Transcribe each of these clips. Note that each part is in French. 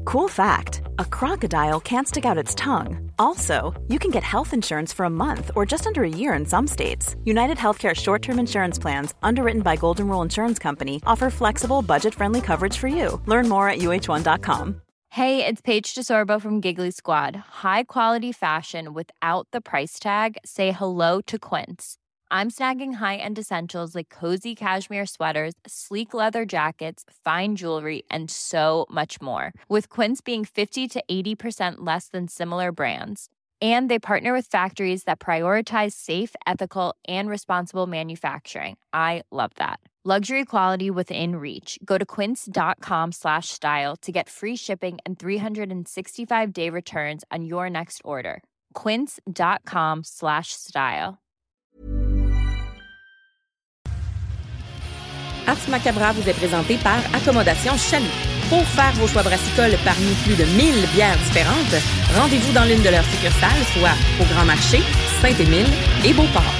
Cool fact, a crocodile can't stick out its tongue. Also, you can get health insurance for a month or just under a year in some states. United Healthcare short-term insurance plans, underwritten by Golden Rule Insurance Company, offer flexible, budget-friendly coverage for you. Learn more at uh1.com. Hey, it's Paige DeSorbo from Giggly Squad. High quality fashion without the price tag. Say hello to Quince. I'm snagging high-end essentials like cozy cashmere sweaters, sleek leather jackets, fine jewelry, and so much more. With Quince being 50 to 80% less than similar brands. And they partner with factories that prioritize safe, ethical, and responsible manufacturing. I love that. Luxury quality within reach. Go to quince.com/style to get free shipping and 365-day returns on your next order. Quince.com/style. Ars Macabra vous est présenté par Accommodation Chaloux. Pour faire vos choix brassicoles parmi plus de 1000 bières différentes, rendez-vous dans l'une de leurs succursales, soit au Grand Marché, Saint-Émile et Beauport.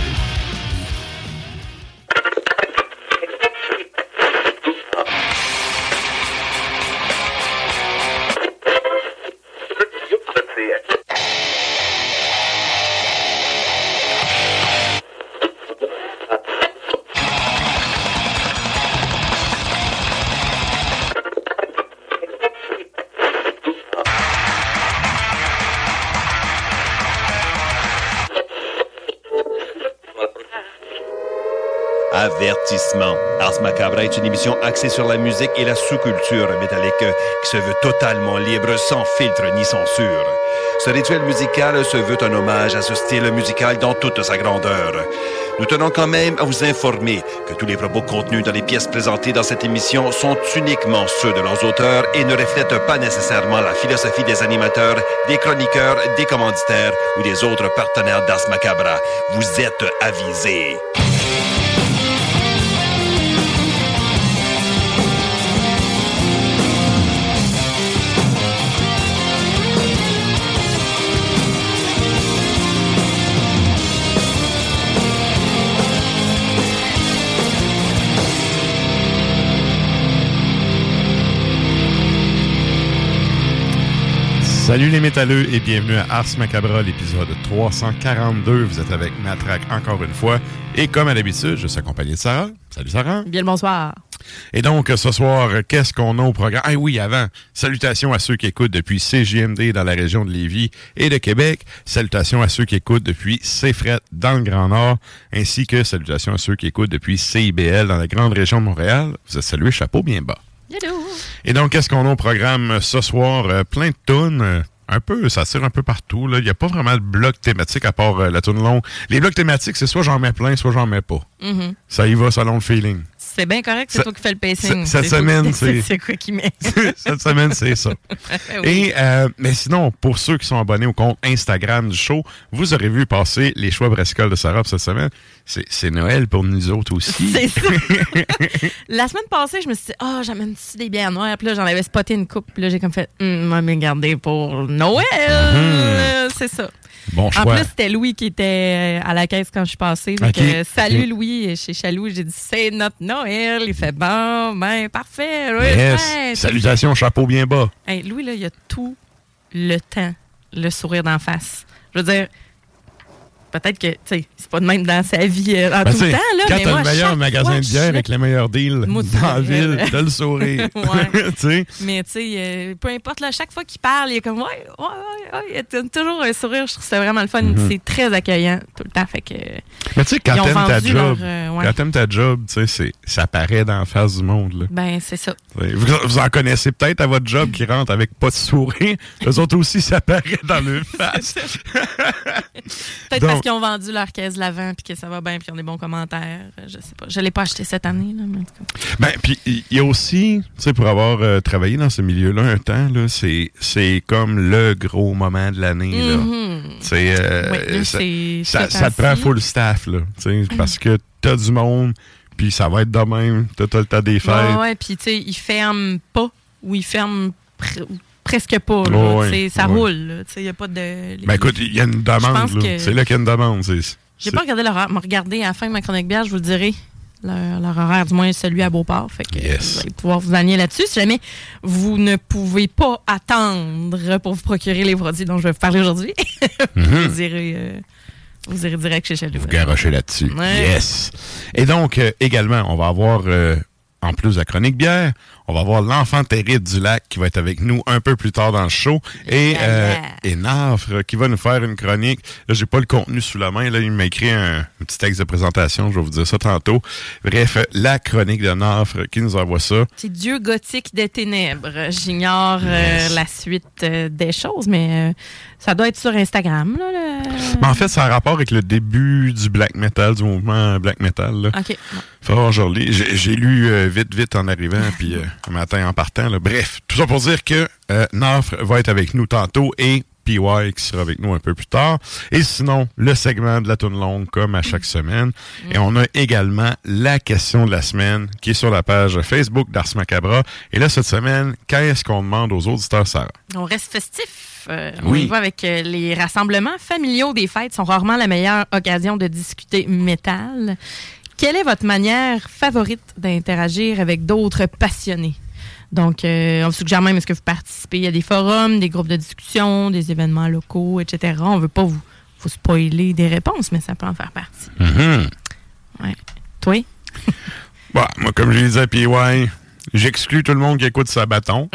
Avertissement. Ars Macabra est une émission axée sur la musique et la sous-culture métallique qui se veut totalement libre, sans filtre ni censure. Ce rituel musical se veut un hommage à ce style musical dans toute sa grandeur. Nous tenons quand même à vous informer que tous les propos contenus dans les pièces présentées dans cette émission sont uniquement ceux de leurs auteurs et ne reflètent pas nécessairement la philosophie des animateurs, des chroniqueurs, des commanditaires ou des autres partenaires d'Ars Macabra. Vous êtes avisés. Salut les métalleux et bienvenue à Ars Macabra, l'épisode 342. Vous êtes avec Matraque encore une fois. Et comme à l'habitude, je suis accompagné de Sarah. Salut Sarah. Bien le bonsoir. Et donc, ce soir, qu'est-ce qu'on a au programme? Ah oui, avant, salutations à ceux qui écoutent depuis CJMD dans la région de Lévis et de Québec. Salutations à ceux qui écoutent depuis CFRET dans le Grand Nord, ainsi que salutations à ceux qui écoutent depuis CIBL dans la grande région de Montréal. Vous êtes salués, chapeau bien bas. Hello. Et donc, qu'est-ce qu'on a au programme ce soir? Plein de tunes. Un peu, ça tire un peu partout. Il n'y a pas vraiment de bloc thématique à part la tune longue. Les blocs thématiques, c'est soit j'en mets plein, soit j'en mets pas. Mm-hmm. Ça y va selon le feeling. C'est bien correct, c'est toi qui fais le pacing. Cette semaine, c'est quoi qui met? Cette semaine, c'est ça. Oui. Et, mais sinon, pour ceux qui sont abonnés au compte Instagram du show, vous aurez vu passer les choix brassicoles de Sarah cette semaine. C'est Noël pour nous autres aussi. C'est ça. La semaine passée, je me suis dit, j'amène-tu des bières noires? Puis là, j'en avais spoté une coupe. Puis là, j'ai comme fait, moi, me garder pour Noël. C'est ça. Bon choix. En plus, c'était Louis qui était à la caisse quand je suis passée. Donc, salut Louis, chez Chaloux. J'ai dit, c'est notre Noël. Il fait, bon, ben, parfait. Oui, yes. Salutations, chapeau bien bas. Hey, Louis, là, il a tout le temps le sourire d'en face. Je veux dire, peut-être que, tu sais, c'est pas de même dans sa vie en tout le temps, là. Quand mais t'as moi, le meilleur magasin de bière avec les meilleurs deals dans la ville, t'as le sourire. Ouais. Mais, tu sais, peu importe, là, chaque fois qu'il parle, il est comme, il a toujours un sourire. Je trouve ça vraiment le fun. Mm-hmm. C'est très accueillant tout le temps. Fait que. Mais, tu sais, quand t'aimes ta job, tu sais, ça paraît dans la face du monde, là. Ben, c'est ça. Vous en connaissez peut-être à votre job qui rentre avec pas de sourire. Eux autres aussi, ça paraît dans le face. Peut-être parce qu'ils ont vendu leur caisse de l'avant puis que ça va bien puis ils ont des bons commentaires. Je sais pas. Je l'ai pas acheté cette année, là, mais en tout cas. Ben, puis il y a aussi, tu sais, pour avoir travaillé dans ce milieu-là un temps, là, c'est comme le gros moment de l'année, là. Mm-hmm. Ça te prend full staff, là, tu sais, parce que t'as du monde, puis ça va être de même, t'as le temps des fêtes. Ouais, puis tu sais, ils ferment pas ou ils ferment presque pas. Là, ça roule. Il n'y a pas de... Ben écoute, il y a une demande. Là. C'est là qu'il y a une demande. J'ai pas regardé l'horaire. Mais regardez, à la fin de ma chronique bière, je vous le dirai. leur horaire, du moins celui à Beauport. Fait que vous allez pouvoir vous aligner là-dessus. Si jamais vous ne pouvez pas attendre pour vous procurer les produits dont je vais vous parler aujourd'hui, vous irez direct chez Chalut. Vous garochez là-dessus. Ouais. Yes! Et donc, également, on va avoir, en plus de la chronique bière, on va avoir l'enfant terrible du lac qui va être avec nous un peu plus tard dans le show. Et Nafre qui va nous faire une chronique. Là, j'ai pas le contenu sous la main. Là, il m'a écrit un petit texte de présentation. Je vais vous dire ça tantôt. Bref, la chronique de Nafre qui nous envoie ça. C'est Dieu gothique des ténèbres. J'ignore la suite des choses, mais ça doit être sur Instagram. Là, Mais en fait, ça a rapport avec le début du black metal, du mouvement black metal. Là. OK. Faut je relis. J'ai lu vite en arrivant, puis un matin en partant. Là. Bref, tout ça pour dire que Nafre va être avec nous tantôt et PY qui sera avec nous un peu plus tard. Et sinon, le segment de la toune longue comme à chaque semaine. Et on a également la question de la semaine qui est sur la page Facebook d'Ars Macabra. Et là, cette semaine, qu'est-ce qu'on demande aux auditeurs, Sarah? On reste festif. On y va avec les rassemblements familiaux des fêtes sont rarement la meilleure occasion de discuter métal. Quelle est votre manière favorite d'interagir avec d'autres passionnés? Donc, on vous suggère même, est-ce que vous participez à des forums, des groupes de discussion, des événements locaux, etc. On ne veut pas vous spoiler des réponses, mais ça peut en faire partie. Ouais. Toi? Bah, moi, comme je disais à PY, j'exclus tout le monde qui écoute Sabaton.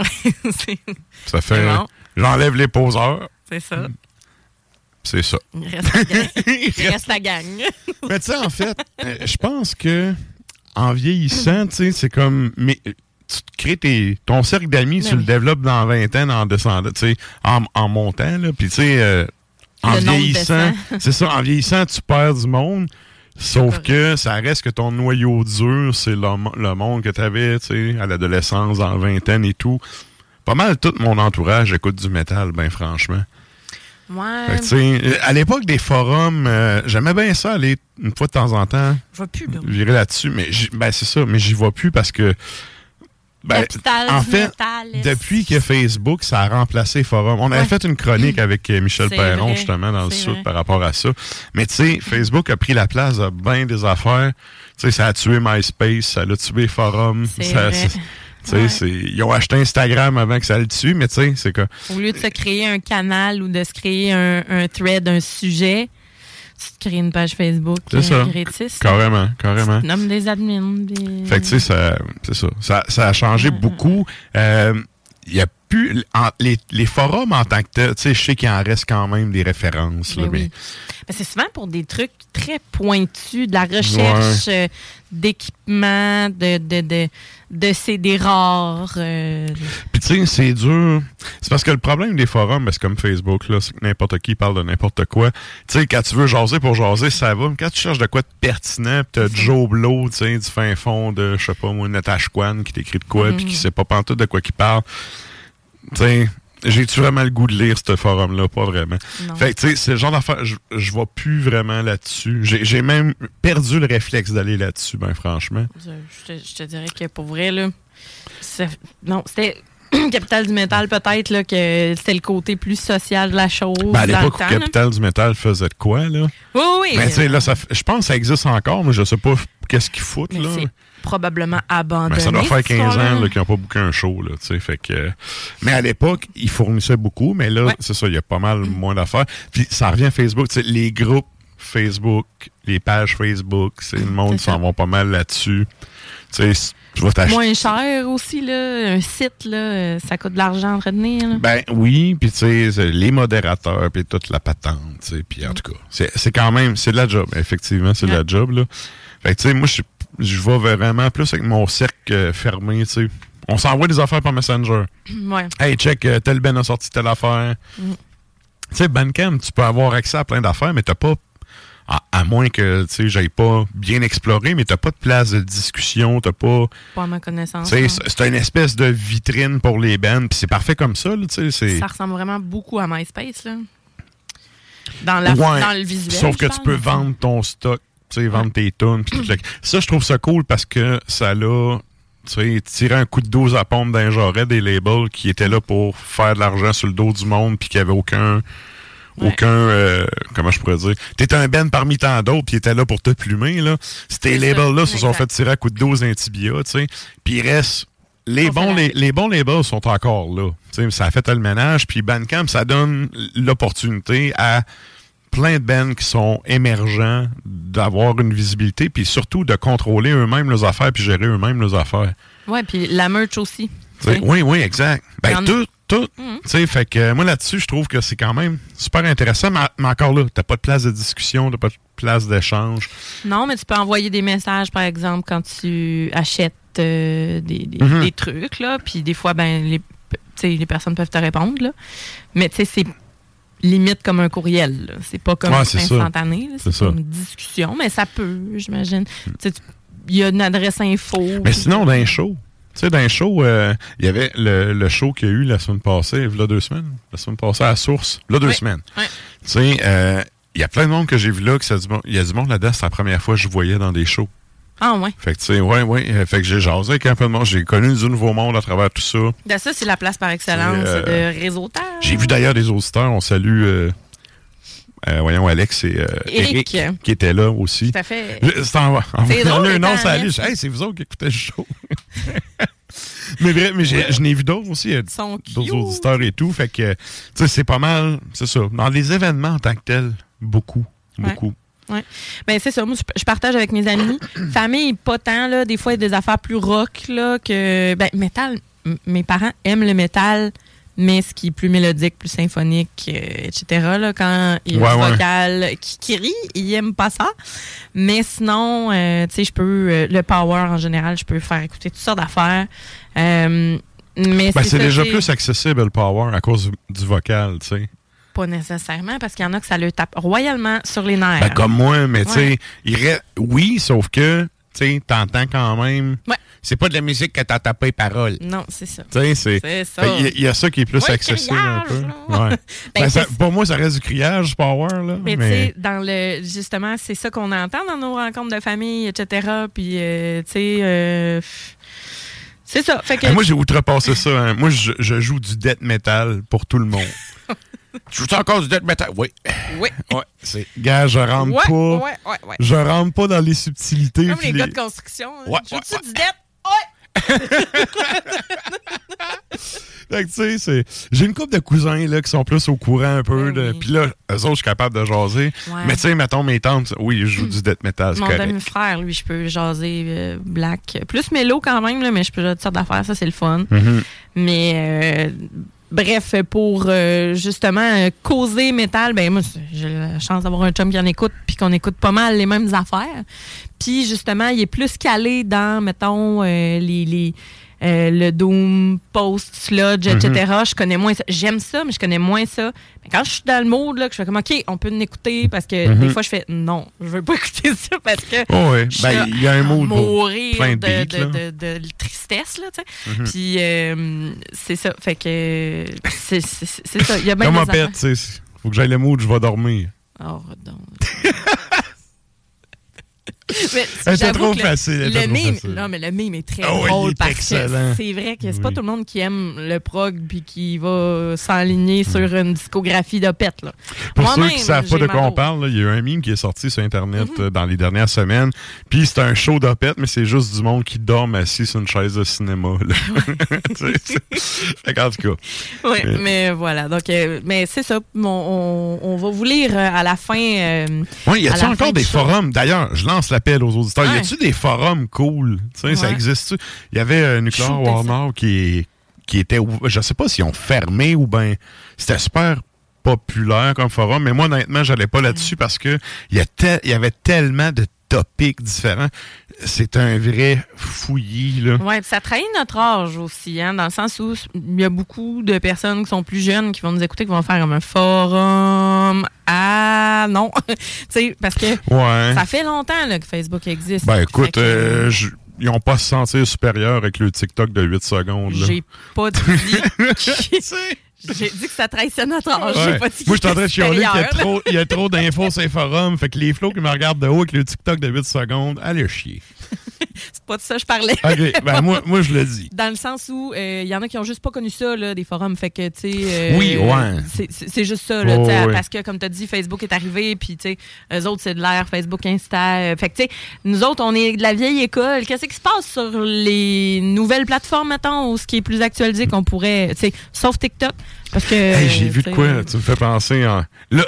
Ça fait... Bon. J'enlève les poseurs. C'est ça. C'est ça. Il reste la gang. Mais tu sais, en fait, je pense que en vieillissant, tu sais, c'est comme... tu crées ton cercle d'amis, tu le développes dans 20 ans, en descendant, tu sais, en montant, là. Puis, tu sais, en vieillissant, c'est ça, en vieillissant, tu perds du monde. Sauf que ça reste que ton noyau dur, c'est le monde que tu avais, tu sais, à l'adolescence, en vingtaine et tout. Pas mal tout mon entourage écoute du métal, ben franchement. Ouais. Fait, à l'époque des forums, j'aimais bien ça aller une fois de temps en temps. Je vois plus, là. J'irai là-dessus, mais c'est ça, mais j'y vais plus parce que en fait, depuis que Facebook, ça a remplacé Forum. On avait fait une chronique avec Michel Perron, justement, dans le Sud par rapport à ça. Mais tu sais, Facebook a pris la place de bien des affaires. Tu sais, ça a tué MySpace, ça a tué Forum. Ils ont acheté Instagram avant que ça le tue, mais tu sais, c'est quoi. Au lieu de se créer un canal ou de se créer un thread, un sujet, tu te crées une page Facebook. C'est ça. Carrément. Tu nommes des admins. Fait que tu sais, c'est ça. Ça a changé beaucoup. Il y a plus... les forums en tant que tel, tu sais, je sais qu'il en reste quand même des références. Là, mais... c'est souvent pour des trucs très pointus, de la recherche d'équipements, de CD rares. Puis tu sais, c'est dur. C'est parce que le problème des forums, c'est comme Facebook, là, c'est que n'importe qui parle de n'importe quoi. Tu sais, quand tu veux jaser pour jaser, ça va. Mais quand tu cherches de quoi de pertinent, pis t'as Joe Blow, tu sais, du fin fond de, je sais pas moi, Natasha Kwan qui t'écrit de quoi, puis qui sait pas pantoute de quoi qu'il parle. Tu sais, j'ai-tu vraiment le goût de lire ce forum-là? Pas vraiment. Non. Fait que, tu sais, c'est le genre d'affaire, je vais plus vraiment là-dessus. J'ai même perdu le réflexe d'aller là-dessus, ben franchement. Je te dirais que pour vrai, là, c'était Capital du métal, peut-être, là, que c'était le côté plus social de la chose. Ben, à l'époque, Capital du métal faisait de quoi, là? Oui. Mais tu sais, là, je pense que ça existe encore, mais je sais pas qu'est-ce qu'ils foutent, là. C'est probablement abandonné. Ben, ça doit faire 15 ans qu'ils n'ont pas booké un show, là, tu sais, fait que... Mais à l'époque, ils fournissaient beaucoup, mais là, c'est ça, il y a pas mal moins d'affaires. Puis ça revient à Facebook, tu sais, les groupes Facebook, les pages Facebook, le monde s'en va pas mal là-dessus. Tu sais, tu vas t'acheter... Moins cher aussi, là. Un site, là, ça coûte de l'argent à entretenir, là. Ben oui, puis tu sais, les modérateurs, puis toute la patente, tu sais, puis en tout cas, c'est quand même, c'est de la job, effectivement, c'est de la job, là. Fait que tu sais, moi, je vais vraiment plus avec mon cercle fermé, tu sais. On s'envoie des affaires par Messenger. Ouais. Hey, check, tel Ben a sorti telle affaire. Tu sais, Bandcamp, tu peux avoir accès à plein d'affaires, mais t'as pas... À moins que, tu sais, j'aille pas bien explorer, mais t'as pas de place de discussion, t'as pas... Pas à ma connaissance. Tu sais, c'est une espèce de vitrine pour les bands, puis c'est parfait comme ça, là, tu sais. Ça ressemble vraiment beaucoup à MySpace, là. Dans le visuel. Sauf que tu peux vendre ton stock, tu sais, vendre tes tunes, puis tout. Ça, je trouve ça cool parce que ça l'a... Tu sais, tirer un coup de 12 à pompe d'un jarret des labels qui étaient là pour faire de l'argent sur le dos du monde, puis qui avait aucun aucun, comment je pourrais dire, t'étais un Ben parmi tant d'autres, puis il était là pour te plumer, là. Ces labels-là se sont fait tirer à coups de dose d'Intibia, tu sais. Puis il reste, les bons labels sont encore là. Tu sais, ça a fait le ménage, puis Bandcamp, ça donne l'opportunité à plein de bands qui sont émergents d'avoir une visibilité, puis surtout de contrôler eux-mêmes leurs affaires, puis gérer eux-mêmes leurs affaires. Ouais, puis la merch aussi. Oui, exact. Ben, tout. Tu sais, fait que moi, là-dessus, je trouve que c'est quand même super intéressant, mais encore là, t'as pas de place de discussion, t'as pas de place d'échange. Non, mais tu peux envoyer des messages, par exemple, quand tu achètes des trucs, là, puis des fois, ben, les personnes peuvent te répondre, là. Mais, tu sais, c'est limite comme un courriel, là. C'est pas comme instantané, c'est une discussion, mais ça peut, j'imagine. Tu sais, il y a une adresse info. Mais sinon, dans un show, tu sais, dans un show, il y avait le show qu'il y a eu la semaine passée, il y a 2 semaines. La semaine passée à Source, il y a 2 semaines. Oui. Tu sais, il y a plein de monde que j'ai vu là, il y a du monde là-dedans, c'est la première fois que je voyais dans des shows. Ah, ouais. Fait que, tu sais, fait que j'ai jasé avec un peu de monde. J'ai connu du nouveau monde à travers tout ça. Ben ça, c'est la place par excellence de réseautage. J'ai vu d'ailleurs des auditeurs, on salue... voyons, Alex et Eric qui étaient là aussi. Tout à fait. C'est drôle. Non, salut. Hey, c'est vous autres qui écoutez le show. mais je n'ai vu d'autres aussi. D'autres auditeurs et tout. Fait que, tu sais, c'est pas mal. C'est ça. Dans les événements en tant que tels, beaucoup. Oui. Ben c'est ça. Moi, je partage avec mes amis. Famille, pas tant, là. Des fois, il y a des affaires plus rock, là, que. Ben, métal. Mes parents aiment le métal, mais ce qui est plus mélodique, plus symphonique, etc., là, quand il y a un vocal qui rit, ils n'aiment pas ça. Mais sinon, tu sais, je peux, le power en général, je peux faire écouter toutes sortes d'affaires. Mais c'est déjà plus accessible, le power, à cause du vocal, tu sais. Pas nécessairement, parce qu'il y en a que ça le tape royalement sur les nerfs. Ben, comme moi, mais tu sais, oui, sauf que, tu sais, t'entends quand même. Ouais. C'est pas de la musique que t'as tapé les paroles. Non, c'est ça. Tu sais, c'est ça. Il y a ça qui est plus accessible un peu. Ouais. Pour moi, ça reste du criage, power, là. Mais tu sais, justement, c'est ça qu'on entend dans nos rencontres de famille, etc. Puis, tu sais, c'est ça. Fait que... moi, j'ai outrepassé ça. Hein. Moi, je joue du death metal pour tout le monde. Tu joues encore du death metal? Oui. Ouais, gars, je rentre pas. Je rentre pas dans les subtilités. Comme les gars de construction. Joues-tu du death? Ouais. Fait que, tu sais, j'ai une couple de cousins là, qui sont plus au courant un peu. Puis là, eux autres, je suis capable de jaser. Ouais. Mais tu sais, mettons, mes tantes, oui, je joue du death metal. Mon demi-frère, lui, je peux jaser black. Plus mélo quand même, là, mais je peux jaser toutes sortes d'affaires. Ça, c'est le fun. Mm-hmm. Mais... bref, pour justement causer métal, ben moi, j'ai la chance d'avoir un chum qui en écoute puis qu'on écoute pas mal les mêmes affaires. Puis justement, il est plus calé dans, mettons, le doom, post, sludge, etc. Je connais moins ça. J'aime ça, mais je connais moins ça. Mais quand je suis dans le mood, là, que je fais comme, OK, on peut l'écouter parce que des fois, je fais, non, je veux pas écouter ça parce que il y a un mood mourir plein de tristesse, là, tu sais. Puis, c'est ça. Fait que, c'est ça. Il y a bien comme pète, tu sais. Faut que j'aille le mood, je vais dormir. Oh, donc. C'était trop facile. Non, mais le meme est très drôle parce que c'est vrai que c'est pas tout le monde qui aime le prog puis qui va s'enligner sur une discographie d'opette. Pour ceux qui ne savent pas de quoi on parle, il y a eu un meme qui est sorti sur Internet dans les dernières semaines. Puis c'est un show d'opette, mais c'est juste du monde qui dorme assis sur une chaise de cinéma. En tout cas. Oui, mais voilà. Donc, mais c'est ça. On va vous lire à la fin. Oui, y a-t-il encore des forums? D'ailleurs, je lance l'appel aux auditeurs. Y a-t-il des forums cool? Ça existe-tu? Il y avait Nuclear War Nord qui était... Je sais pas s'ils ont fermé ou bien... C'était super populaire comme forum, mais moi, honnêtement, j'allais pas là-dessus parce que il y avait tellement de topics différents. C'est un vrai fouillis, là. Oui, ça trahit notre âge aussi, hein, dans le sens où il y a beaucoup de personnes qui sont plus jeunes qui vont nous écouter, qui vont faire comme un forum. Ah, non. Tu sais, parce que ça fait longtemps là, que Facebook existe. Ben, écoute, ils n'ont pas à se sentir supérieurs avec le TikTok de 8 secondes. Là. J'ai pas dit... J'ai dit que ça trahissait notre âge. Ouais. J'ai pas dit moi, je suis en train de chialer qu'il y a trop d'infos sur les forums. Fait que les flots qui me regardent de haut avec le TikTok de 8 secondes, allez chier. C'est pas de ça que je parlais. OK, ben moi je le dis. Dans le sens où il y en a qui ont juste pas connu ça, là, des forums. Fait que, tu sais... oui, ouais. C'est juste ça, là, oui. parce que, comme tu as dit, Facebook est arrivé, puis, tu sais, eux autres, c'est de l'ère Facebook, Insta. Fait que, tu sais, nous autres, on est de la vieille école. Qu'est-ce qui se passe sur les nouvelles plateformes, mettons, ou ce qui est plus actualisé qu'on pourrait... Tu sais, sauf TikTok. Parce que... Hey, j'ai vu de quoi, tu me fais penser en...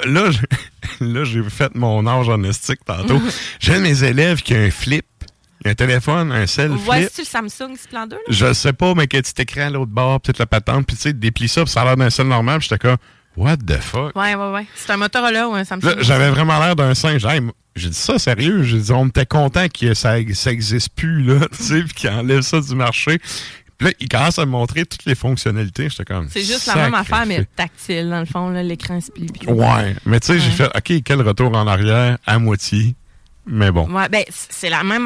Là, j'ai fait mon âge en estique tantôt. J'ai un de mes élèves qui a un flip. Un téléphone, un cell flip. Ouais, c'est-tu le Samsung Splendor? Là? Je sais pas, mais que tu t'écris à l'autre bord, peut-être la patente, puis tu sais, déplies ça, puis ça a l'air d'un cell normal, puis j'étais comme, what the fuck? Ouais. C'est un Motorola ou un Samsung? Là, j'avais vraiment l'air d'un singe. Hey, j'ai dit ça, sérieux? J'ai dit, on était content que ça existe plus, là, tu sais, puis qu'il enlève ça du marché. Puis là, il commence à me montrer toutes les fonctionnalités. J'étais comme, c'est juste la même affaire, mais tactile, dans le fond, là, l'écran se plie. Ouais, mais tu sais, j'ai fait, OK, quel retour en arrière à moitié? Mais bon. Ouais, ben, c'est la même...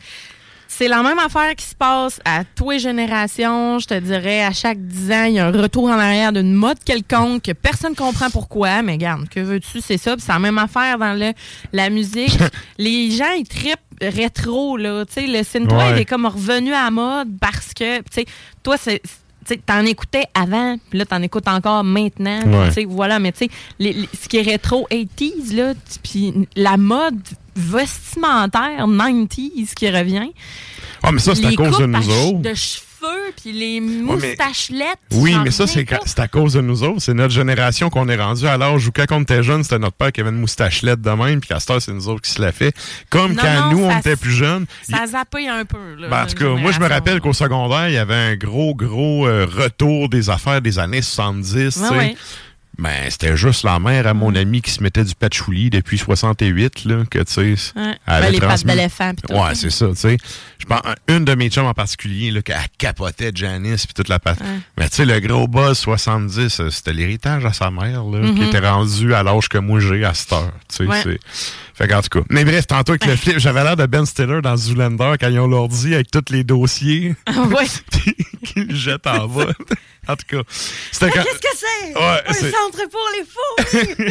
C'est la même affaire qui se passe à toutes les générations. Je te dirais, à chaque 10 ans, il y a un retour en arrière d'une mode quelconque que personne ne comprend pourquoi. Mais regarde, que veux-tu, c'est ça. Puis c'est la même affaire dans la musique. Les gens, ils trippent rétro, là. Tu sais, le synthwave est comme revenu à la mode parce que, tu sais, toi, t'en écoutais avant, puis là, t'en écoutes encore maintenant. Ouais. Tu sais, voilà, mais tu sais, ce qui est rétro 80s, là, puis la mode vestimentaire 90s qui revient. Ah, mais ça, c'est à cause de nous autres. De cheveux, puis les moustachelettes. Oui, mais ça, c'est à cause de nous autres. C'est notre génération qu'on est rendu à l'âge où, quand on était jeune, c'était notre père qui avait une moustachelette de même, puis qu'à cette heure, c'est nous autres qui se la fait. Comme nous, on était plus jeunes. Ça zappait un peu. Là, ben, en tout cas, moi, je me rappelle qu'au secondaire, il y avait un gros retour des affaires des années 70. Ouais. Ben, c'était juste la mère à mon ami qui se mettait du patchouli depuis 68, là, que, tu sais, les pattes d'éléphant. Ouais, c'est ça, tu sais. Je pense, une de mes chums en particulier, là, qui capotait Janice puis toute la patte. Mais, tu sais, le gros buzz 70, c'était l'héritage à sa mère, là, qui était rendu à l'âge que moi j'ai à cette heure, tu sais, c'est... Fait qu'en tout cas. Mais bref, tantôt avec le flip, j'avais l'air de Ben Stiller dans Zoolander quand ils ont l'ordi avec tous les dossiers. Puis qu'ils le jettent en bas. En tout cas. Qu'est-ce que c'est? Ouais, un centre pour les fous!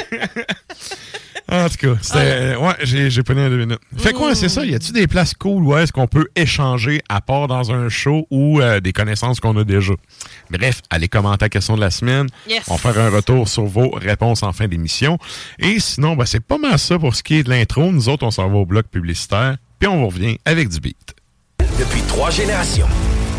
En tout cas, c'était... j'ai pris 2 minutes. Fait quoi, c'est ça? Y a-tu des places cool où est-ce qu'on peut échanger à part dans un show ou des connaissances qu'on a déjà? Bref, allez commenter la question de la semaine. Yes. On va faire un retour sur vos réponses en fin d'émission. Et sinon, ben, c'est pas mal ça pour ce qui est de l'intro. Nous autres, on s'en va au bloc publicitaire. Puis on vous revient avec du beat. Depuis 3 générations.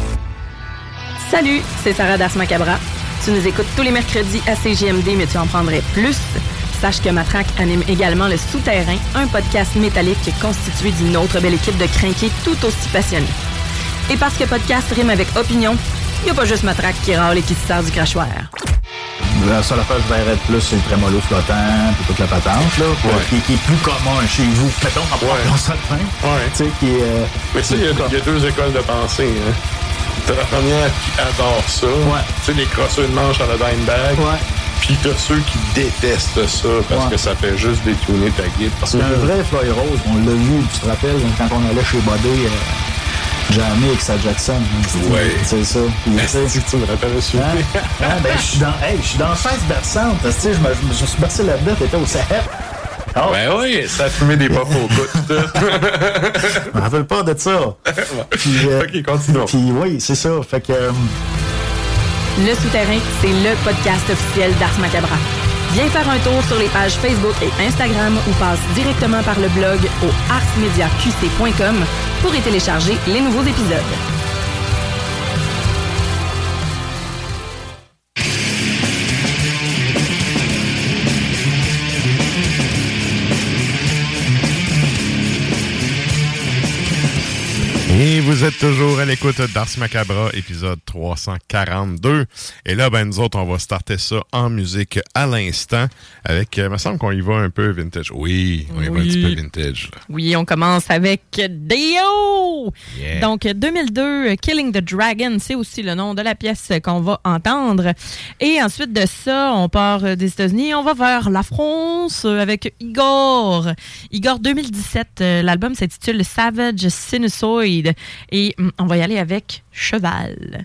Salut, c'est Sarah Das Macabra. Tu nous écoutes tous les mercredis à CJMD, mais tu en prendrais plus. Sache que Matraque anime également Le Souterrain, un podcast métallique constitué d'une autre belle équipe de crinqués tout aussi passionnés. Et parce que podcast rime avec opinion, il n'y a pas juste Matraque qui râle et qui se sert du crachoir. La seule affaire que je verrais de plus, c'est le trémolo flottant puis toute la patente, là, qui est plus commun chez vous. Mettons, en parlant ça de fin. Tu sais, qui est... Mais tu sais, il y a 2 écoles de pensée, hein. T'as la première qui adore ça. Tu sais, les crosseurs de manche à la dime-bag. Puis t'as ceux qui détestent ça parce que ça fait juste détourner ta guide. C'est un vrai Floyd Rose. On l'a vu, tu te rappelles, quand on allait chez Bodé, jamais avec sa Jackson. C'est ça. Est-ce que tu me rappelles le souper? Ben, je suis dans 16 berçantes. Tu sais, je me suis bercé là-dedans, t'étais au Sahel. Oh. Ben oui, ça a fumé des pop au bout. Je me rappelle pas de ça. Puis, OK, continuons. Puis oui, c'est ça. Fait que... Le Souterrain, c'est le podcast officiel d'Ars Macabra. Viens faire un tour sur les pages Facebook et Instagram ou passe directement par le blog au arsmediaqc.com pour y télécharger les nouveaux épisodes. Et vous êtes toujours à l'écoute d'Ars Macabra, épisode 342. Et là, ben nous autres, on va starter ça en musique à l'instant avec, il me semble qu'on y va un peu vintage. Oui, on y va un petit peu vintage. Là. Oui, on commence avec Dio! Yeah. Donc, 2002, Killing the Dragon, c'est aussi le nom de la pièce qu'on va entendre. Et ensuite de ça, on part des États-Unis, on va vers la France avec Igor. Igor 2017, l'album s'intitule Savage Sinusoid. Et on va y aller avec Cheval.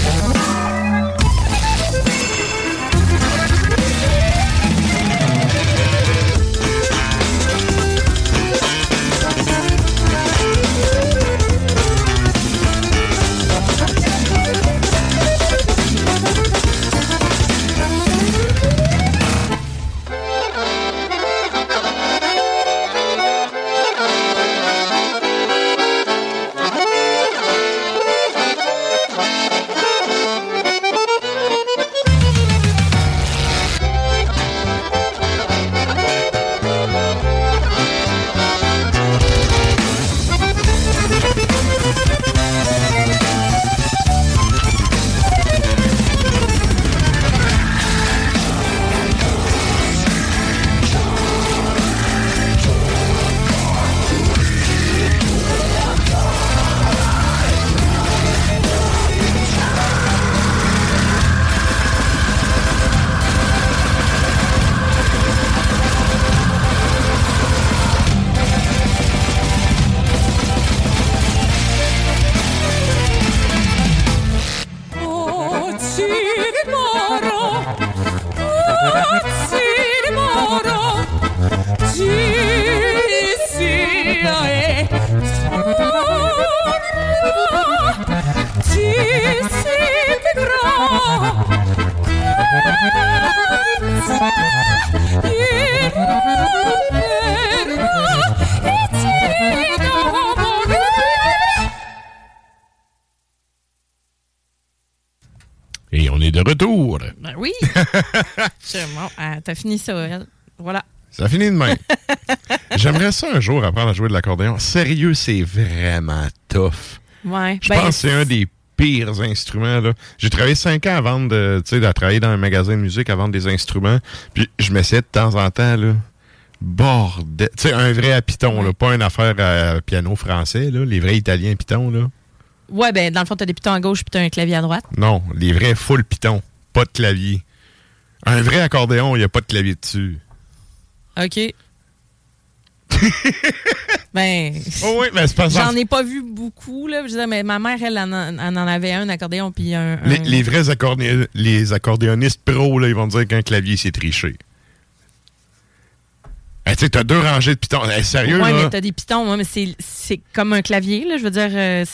Et on est de retour. Ben oui. Bon, t'as fini ça, elle. Voilà. Ça finit de même. J'aimerais ça un jour apprendre à jouer de l'accordéon. Sérieux, c'est vraiment tough. Ouais. Je pense que c'est un des pires instruments. Là. J'ai travaillé 5 ans avant de travailler dans un magasin de musique, à vendre des instruments. Puis je m'essayais de temps en temps, là. Bordel. Tu sais, un vrai à piton, là, pas une affaire à piano français, là, les vrais italiens pitons, là. Ouais, ben dans le fond, t'as des pitons à gauche puis t'as un clavier à droite. Non, les vrais full pitons, pas de clavier. Un vrai accordéon, il n'y a pas de clavier dessus. OK. Ben, oh oui, mais c'est pas ça. J'en ai pas vu beaucoup, là. Je veux dire, mais ma mère, elle en avait un accordéon puis un... Les vrais les accordéonistes pros, là, ils vont dire qu'un clavier, c'est triché. Hey, tu sais, t'as 2 rangées de pitons. Hey, sérieux, ouais, là? mais t'as des pitons, ouais, mais c'est comme un clavier, là. Je veux dire,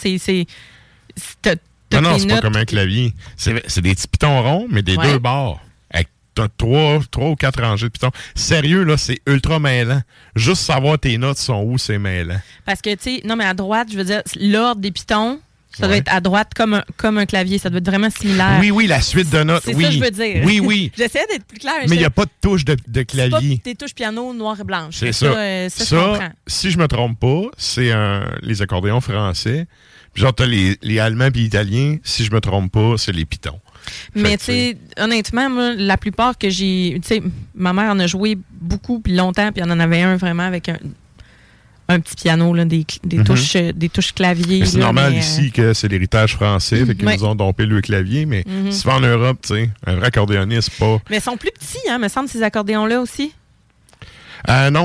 Non, c'est pas comme un clavier. C'est des petits pitons ronds, mais des 2 bords. Hey, t'as 3 ou 4 rangées de pitons. Sérieux, là, c'est ultra mêlant. Juste savoir tes notes sont où, c'est mêlant. Parce que, tu sais, non, mais à droite, je veux dire, l'ordre des pitons, ça doit être à droite comme un clavier. Ça doit être vraiment similaire. Oui, la suite de notes, c'est oui. ça que je veux dire. Oui. J'essaie d'être plus clair. Mais il n'y a pas de touche de clavier. C'est pas des touches piano noir et blanche. C'est ça. Ça, si je me trompe pas, c'est les accordéons français. Puis genre, t'as les Allemands et les Italiens. Si je me trompe pas, c'est les pitons. Mais tu sais, honnêtement, moi, la plupart que j'ai... Tu sais, ma mère en a joué beaucoup puis longtemps, puis on en avait un vraiment avec un petit piano, là, des touches clavier. C'est normal ici que c'est l'héritage français, fait qu'ils nous ont dompé le clavier, mais si tu vas en Europe, tu sais, un vrai accordéoniste, pas... Mais ils sont plus petits, hein, me semble, ces accordéons-là aussi. Non,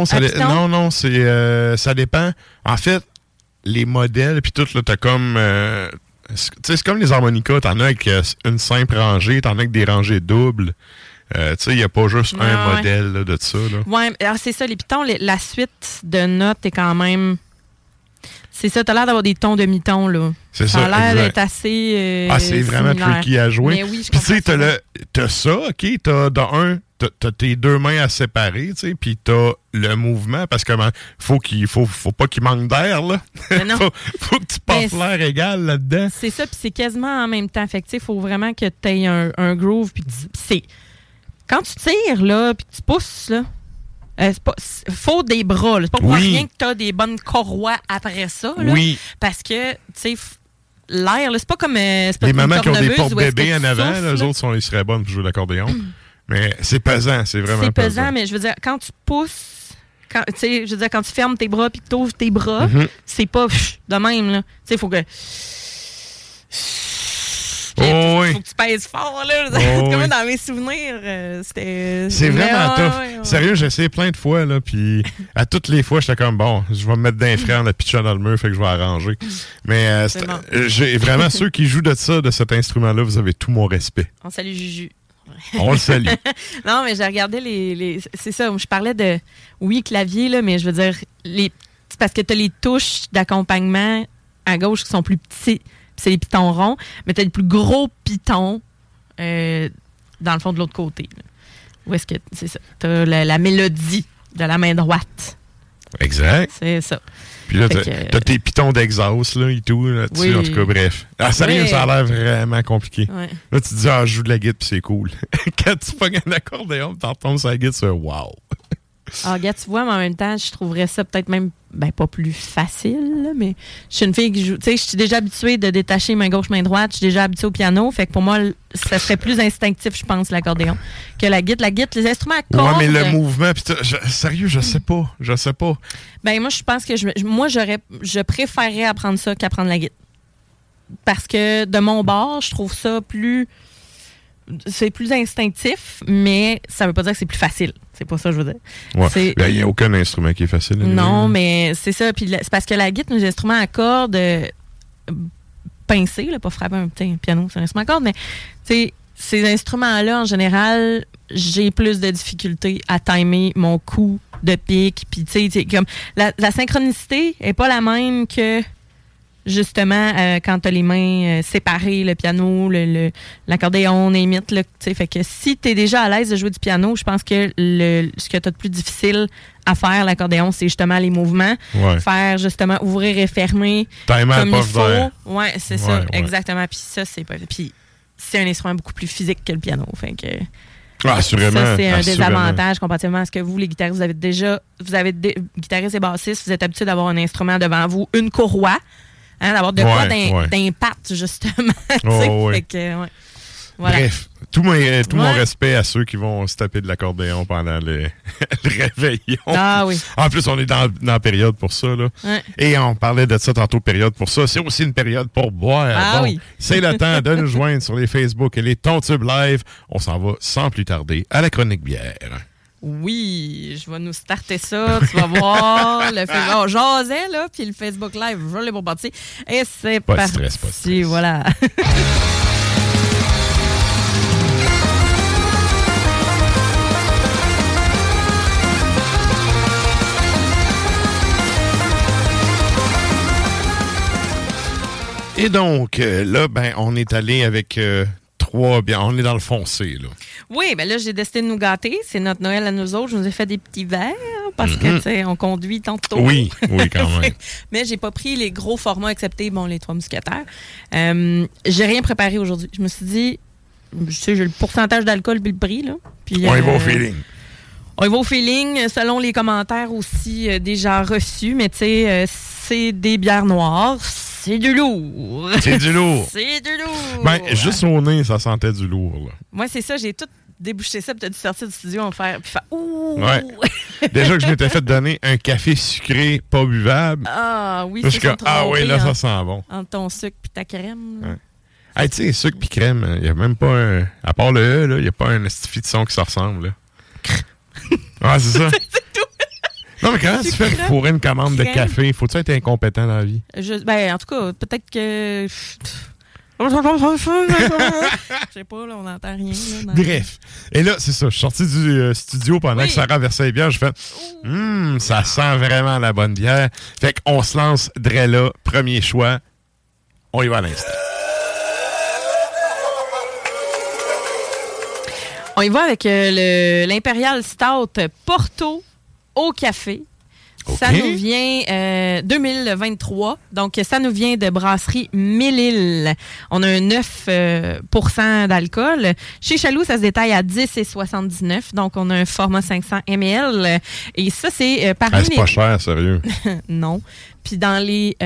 ça dépend. En fait, les modèles, puis tout, là, t'as comme... tu sais, c'est comme les harmonicas, t'en as avec une simple rangée, t'en as avec des rangées doubles. Tu sais, il n'y a pas juste un modèle là, de ça. Oui, alors c'est ça, les pitons, la suite de notes est quand même... C'est ça, t'as l'air d'avoir des tons demi-tons, là. C'est ça. Ça a l'air d'être assez c'est vraiment tricky à jouer. Mais oui, je puis tu comprends sais, t'as ça, OK, t'as tes 2 mains à séparer, tu sais, puis t'as le mouvement, parce que faut pas qu'il manque d'air, là. faut que tu passes l'air égal là-dedans. C'est ça, puis c'est quasiment en même temps. Fait que, tu sais, faut vraiment que t'aies un groove, puis c'est... Quand tu tires, là, puis tu pousses, là, faut des bras, là. C'est pas pour rien que t'as des bonnes courroies après ça, là. Oui. Parce que, tu sais, l'air, là, c'est pas comme... les mamans qui ont des porte-bébés en avant, là, eux autres, ils seraient bonnes pour jouer de l'accordéon. Mais c'est pesant, c'est vraiment pesant. C'est pesant, mais je veux dire, quand tu pousses, quand tu fermes tes bras puis que tu ouvres tes bras, c'est pas de même, là. Tu sais, il faut que... Oh il faut que tu pèses fort, là. Comme dans mes souvenirs, c'était... C'est vraiment tough. Sérieux, j'ai essayé plein de fois, là, puis à toutes les fois, j'étais comme, bon, je vais me mettre d'un frein, la pitcher dans le mur, fait que je vais arranger. Mais j'ai vraiment, ceux qui jouent de cet instrument-là, vous avez tout mon respect. On salue Juju. On le salue. Non, mais j'ai regardé les... C'est ça, je parlais de... Oui, clavier, là, mais je veux dire... C'est parce que tu as les touches d'accompagnement à gauche qui sont plus petits, c'est les pitons ronds, mais tu as les plus gros pitons dans le fond de l'autre côté. Là. Où est-ce que... C'est ça. Tu as la mélodie de la main droite. Exact. C'est ça. Puis là, t'as tes pitons d'exhaust là, et tout, là-dessus, en tout cas, bref. Sérieux, ça a l'air vraiment compliqué. Ouais. Là, tu te dis, je joue de la guitare, puis c'est cool. Quand tu pognes un accordéon, puis tu retombes sur la guitare, c'est wow. Gars, tu vois, mais en même temps, je trouverais ça peut-être même, pas plus facile, là, mais je suis une fille qui joue. Tu sais, je suis déjà habituée de détacher main gauche, main droite. Je suis déjà habituée au piano. Fait que pour moi, ça serait plus instinctif, je pense, l'accordéon, que la guitare. La guitare, les instruments à cordes. Ouais, mais le mouvement, sérieux, je sais pas. Moi, je pense que je préférerais apprendre ça qu'apprendre la guitare. Parce que de mon bord, je trouve ça c'est plus instinctif, mais ça veut pas dire que c'est plus facile. C'est pas ça que je veux dire. Ouais. Il n'y a aucun instrument qui est facile. Non, mais c'est ça. Puis c'est parce que la guitare, nos instruments à cordes pincés, là, pas frapper un piano, c'est un instrument à cordes, mais ces instruments-là, en général, j'ai plus de difficultés à timer mon coup de pique. Puis, tu sais, comme la synchronicité est pas la même que justement quand tu as les mains séparées, le piano, l'accordéon, limite, là, fait que si tu es déjà à l'aise de jouer du piano, je pense que ce que tu as de plus difficile à faire, l'accordéon, c'est justement les mouvements. Ouais. Faire justement ouvrir et fermer comme il faut. Ouais, c'est ça, exactement. Puis ça, c'est un instrument beaucoup plus physique que le piano. Fait que assurément. Ça, c'est un désavantage comparativement à ce que vous, les guitaristes, vous avez guitaristes et bassistes, vous êtes habitués d'avoir un instrument devant vous, une courroie. D'avoir de quoi d'impact, justement. Fait que, voilà. Bref, tout mon respect à ceux qui vont se taper de l'accordéon pendant le réveillon. Ah oui. En plus, on est dans la période pour ça. Là. Ouais. Et on parlait de ça tantôt, période pour ça. C'est aussi une période pour boire. Oui. C'est le temps de nous joindre sur les Facebook et les Tontubes Live. On s'en va sans plus tarder à la chronique bière. Oui, je vais nous starter ça. Tu vas voir. On jasait, là, puis le Facebook Live, je l'ai pas parti. Et c'est parti. Pas de stress. Voilà. Et donc, là, on est allé avec... on est dans le foncé, là. Oui, là, j'ai décidé de nous gâter. C'est notre Noël à nous autres. Je nous ai fait des petits verres parce que, tu sais, on conduit tantôt. Oui, quand même. Mais j'ai pas pris les gros formats, excepté, les 3 mousquetaires. J'ai rien préparé aujourd'hui. Je me suis dit, j'ai le pourcentage d'alcool puis le prix, là. Puis, on y va au feeling. On y va au feeling, selon les commentaires aussi déjà reçus. Mais, tu sais, c'est des bières noires. C'est du lourd. C'est du lourd. C'est du lourd. Juste au nez, ça sentait du lourd. Là. Moi, c'est ça. J'ai tout débouché ça, puis t'as dû sortir du studio, on faire. Puis ouh! Ouais. Déjà que je m'étais fait donner un café sucré pas buvable. Ah oui, c'est ça. Ah oui, là, ça sent bon. Entre ton sucre puis ta crème. Ouais. Hey, tu sais, sucre puis crème, il n'y a même pas un. À part le E, il n'y a pas un estifi de son qui se ressemble. Ah, c'est ça. C'est tout. Non, mais comment tu fais pour fourrer une commande de café? Faut-tu être incompétent dans la vie? En tout cas, peut-être que... Je sais pas, là, on n'entend rien. Là, Bref. Et là, c'est ça. Je suis sorti du studio pendant que Sarah versait les bières. J'ai fait, ça sent vraiment la bonne bière. Fait qu'on se lance là. Premier choix. On y va à l'instant. On y va avec l'Imperial Stout Porto au café. Okay. Ça nous vient 2023. Donc, ça nous vient de brasserie Mille-Îles. On a un 9% d'alcool. Chez Chaloux, ça se détaille à 10,79. Donc, on a un format 500 ml. Et ça, c'est parmi c'est pas cher, sérieux. Non. Puis dans les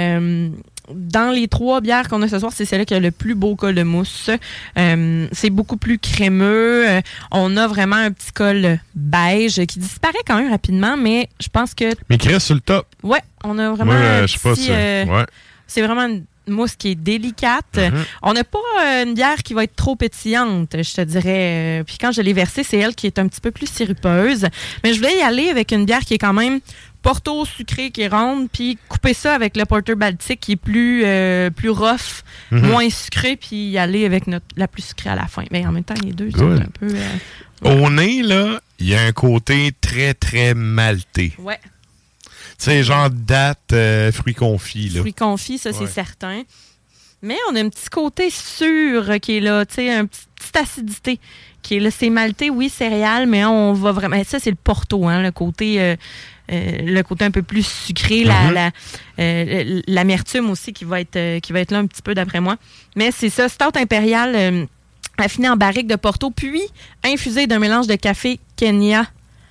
3 bières qu'on a ce soir, c'est celle-là qui a le plus beau col de mousse. C'est beaucoup plus crémeux. On a vraiment un petit col beige qui disparaît quand même rapidement, mais je pense que... Mais qui reste sur le top. Ouais, on a vraiment un je sais pas si... C'est vraiment mousse qui est délicate. On n'a pas une bière qui va être trop pétillante, je te dirais. Puis quand je l'ai versée, c'est elle qui est un petit peu plus sirupeuse. Mais je voulais y aller avec une bière qui est quand même Porto sucrée, qui est ronde, puis couper ça avec le Porter Baltique qui est plus rough, moins sucré, puis y aller avec la plus sucrée à la fin. Mais en même temps, les deux sont un peu... Au nez, là, il y a un côté très, très maltais. Ouais. Tu sais, genre date fruits confits, là. Fruits confits, ça, c'est certain. Mais on a un petit côté sûr qui est là, tu sais, une petite acidité qui est là. C'est maltais, oui, céréales, mais on va vraiment... Ça, c'est le Porto, hein, le côté un peu plus sucré, l'amertume aussi qui va être là un petit peu d'après moi. Mais c'est ça, Stout impérial affiné en barrique de Porto, puis infusé d'un mélange de café Kenya.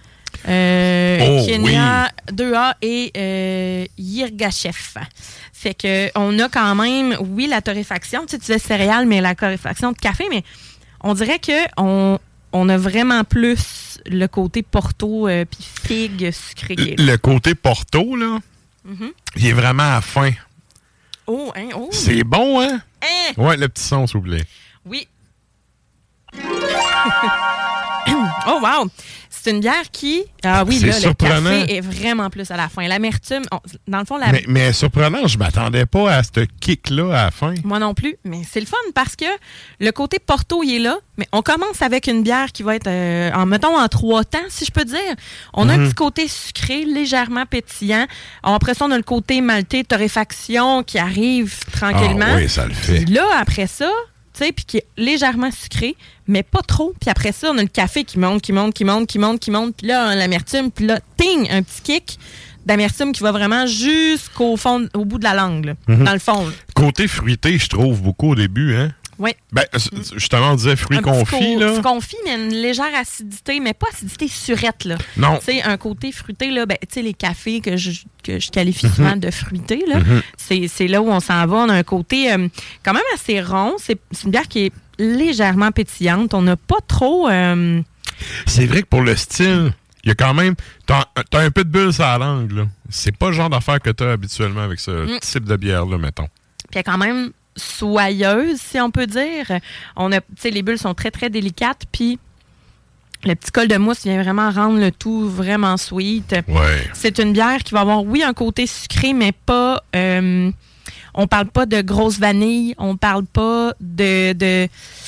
Kenya 2A et Yirgacheffe. Fait que on a quand même, oui, la torréfaction, tu sais, tu disais céréales, mais la torréfaction de café, mais on dirait que on a vraiment plus le côté Porto puis figue sucré. Le côté Porto, là, il est vraiment à la fin. Oh. C'est bon, hein? Ouais, le petit son, s'il vous plaît. Oui. Oh, wow! C'est une bière qui... Ah oui, là, le café est vraiment plus à la fin. L'amertume, dans le fond... Mais surprenant, je m'attendais pas à ce kick-là à la fin. Moi non plus, mais c'est le fun parce que le côté Porto, il est là, mais on commence avec une bière qui va être, en 3 temps, si je peux dire. On a un petit côté sucré, légèrement pétillant. Après ça, on a le côté maltais, torréfaction qui arrive tranquillement. Ah oui, ça le fait. Puis là, après ça... puis qui est légèrement sucré, mais pas trop. Puis après ça, on a le café qui monte. Puis là, on a l'amertume. Puis là, ting, un petit kick d'amertume qui va vraiment jusqu'au fond, au bout de la langue, là, dans le fond. Là. Côté fruité, je trouve beaucoup au début, hein? Oui. Ben, justement, on disait fruits confits, là. Confit, mais une légère acidité, mais pas acidité surette, là. Non. Tu sais, un côté fruité, là, ben, tu sais, les cafés que je qualifie souvent de fruité, là, c'est là où on s'en va. On a un côté quand même assez rond. C'est une bière qui est légèrement pétillante. On n'a pas trop... C'est vrai que pour le style, il y a quand même... T'as un peu de bulle sur la langue, là. C'est pas le genre d'affaire que t'as habituellement avec ce type de bière-là, mettons. Puis il y a quand même... soyeuse, si on peut dire. Les bulles sont très, très délicates, puis le petit col de mousse vient vraiment rendre le tout vraiment sweet. Ouais. C'est une bière qui va avoir, oui, un côté sucré, mais pas... on parle pas de grosse vanille, on parle pas de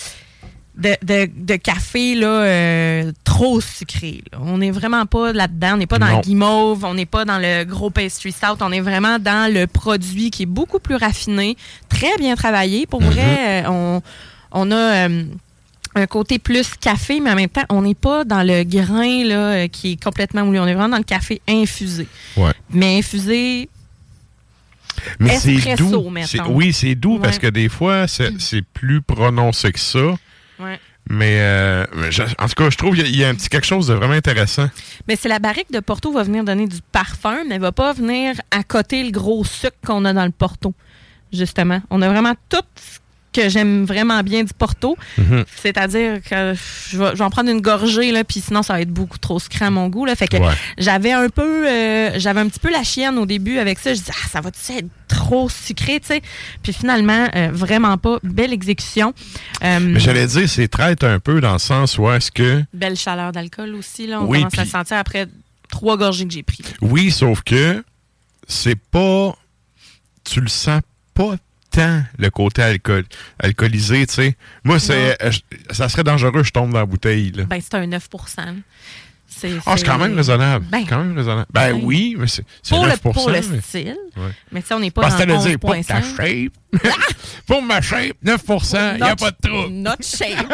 café là, trop sucré. Là. On n'est vraiment pas là-dedans. On n'est pas dans le guimauve, on n'est pas dans le gros pastry stout. On est vraiment dans le produit qui est beaucoup plus raffiné, très bien travaillé. Pour vrai, on a un côté plus café, mais en même temps, on n'est pas dans le grain là, qui est complètement moulu. On est vraiment dans le café infusé. Ouais. Mais infusé... Mais espresso, c'est doux. mettons. Oui, c'est doux parce que des fois, c'est plus prononcé que ça. Ouais. Mais en tout cas, je trouve qu'il y a un petit quelque chose de vraiment intéressant. Mais c'est la barrique de Porto va venir donner du parfum, mais elle va pas venir à côté le gros sucre qu'on a dans le Porto, justement. On a vraiment tout ce que j'aime vraiment bien du Porto. C'est-à-dire que je vais en prendre une gorgée, là, puis sinon, ça va être beaucoup trop sucré à mon goût. Là. Fait que j'avais un petit peu la chienne au début avec ça. Je disais, ça va-tu être trop sucré, tu sais? Puis finalement, vraiment pas. Belle exécution. Mais j'allais dire, c'est traite un peu dans le sens où est-ce que... Belle chaleur d'alcool aussi, là. On commence à sentir après 3 gorgées que j'ai pris. Oui, sauf que c'est pas... Tu le sens pas tant le côté alcoolisé, tu sais. Moi, ça serait dangereux, je tombe dans la bouteille, là. Ben, c'est un 9 C'est quand même raisonnable. Ben, quand même raisonnable. Ben oui, mais c'est pour 9 pour le style. Ouais. Mais tu sais, on n'est pas dans le 11.5. Pour ta shape. Pour ma shape, 9 il n'y a pas de trouble. Notre shape.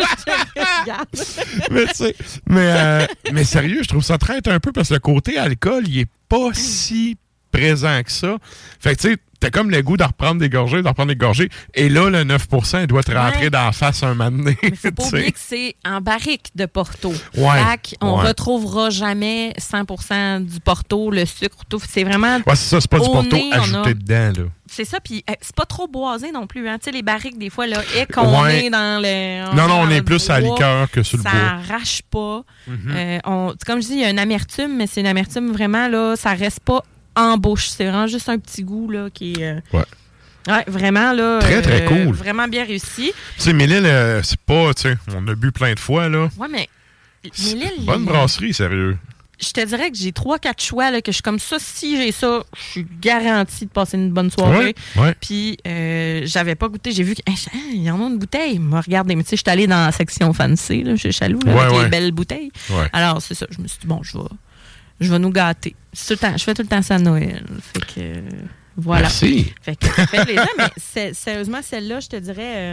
Mais tu sais, mais sérieux, je trouve ça traite un peu parce que le côté alcool, il est pas si présent que ça. Fait que tu sais, t'as comme le goût d'en reprendre des gorgées. Et là, le 9 il doit te rentrer dans la face un moment donné. Mais faut pas oublier que c'est en barrique de Porto. Ouais. On retrouvera jamais 100% du Porto, le sucre, tout. C'est vraiment... Ouais, c'est ça, c'est pas du Porto ajouté dedans, là. C'est ça, puis c'est pas trop boisé non plus. Hein. Tu sais, les barriques, des fois, là, est qu'on est dans le... On est plus à liqueur que sur le bois. Ça arrache pas. Comme je dis, il y a une amertume, mais c'est une amertume vraiment, là, ça reste pas en bouche. C'est vraiment juste un petit goût là, qui est... Ouais, vraiment, là. Très, très cool. Vraiment bien réussi. Tu sais, Mélile, c'est pas, tu sais, on a bu plein de fois, là. Ouais, mais Mélile... Bonne brasserie, sérieux. Je te dirais que j'ai 3-4 choix, là, que je suis comme ça. Si j'ai ça, je suis garantie de passer une bonne soirée. Ouais. Puis, j'avais pas goûté. J'ai vu qu'il y en a une bouteille. Moi, regardez, mais tu sais, je suis allée dans la section fancy, là, chez Chaloux, là, avec les belles bouteilles. Ouais. Alors, c'est ça. Je me suis dit, bon, je vais nous gâter. Je fais tout le temps ça à Noël. Fait que, voilà. Merci. Fait que ça fait plaisir, mais sérieusement, celle-là, je te dirais,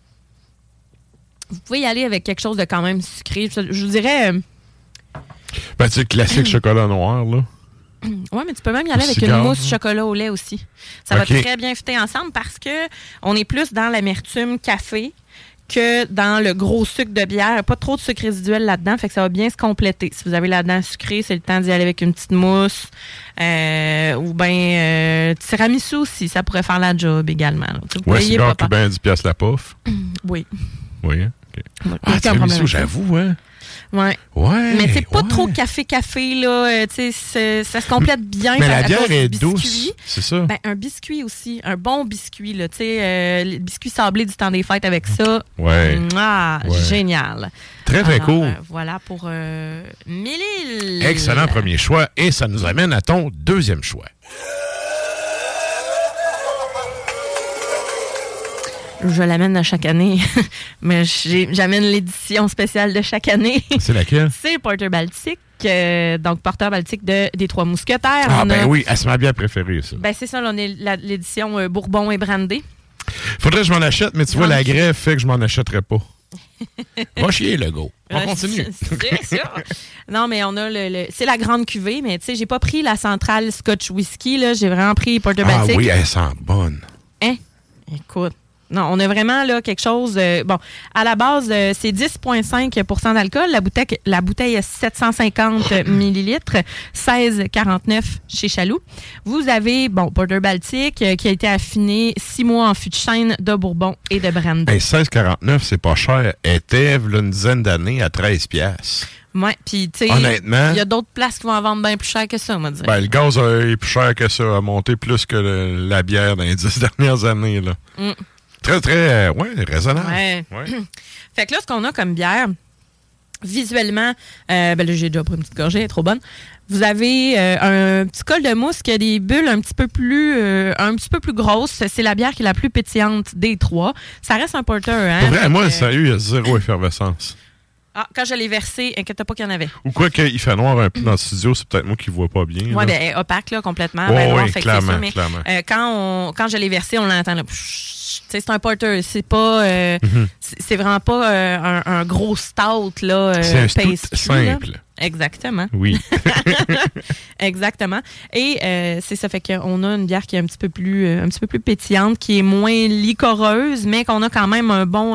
vous pouvez y aller avec quelque chose de quand même sucré. Je vous dirais... Ben, tu sais, classique chocolat noir, là. Oui, mais tu peux même y aller avec une mousse chocolat au lait aussi. Ça va très bien fitter ensemble parce que on est plus dans l'amertume café que dans le gros sucre de bière. Pas trop de sucre résiduel là-dedans, fait que ça va bien se compléter. Si vous avez là-dedans sucré, c'est le temps d'y aller avec une petite mousse ou bien tiramisu aussi, ça pourrait faire la job également. Ouais, c'est encore bien 10$ la pof. Oui. Oui, hein? OK. Ouais, tiramisu, j'avoue, hein? Ouais. Mais c'est pas trop café, là. Tu sais, ça se complète bien. Mais la bière est douce, c'est ça? Ben, un biscuit aussi. Un bon biscuit, là. Tu sais, le biscuit sablé du temps des fêtes avec ça. Ouais. Génial. Très, très cool. Voilà pour Mélile. Excellent premier choix. Et ça nous amène à ton deuxième choix. Je l'amène à chaque année, mais j'amène l'édition spéciale de chaque année. C'est laquelle? C'est Porter Baltic, donc Porter Baltic des Trois Mousquetaires. Oui, c'est ma bière préférée, ça. Ben c'est ça, là, on est l'édition Bourbon et Brandé. Faudrait que je m'en achète, mais tu vois, la grève fait que je m'en achèterais pas. Va chier, le go. On continue. C'est sûr. Non, mais on a c'est la grande cuvée, mais tu sais, j'ai pas pris la centrale Scotch Whisky, là. J'ai vraiment pris Porter Baltic. Ah oui, elle sent bonne. Hein? Écoute. Non, on a vraiment là quelque chose... à la base, c'est 10,5 d'alcool. La bouteille est 750 millilitres, 16,49 chez Chaloux. Vous avez, Porter Baltic, qui a été affiné 6 mois en fût de chêne de Bourbon et de Brandon. 16,49, c'est pas cher. Elle était, il y a une dizaine d'années, à 13$. Ouais, puis tu sais, honnêtement, il y a d'autres places qui vont en vendre bien plus cher que ça, on va dire. Ben, le gaz est plus cher que ça, a monté plus que la bière dans les 10 dernières années, là. Très, très, raisonnable. Ouais. Fait que là, ce qu'on a comme bière, visuellement, là, j'ai déjà pris une petite gorgée, elle est trop bonne. Vous avez un petit col de mousse qui a des bulles un petit peu plus grosses. C'est la bière qui est la plus pétillante des trois. Ça reste un porter, hein? Pour vrai, moi, sérieux, il y a zéro effervescence. Ah, quand je l'ai versé, inquiète pas qu'il y en avait. Ou quoi qu'il fait noir un peu dans le studio, c'est peut-être moi qui ne vois pas bien. Oui, bien, opaque, là, complètement. Oui, clairement, mais, clairement. Quand je l'ai versé, on l'entend, là. C'est un porter. C'est pas... c'est vraiment pas un gros stout, là. C'est un stout simple. Là. Exactement. Oui. Exactement. Et c'est ça, fait qu'on a une bière qui est un petit peu plus pétillante, qui est moins liquoreuse, mais qu'on a quand même un bon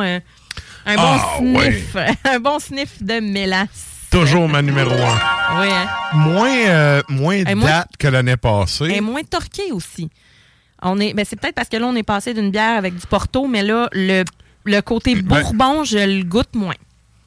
sniff. Un bon sniff de mélasse. Toujours ma numéro 1. Oui, hein? Moins date que l'année passée. Et moins torquée aussi. C'est peut-être parce que là, on est passé d'une bière avec du Porto, mais là, le côté Bourbon, je le goûte moins.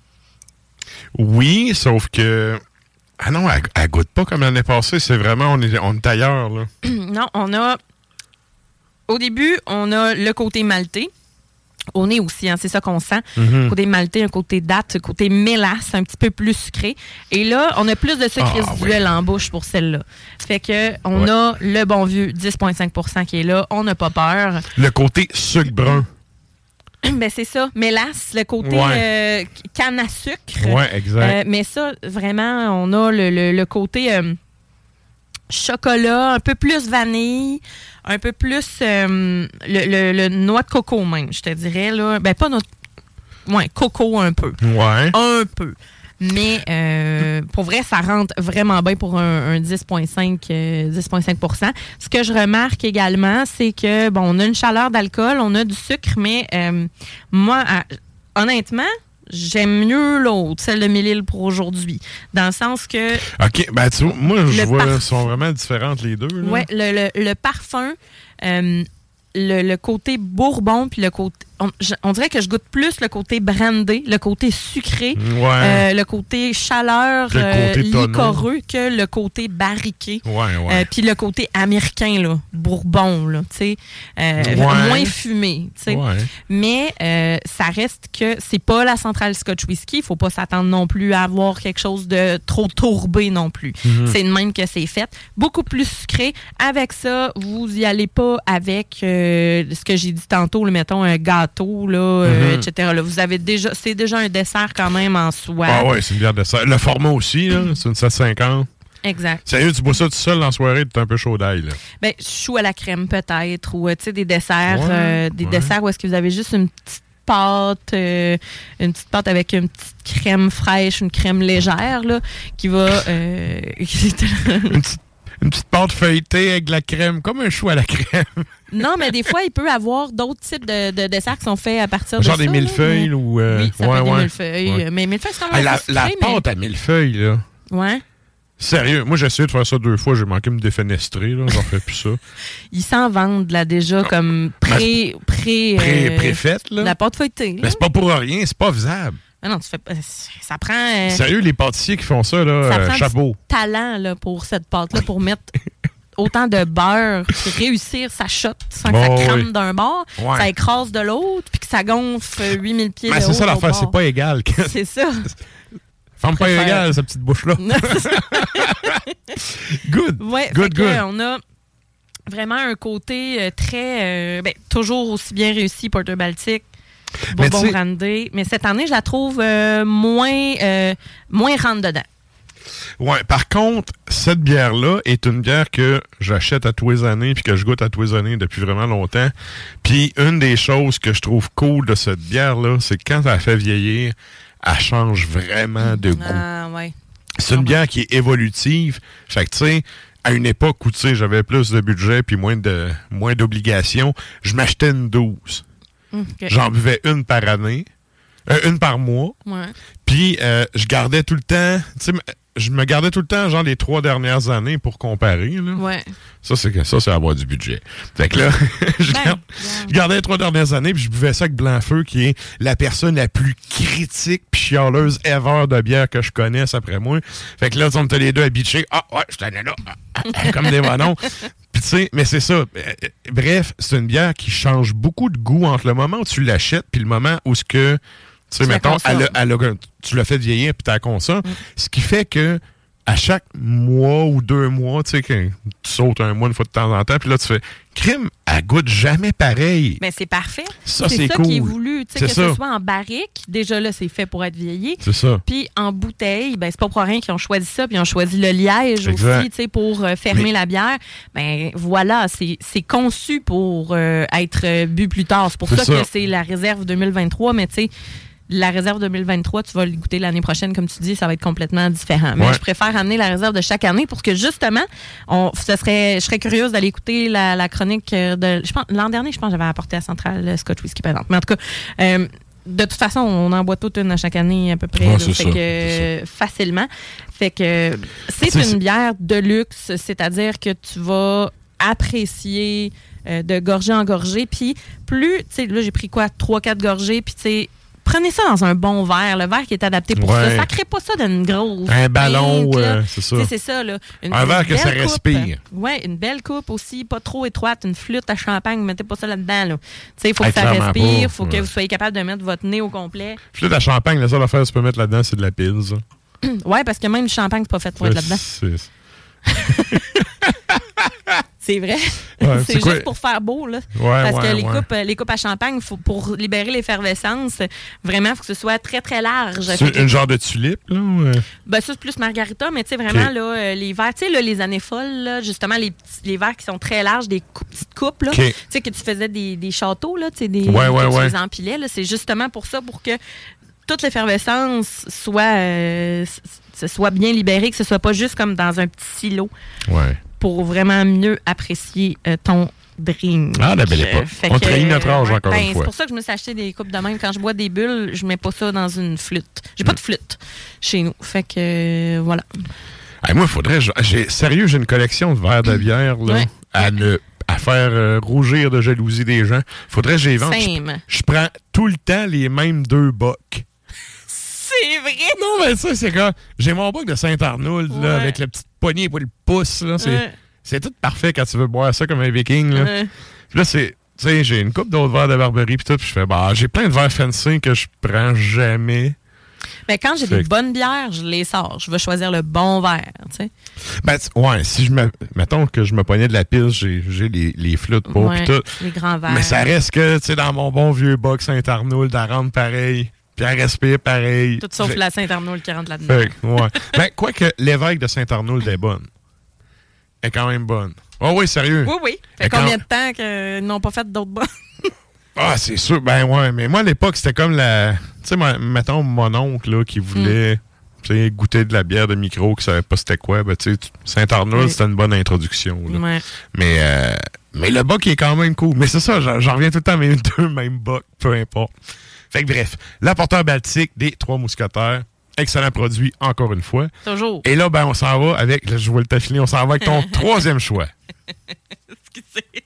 Oui, sauf que... Ah non, elle goûte pas comme l'année passée. C'est vraiment... On est ailleurs, là. Non, on a... Au début, on a le côté maltais. Au nez aussi, hein, c'est ça qu'on sent. Un côté maltais, un côté date, un côté mélasse, un petit peu plus sucré. Et là, on a plus de sucre résiduel en bouche pour celle-là. Fait que on a le bon vieux 10,5 qui est là. On n'a pas peur. Le côté sucre brun. Ben c'est ça, mélasse, le côté canne à sucre. Oui, exact. Mais ça, vraiment, on a le côté chocolat, un peu plus vanille, un peu plus le noix de coco même, je te dirais. Là. Ben pas notre... Ouais, coco un peu. Ouais. Un peu. Mais pour vrai, ça rentre vraiment bien pour un 10,5 %. Ce que je remarque également, c'est que, on a une chaleur d'alcool, on a du sucre, mais moi, honnêtement, j'aime mieux l'autre, celle de Mélile pour aujourd'hui. Dans le sens que... OK, ben tu vois, moi, je vois, elles sont vraiment différentes les deux. Oui, le parfum, le côté Bourbon, puis le côté... on dirait que je goûte plus le côté brandé, le côté sucré, le côté chaleur liquoreux que le côté barriqué. Puis le côté américain, là, bourbon, là, tu sais, moins fumé, tu sais. Mais ça reste que c'est pas la Centrale Scotch Whisky. Il faut pas s'attendre non plus à avoir quelque chose de trop tourbé non plus. C'est de même que c'est fait. Beaucoup plus sucré. Avec ça, vous y allez pas avec ce que j'ai dit tantôt, là, mettons un gâteau, là, etc. Là, vous avez c'est déjà un dessert quand même en soi. Ah ouais, c'est une bière de dessert. Le format aussi, là, c'est une 750. Exact. Sérieux, tu bois ça tout seul en soirée, tu es un peu chaud d'ail, là. Ben, chou à la crème peut-être, ou tu sais, des desserts, desserts où est-ce que vous avez juste une petite pâte avec une petite crème fraîche, une crème légère, là, qui va... Une petite pâte feuilletée avec de la crème, comme un chou à la crème. Non, mais des fois, il peut y avoir d'autres types de desserts qui sont faits à partir de ça. Genre des millefeuilles ou... Oui, ça peut être des millefeuilles. Ouais. Mais millefeuilles, c'est quand même la pâte à millefeuilles, là. Ouais. Sérieux, moi j'ai essayé de faire ça 2 fois, j'ai manqué de me défenestrer, là, j'en fais plus ça. Ils s'en vendent là déjà comme préfaite, là. La pâte feuilletée. Là. Mais c'est pas pour rien, c'est pas faisable. Ah non, ça prend... Sérieux, les pâtissiers qui font ça, là, ça prend chapeau. Du talent là, pour cette pâte-là, pour mettre autant de beurre, puis réussir sa shot sans que ça crame d'un bord, ça écrase de l'autre, puis que ça gonfle 8000 pieds de haut. C'est ça l'affaire, c'est pas égal. C'est ça. Femme pas égale, sa petite bouche-là. Good. Ouais, good. On a vraiment un côté très... toujours aussi bien réussi, Porter Baltic, Bourbon brandé. Mais cette année, je la trouve moins rentre dedans. Ouais, par contre, cette bière-là est une bière que j'achète à tous les années puis que je goûte à tous les années depuis vraiment longtemps. Puis une des choses que je trouve cool de cette bière-là, c'est que quand elle fait vieillir, elle change vraiment de goût. Ah, ouais. C'est une bière qui est évolutive. Fait que, tu sais, à une époque où, tu sais, j'avais plus de budget puis moins d'obligations, je m'achetais une 12. Okay. J'en buvais une par année. Une par mois. Ouais. Puis, je gardais tout le temps... Tu sais, je me gardais tout le temps, genre, les 3 dernières années pour comparer, là. Ouais. Ça, c'est avoir du budget. Fait que là, je gardais les 3 dernières années, puis je buvais ça avec Blanc-Feu, qui est la personne la plus critique puis chialeuse ever de bière que je connaisse après moi. Fait que là, on était les deux à bitcher. Ah, ouais, je t'en ai là. Comme des bonons. Puis, tu sais, mais c'est ça. Bref, c'est une bière qui change beaucoup de goût entre le moment où tu l'achètes puis le moment où ce que... Tu sais, mettons, tu l'as fait vieillir puis tu la consommes. Ce qui fait que à chaque mois ou 2 mois, tu sais, tu sautes un mois une fois de temps en temps, puis là, tu fais crime, elle goûte jamais pareil. Mais c'est parfait. Ça, c'est ça cool. Qui est voulu. Tu sais, que ce soit en barrique, déjà là, c'est fait pour être vieilli. C'est ça. Puis en bouteille, ben c'est pas pour rien qu'ils ont choisi ça, puis ils ont choisi le liège aussi, tu sais, pour fermer la bière. Ben voilà, c'est conçu pour être bu plus tard. C'est pour ça que c'est la réserve 2023, mais tu sais, la réserve 2023, tu vas le goûter l'année prochaine, comme tu dis, ça va être complètement différent. Mais je préfère amener la réserve de chaque année pour que, justement, je serais curieuse d'aller écouter la chronique de... Je pense, l'an dernier, je pense que j'avais apporté à Centrale Scotch Whisky, par exemple. Mais en tout cas, de toute façon, on en boit toute une à chaque année, à peu près. Facilement. Fait que c'est une bière de luxe, c'est-à-dire que tu vas apprécier de gorgée en gorgée. Puis plus, tu sais, là, j'ai pris 3-4 gorgées, puis tu sais, prenez ça dans un bon verre, le verre qui est adapté pour ça. Ça crée pas ça d'une grosse... Un ballon, c'est ça. C'est ça, là. Un verre que ça respire. Oui, une belle coupe aussi, pas trop étroite, une flûte à champagne, mettez pas ça là-dedans, là. Tu sais, il faut que ça respire, il faut que vous soyez capable de mettre votre nez au complet. Flûte à champagne, la seule affaire que tu peux mettre là-dedans, c'est de la pils. Oui, parce que même le champagne, c'est pas fait pour être là-dedans. C'est vrai. Ouais, c'est juste pour faire beau, là. Parce que les coupes à champagne, pour libérer l'effervescence, vraiment, il faut que ce soit très, très large. C'est une genre de tulipe, là? Ben, ça, c'est plus margarita, mais tu sais, vraiment, là, les verres, tu sais, là, les années folles, là, justement, les verres qui sont très larges, des petites coupes, là. Tu sais, que tu faisais des châteaux, là, tu sais, que tu les empilais, là. C'est justement pour ça, pour que toute l'effervescence soit bien libérée, que ce soit pas juste comme dans un petit silo. Ouais. Pour vraiment mieux apprécier ton drink. Ah, la belle époque. On trahit notre âge encore une fois. C'est pour ça que je me suis acheté des coupes de même. Quand je bois des bulles, je mets pas ça dans une flûte. J'ai pas de flûte chez nous. Fait que, voilà. Moi, il faudrait... Sérieux, j'ai une collection de verres de bière là, à faire rougir de jalousie des gens. Faudrait que j'y vende. Je prends tout le temps les mêmes 2 bocs. C'est vrai! Non, mais ça, c'est quand j'ai mon boc de Saint-Arnould, là, avec la petite poignée pour le pouce. Là, c'est tout parfait quand tu veux boire ça comme un viking. Là. Puis là, tu sais, j'ai une coupe d'autres verres de Barberie, puis tout, puis je fais, j'ai plein de verres fancy que je prends jamais. Mais quand j'ai des bonnes bières, je les sors. Je veux choisir le bon verre, tu sais. Ben, si mettons que je me poignais de la piste, j'ai les flûtes pour puis tout. Les grands verres. Mais ça reste que, tu sais, dans mon bon vieux boc Saint-Arnould, elle rentre pareil. Puis elle respire pareil. Tout sauf la Saint-Arnould qui rentre là-dedans. Ouais. Ben, quoique l'évêque de Saint-Arnould est bonne. Elle est quand même bonne. Oh oui, sérieux. Oui. Fait combien de temps qu'ils n'ont pas fait d'autres bonnes? Ah, c'est sûr. Ben ouais, mais moi, à l'époque, c'était comme la... Tu sais, mettons, mon oncle, là, qui voulait goûter de la bière de micro, qui savait pas c'était quoi. Ben, tu sais, Saint-Arnould, c'était une bonne introduction. Là. Ouais. Mais le boc est quand même cool. Mais c'est ça, j'en reviens tout le temps à mes 2 mêmes bocs, peu importe. Fait que bref, l'apporteur baltique des 3 mousquetaires. Excellent produit, encore une fois. Toujours. Et là, ben, on s'en va avec, là, je vois le taffiner, on s'en va avec ton 3e choix. Excusez.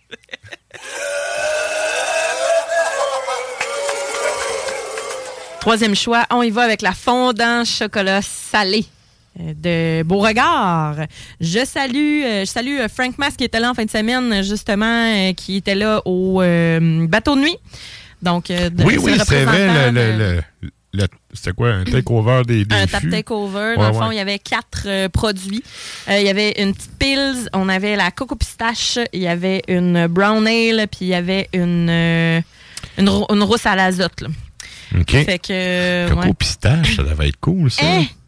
Troisième choix, on y va avec la fondant chocolat salé de Beauregard. Je salue Frank Mass qui était là en fin de semaine, justement, qui était là au bateau de nuit. Donc, oui, c'est vrai, c'était quoi, un takeover des un fûts? tap takeover. Dans le fond, il y avait 4 produits. Il y avait une petite Pils, on avait la Coco Pistache, il y avait une Brown Ale, puis il y avait une rousse à l'azote. Là. OK. Fait que, Coco Pistache, ça devait être cool, ça.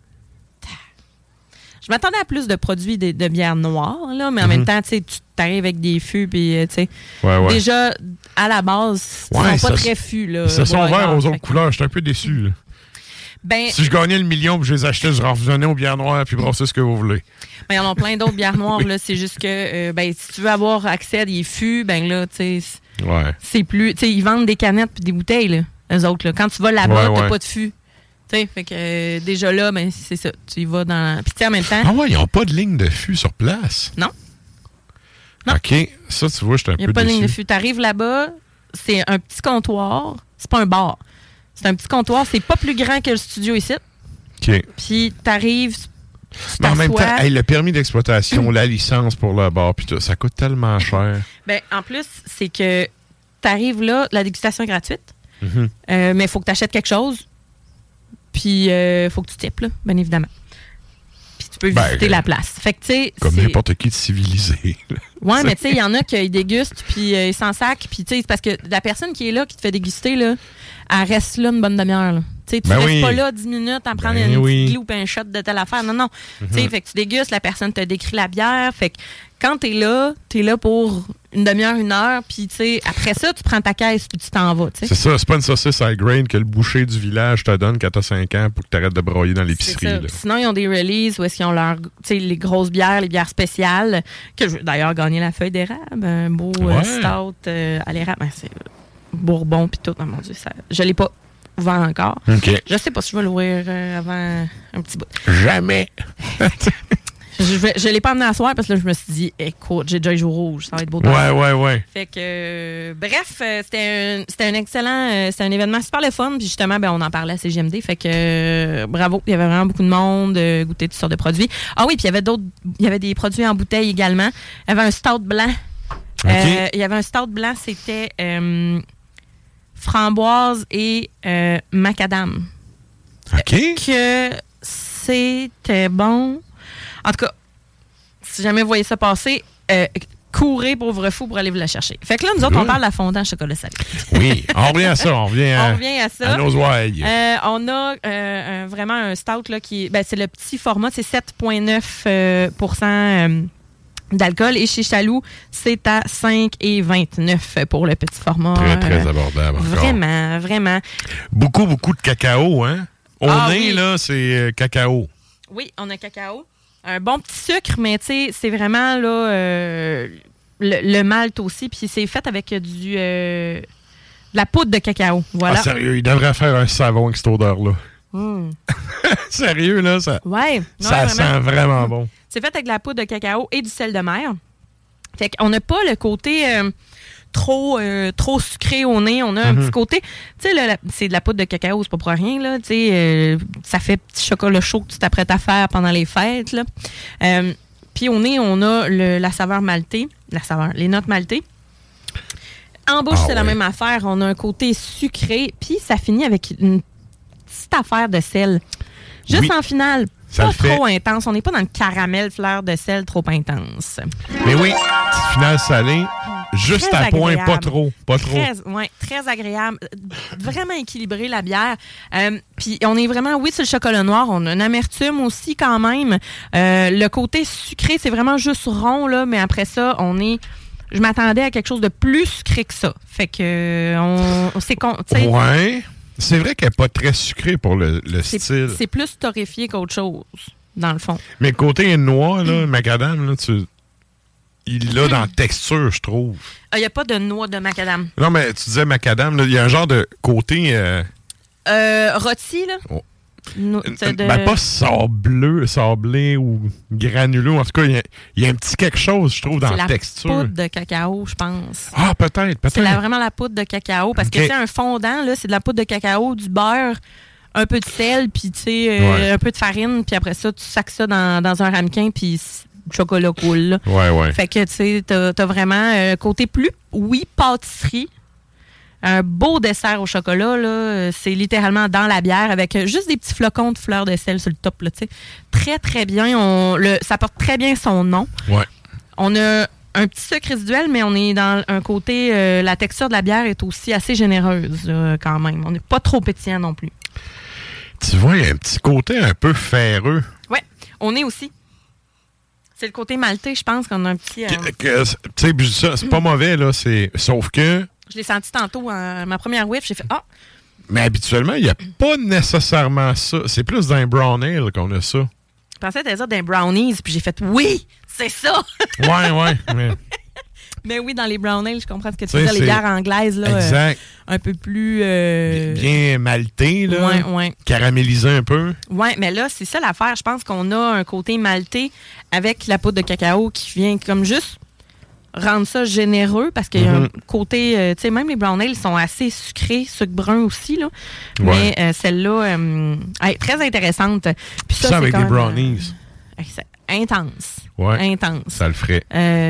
Je m'attendais à plus de produits de bière noire, là, mais en même temps, tu t'arrives avec des fûts, puis tu sais. Déjà, à la base, ils sont pas très fûts. Là, ils se sont verts aux autres couleurs. J'étais un peu déçu. Là. Ben, si je gagnais le million et je les achetais, je revenais aux bières noires puis brasser ce que vous voulez. Ben, il y en a plein d'autres bières noires. Là. C'est juste que si tu veux avoir accès à des fûts, ben là, tu sais, c'est plus. Tu sais, ils vendent des canettes puis des bouteilles, là, eux autres. Là. Quand tu vas là-bas, t'as pas de fûts. Fait que déjà là, ben, c'est ça. Tu y vas dans. Puis en même temps. Ah ouais, ils n'ont pas de ligne de fût sur place. Non. OK. Ça, tu vois, j'étais un peu déçu. Il n'y a pas de ligne de fût. Tu arrives là-bas, c'est un petit comptoir. C'est pas un bar. C'est un petit comptoir. C'est pas plus grand que le studio ici. OK. Puis tu arrives. Mais en même temps, le permis d'exploitation, la licence pour le bar, puis tout, ça coûte tellement cher. Ben, en plus, c'est que tu arrives là, la dégustation est gratuite. Mais il faut que tu achètes quelque chose. Puis, il faut que tu types, là, bien évidemment. Puis, tu peux visiter la place. Fait que, tu sais. Comme n'importe qui de civilisé. Oui, mais tu sais, il y en a qui dégustent, puis ils s'en sacent. Puis, tu sais, c'est parce que la personne qui est là, qui te fait déguster, là, elle reste là une bonne demi-heure. Là. Tu restes pas là 10 minutes à prendre une petite glue ou un shot de telle affaire. Non. Tu sais, fait que tu dégustes, la personne te décrit la bière. Fait que quand t'es là pour une demi-heure, 1 heure, puis tu sais, après ça, tu prends ta caisse puis tu t'en vas. T'sais. C'est ça, c'est pas une saucisse à grain que le boucher du village te donne quand t'as 5 ans pour que t'arrêtes de broyer dans l'épicerie. Là. Sinon, ils ont des releases où est-ce qu'ils ont les grosses bières, les bières spéciales, que je veux d'ailleurs gagner la feuille d'érable, un beau stout à l'érable. Ben, c'est Bourbon puis tout. Oh, mon Dieu, je l'ai pas ouvert encore. Okay. Je sais pas si je vais l'ouvrir avant un petit bout. Jamais! Je l'ai pas amené à soir parce que là, je me suis dit, écoute, j'ai déjà les joues rouges, ça va être beau. Ouais. Fait que, bref, c'était un excellent, c'était un événement super le fun. Puis justement, on en parlait à CGMD. Fait que, bravo, il y avait vraiment beaucoup de monde, goûter toutes sortes de produits. Ah oui, puis il y avait des produits en bouteille également. Il y avait un stout blanc. Okay. Il y avait un stout blanc, c'était framboise et macadam. OK. Que c'était bon. En tout cas, si jamais vous voyez ça passer, courez, pauvre fou, pour aller vous la chercher. Fait que là, nous autres, on parle de la fondant chocolat salé. Oui, on revient à ça. On revient à ça. À nos ouailles. On a vraiment un stout là, qui c'est le petit format, c'est 7,9% d'alcool. Et chez Chaloux, c'est à 5,29 pour le petit format. Très, très abordable. Vraiment, vraiment. Beaucoup de cacao, hein? Au nez, là, c'est cacao. Oui, on a cacao. Un bon petit sucre, mais tu sais, c'est vraiment là le malt aussi. Puis c'est fait avec de la poudre de cacao. Voilà. Ah, sérieux, il devrait faire un savon avec cette odeur-là. Sérieux, là, ça, ouais, ça sent vraiment bon. C'est fait avec de la poudre de cacao et du sel de mer. Fait qu'on n'a pas le côté trop sucré au nez. On a un petit côté... Tu sais, c'est de la poudre de cacao, c'est pas pour rien, là. Tu sais, ça fait petit chocolat chaud que tu t'apprêtes à faire pendant les fêtes, là. Puis au nez, on a la saveur maltée. Les notes maltées. En bouche, c'est la même affaire. On a un côté sucré, puis ça finit avec une petite affaire de sel. Juste en finale, pas trop intense. On n'est pas dans le caramel fleur de sel trop intense. Mais oui, petite finale salée, juste très à point, agréable. pas trop. Très agréable. Vraiment équilibré, la bière. Puis on est vraiment, sur le chocolat noir. On a une amertume aussi quand même. Le côté sucré, c'est vraiment juste rond, là, mais après ça, je m'attendais à quelque chose de plus sucré que ça. Fait que Ouais. C'est vrai qu'elle n'est pas très sucrée pour le style. C'est plus torréfié qu'autre chose, dans le fond. Mais côté noix, là, macadam, là, il l'a dans la texture, je trouve. Il n'y a pas de noix de macadam. Non, mais tu disais macadam, il y a un genre de côté... rôti, là? Oh. Pas sablé ou granuleux. En tout cas, il y a un petit quelque chose, je trouve, dans la texture. C'est la poudre de cacao, je pense. Ah, peut-être. C'est vraiment la poudre de cacao. Parce que, tu sais, un fondant, là, c'est de la poudre de cacao, du beurre, un peu de sel, puis, tu sais, un peu de farine. Puis après ça, tu sacs ça dans un ramequin, puis le chocolat coule, là. Ouais. Fait que, tu sais, t'as vraiment côté plus, pâtisserie. Un beau dessert au chocolat, là, c'est littéralement dans la bière avec juste des petits flocons de fleurs de sel sur le top. Là, très, très bien. Ça porte très bien son nom. Ouais. On a un petit sucre résiduel, mais on est dans un côté... la texture de la bière est aussi assez généreuse, là, quand même. On n'est pas trop pétillant non plus. Tu vois, il y a un petit côté un peu ferreux. Oui, on est aussi. C'est le côté maltais, je pense, qu'on a un petit... Tu sais, c'est pas mauvais, là. Sauf que... Je l'ai senti tantôt, ma première whiff, j'ai fait « Ah! » Mais habituellement, il n'y a pas nécessairement ça. C'est plus dans un brown ale qu'on a ça. Je pensais que t'allais dire d'un brownies, puis j'ai fait « Oui! C'est ça! » Ouais. Mais oui, dans les brown ale, je comprends ce que tu veux dire. Les bières anglaises, là, exact. Un peu plus... Bien malté, là. Ouais. Caramélisé un peu. Oui, mais là, c'est ça l'affaire. Je pense qu'on a un côté malté avec la poudre de cacao qui vient comme juste rendre ça généreux parce qu'il y a un côté... tu sais, même les brown ale sont assez sucrés, sucre brun aussi, là. Ouais. Mais celle-là, très intéressante. Puis ça, avec des brownies. C'est intense. Ouais. Intense. Ça le ferait.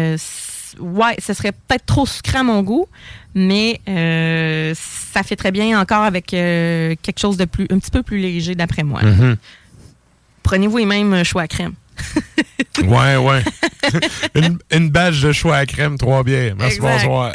Ce serait peut-être trop sucré à mon goût, mais ça fait très bien encore avec quelque chose de un petit peu plus léger, d'après moi. Mm-hmm. Prenez-vous les mêmes choix à crème. Ouais. une badge de choix à crème, 3 bières. Merci, bonsoir.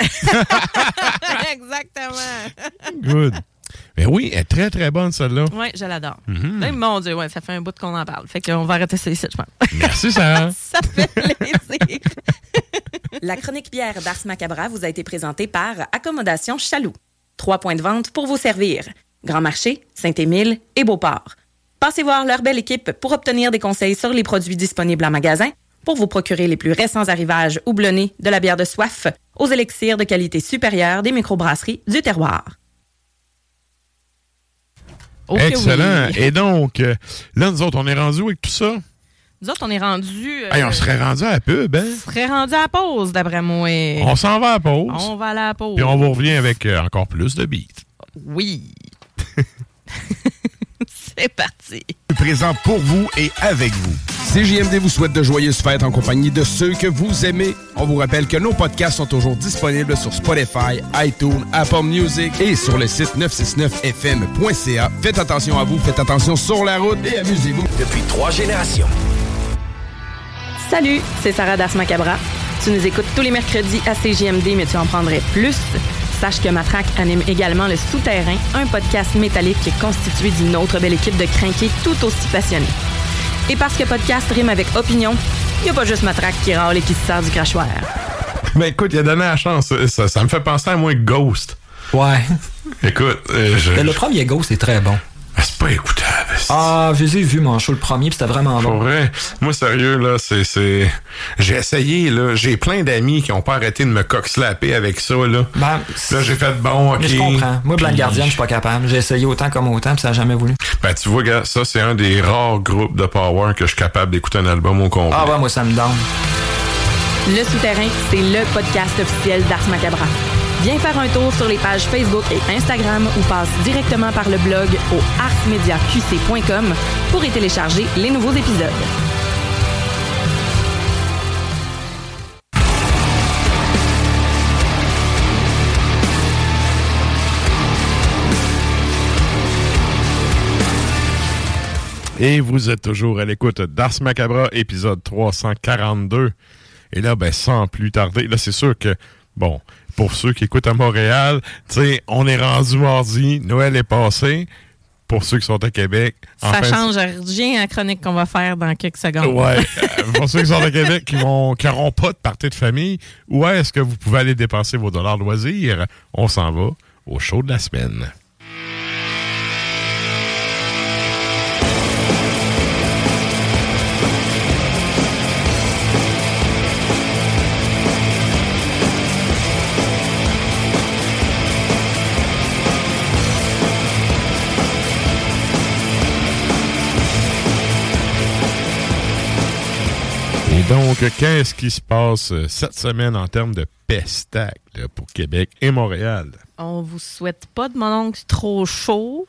Exactement. Good. Mais oui, elle est très, très bonne, celle-là. Oui, je l'adore. Mm-hmm. Là, mon Dieu, ça fait un bout qu'on en parle. Fait qu'on va arrêter ça ici, je pense. Merci, Sarah. Ça fait plaisir. La chronique bière d'Ars Macabra vous a été présentée par Accommodation Chaloux. 3 points de vente pour vous servir. Grand Marché, Saint-Émile et Beauport. Passez voir leur belle équipe pour obtenir des conseils sur les produits disponibles en magasin, pour vous procurer les plus récents arrivages houblonnés de la bière de soif aux élixirs de qualité supérieure des microbrasseries du terroir. Okay, excellent. Oui. Et donc, là, nous autres, on est rendus avec tout ça? Nous autres, on est rendus... on serait rendu à la pub, hein? On serait rendu à la pause, d'après moi. On s'en va à la pause. On va aller à la pause. Puis on vous revient avec encore plus de beats. Oui. C'est parti. Présent pour vous et avec vous. CJMD vous souhaite de joyeuses fêtes en compagnie de ceux que vous aimez. On vous rappelle que nos podcasts sont toujours disponibles sur Spotify, iTunes, Apple Music et sur le site 969fm.ca. Faites attention à vous, faites attention sur la route et amusez-vous. Depuis 3 générations. Salut, c'est Sarah d'Ars Macabra. Tu nous écoutes tous les mercredis à CJMD, mais tu en prendrais plus. Sache que Matraque anime également Le Souterrain, un podcast métallique constitué d'une autre belle équipe de crinqués tout aussi passionnés. Et parce que podcast rime avec opinion, il n'y a pas juste Matraque qui râle et qui se sert du crachoir. Ben écoute, il a donné la chance. Ça me fait penser à moi Ghost. Ouais. Écoute, le premier Ghost est très bon. C'est pas écoutable. Ah, je les ai vus, mon show, le premier, puis c'était vraiment bon. Pour vrai, moi, sérieux, là, c'est... J'ai essayé, là. J'ai plein d'amis qui ont pas arrêté de me cock-slapper avec ça, là. Ben, là, j'ai fait bon, OK. Mais je comprends. Moi, Blind Guardian, je suis pas capable. J'ai essayé autant comme autant, puis ça n'a jamais voulu. Ben, tu vois, gars, ça, c'est un des rares groupes de power que je suis capable d'écouter un album au complet. Ah ouais, moi, ça me donne. Le Souterrain, c'est le podcast officiel d'Ars Macabra. Viens faire un tour sur les pages Facebook et Instagram ou passe directement par le blog au arsmediaqc.com pour y télécharger les nouveaux épisodes. Et vous êtes toujours à l'écoute d'Ars Macabra, épisode 342. Et là, ben, sans plus tarder, là, c'est sûr que, bon, pour ceux qui écoutent à Montréal, tu sais, on est rendu mardi, Noël est passé. Pour ceux qui sont à Québec... Ça change rien à la chronique qu'on va faire dans quelques secondes. Ouais. Pour ceux qui sont à Québec qui n'auront pas de party de famille, où est-ce que vous pouvez aller dépenser vos dollars loisirs? On s'en va au show de la semaine. Donc, qu'est-ce qui se passe cette semaine en termes de pestacle pour Québec et Montréal? On vous souhaite pas de mon oncle trop chaud.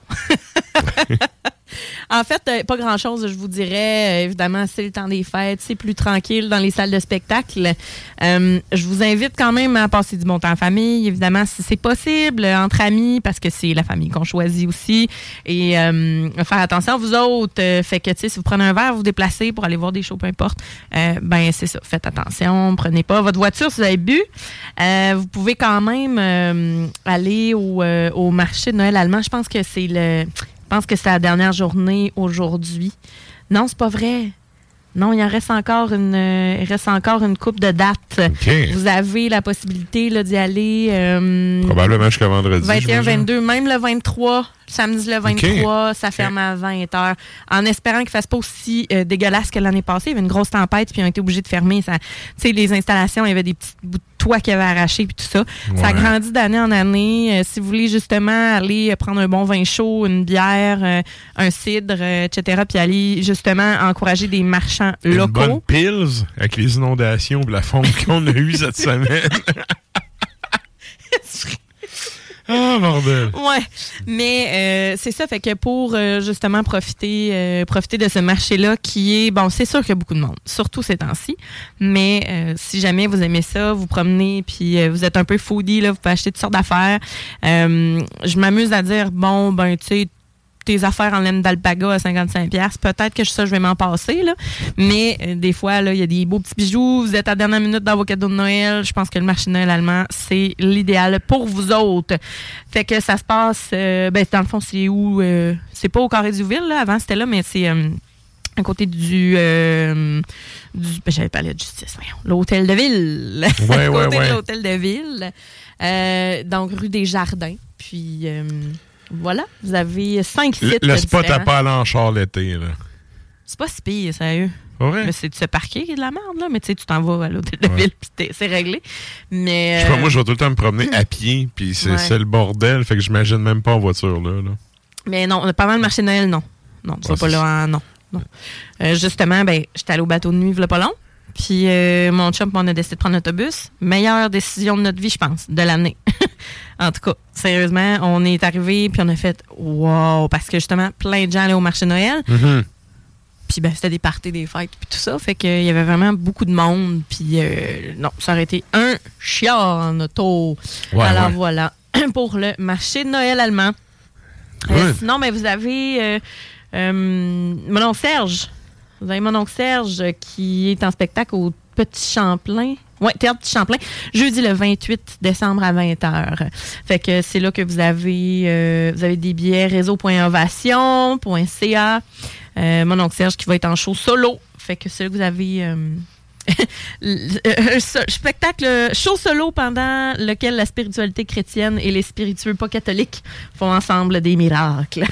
En fait, pas grand-chose, je vous dirais. Évidemment, c'est le temps des fêtes, c'est plus tranquille dans les salles de spectacle. Je vous invite quand même à passer du bon temps en famille, évidemment, si c'est possible, entre amis, parce que c'est la famille qu'on choisit aussi. Et faire attention à vous autres. Fait que, tu sais, si vous prenez un verre, vous vous déplacez pour aller voir des shows, peu importe, ben c'est ça. Faites attention, prenez pas votre voiture si vous avez bu. Vous pouvez quand même aller au marché de Noël allemand. Je pense que c'est la dernière journée aujourd'hui. Non, c'est pas vrai. Non, il reste encore une couple de dates. Okay. Vous avez la possibilité là, d'y aller. Probablement jusqu'à vendredi. 21, 22, même le 23. Samedi le 23, ça ferme à 20h. En espérant qu'il ne fasse pas aussi dégueulasse que l'année passée. Il y avait une grosse tempête, puis ils ont été obligés de fermer. Tu sais, les installations, il y avait des petits bouts de toit qui avaient arraché, puis tout ça. Ouais. Ça grandit d'année en année. Si vous voulez justement aller prendre un bon vin chaud, une bière, un cidre, etc., puis aller justement encourager des marchands locaux. Une bonne pils avec les inondations et la fonte qu'on a eue cette semaine. Ah, bordel! Ouais, mais c'est ça, fait que pour justement profiter de ce marché-là qui est, bon, c'est sûr qu'il y a beaucoup de monde, surtout ces temps-ci, mais si jamais vous aimez ça, vous promenez, puis vous êtes un peu foodie, là, vous pouvez acheter toutes sortes d'affaires. Je m'amuse à dire, bon, ben, tu sais, tes affaires en laine d'alpaga à 55$, peut-être que ça, je vais m'en passer, là. Mais des fois, là, il y a des beaux petits bijoux. Vous êtes à la dernière minute dans vos cadeaux de Noël. Je pense que le marché de Noël allemand, c'est l'idéal pour vous autres. Fait que ça se passe, ben, dans le fond, c'est où? C'est pas au Carré du Ville, là. Avant, c'était là, mais c'est à côté ben, j'avais parlé de justice, voyons. L'Hôtel de Ville. Ouais, à côté de l'Hôtel de Ville. Donc, rue des Jardins. Puis... voilà, vous avez 5 sites. Le spot différents. à pas aller en char l'été, là. C'est pas si pire, sérieux. Ouais. Mais c'est de se parquer qui est de la merde, là. Mais tu sais, tu t'en vas à l'hôtel de ville, puis c'est réglé. Mais. Je sais pas, moi, je vais tout le temps me promener à pied, puis c'est le bordel, fait que j'imagine même pas en voiture, là. Mais non, pendant le marché de Noël, non. Non, tu vas pas là non. Justement, ben, j'étais allée au bateau de nuit, il y a pas long. Puis mon chum, on a décidé de prendre l'autobus. Meilleure décision de notre vie, je pense, de l'année. En tout cas, sérieusement, on est arrivé puis on a fait « wow », parce que justement, plein de gens allaient au marché de Noël. Mm-hmm. Puis ben, c'était des parties, des fêtes puis tout ça. Fait qu'il y avait vraiment beaucoup de monde. Puis non, ça aurait été un chiant en auto. Ouais, alors voilà, pour le marché de Noël allemand. Sinon, ben, vous avez mon oncle Serge. Vous avez mon oncle Serge qui est en spectacle au Petit Champlain. Oui, Théâtre Petit Champlain, jeudi le 28 décembre à 20h. Fait que c'est là que vous avez des billets réseau.ovation.ca. Mon oncle Serge qui va être en show solo. Fait que c'est là que vous avez un spectacle show solo pendant lequel la spiritualité chrétienne et les spiritueux pas catholiques font ensemble des miracles.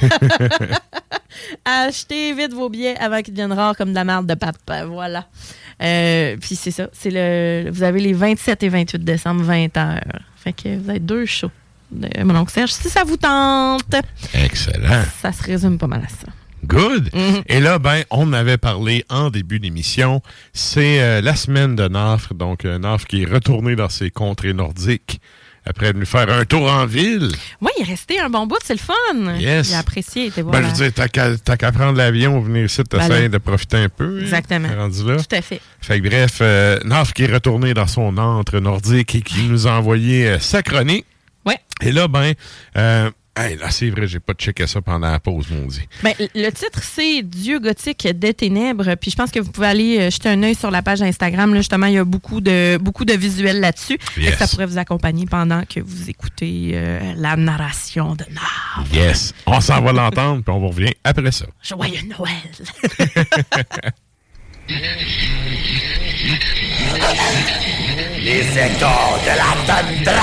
Achetez vite vos billets avant qu'ils deviennent rares comme de la merde de pape. Voilà. Puis c'est ça. Vous avez les 27 et 28 décembre, 20h. Fait que vous avez 2 shows de mon oncle Serge. Si ça vous tente. Excellent. Ça se résume pas mal à ça. Good. Et là, on avait parlé en début d'émission. C'est la semaine de Nafre. Donc, Nafre qui est retourné dans ses contrées nordiques après nous faire un tour en ville. Oui, il est resté un bon bout, c'est le fun. Yes. J'ai apprécié. Je veux dire, t'as qu'à prendre l'avion, venir ici, t'essayes de profiter un peu. Exactement. Rendu là. Tout à fait. Fait que bref, Nafre qui est retourné dans son antre nordique et qui nous a envoyé sa chronique. Ouais. Et là, là, c'est vrai, j'ai pas checké ça pendant la pause, mon dit. Le titre, c'est Dieu gothique des ténèbres. Puis je pense que vous pouvez aller jeter un œil sur la page Instagram. Là, justement, il y a beaucoup de visuels là-dessus. Yes. Ça pourrait vous accompagner pendant que vous écoutez la narration de Nafre. Yes. On s'en va l'entendre, puis on vous revient après ça. Joyeux Noël! Les échos de la tundra!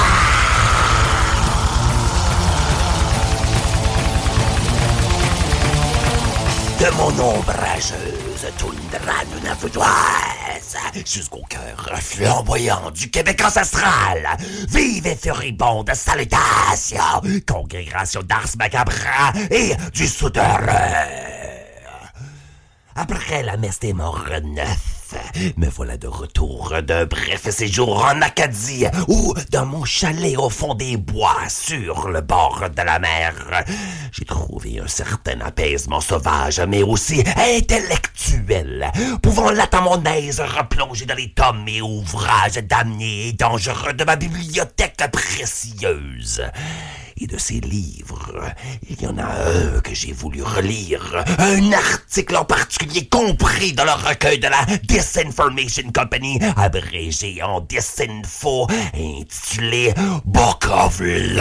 De mon ombrageuse toundra nunavoudoise jusqu'au cœur flamboyant du Québec ancestral, vive et furibonde salutations, congrégation d'Ars Macabra et du Soudeur. Après la messe des morts neufs, me voilà de retour d'un bref séjour en Acadie ou dans mon chalet au fond des bois sur le bord de la mer. J'ai trouvé un certain apaisement sauvage mais aussi intellectuel, pouvant là à mon aise replonger dans les tomes et ouvrages damnés et dangereux de ma bibliothèque précieuse. Et de ces livres, il y en a un que j'ai voulu relire, un article en particulier compris dans le recueil de la Disinformation Company, abrégé en Disinfo, intitulé Book of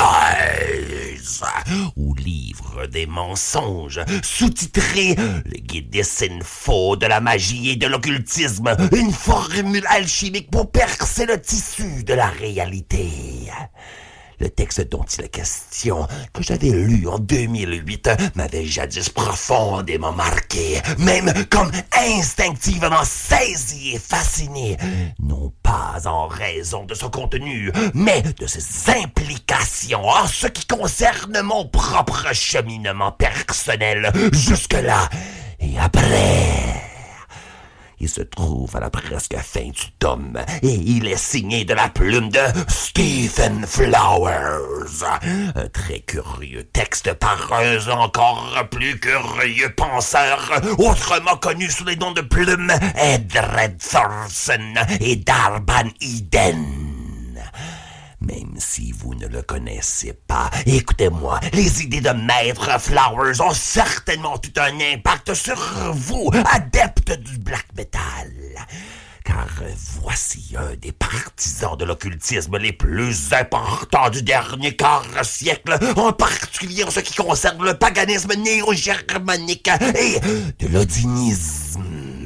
Lies, ou Livre des mensonges, sous-titré Le guide Disinfo de la magie et de l'occultisme, une formule alchimique pour percer le tissu de la réalité. Le texte dont il est question, que j'avais lu en 2008, m'avait jadis profondément marqué, même comme instinctivement saisi et fasciné, non pas en raison de son contenu, mais de ses implications en ce qui concerne mon propre cheminement personnel jusque-là et après. Il se trouve à la presque fin du tome et il est signé de la plume de Stephen Flowers. Un très curieux texte par un encore plus curieux penseur, autrement connu sous les noms de plume Edred Thorson et Darban Eden. Même si vous ne le connaissez pas, écoutez-moi, les idées de Maître Flowers ont certainement tout un impact sur vous, adeptes du black metal. Car voici un des partisans de l'occultisme les plus importants du dernier quart siècle, en particulier en ce qui concerne le paganisme néo-germanique et de l'odinisme.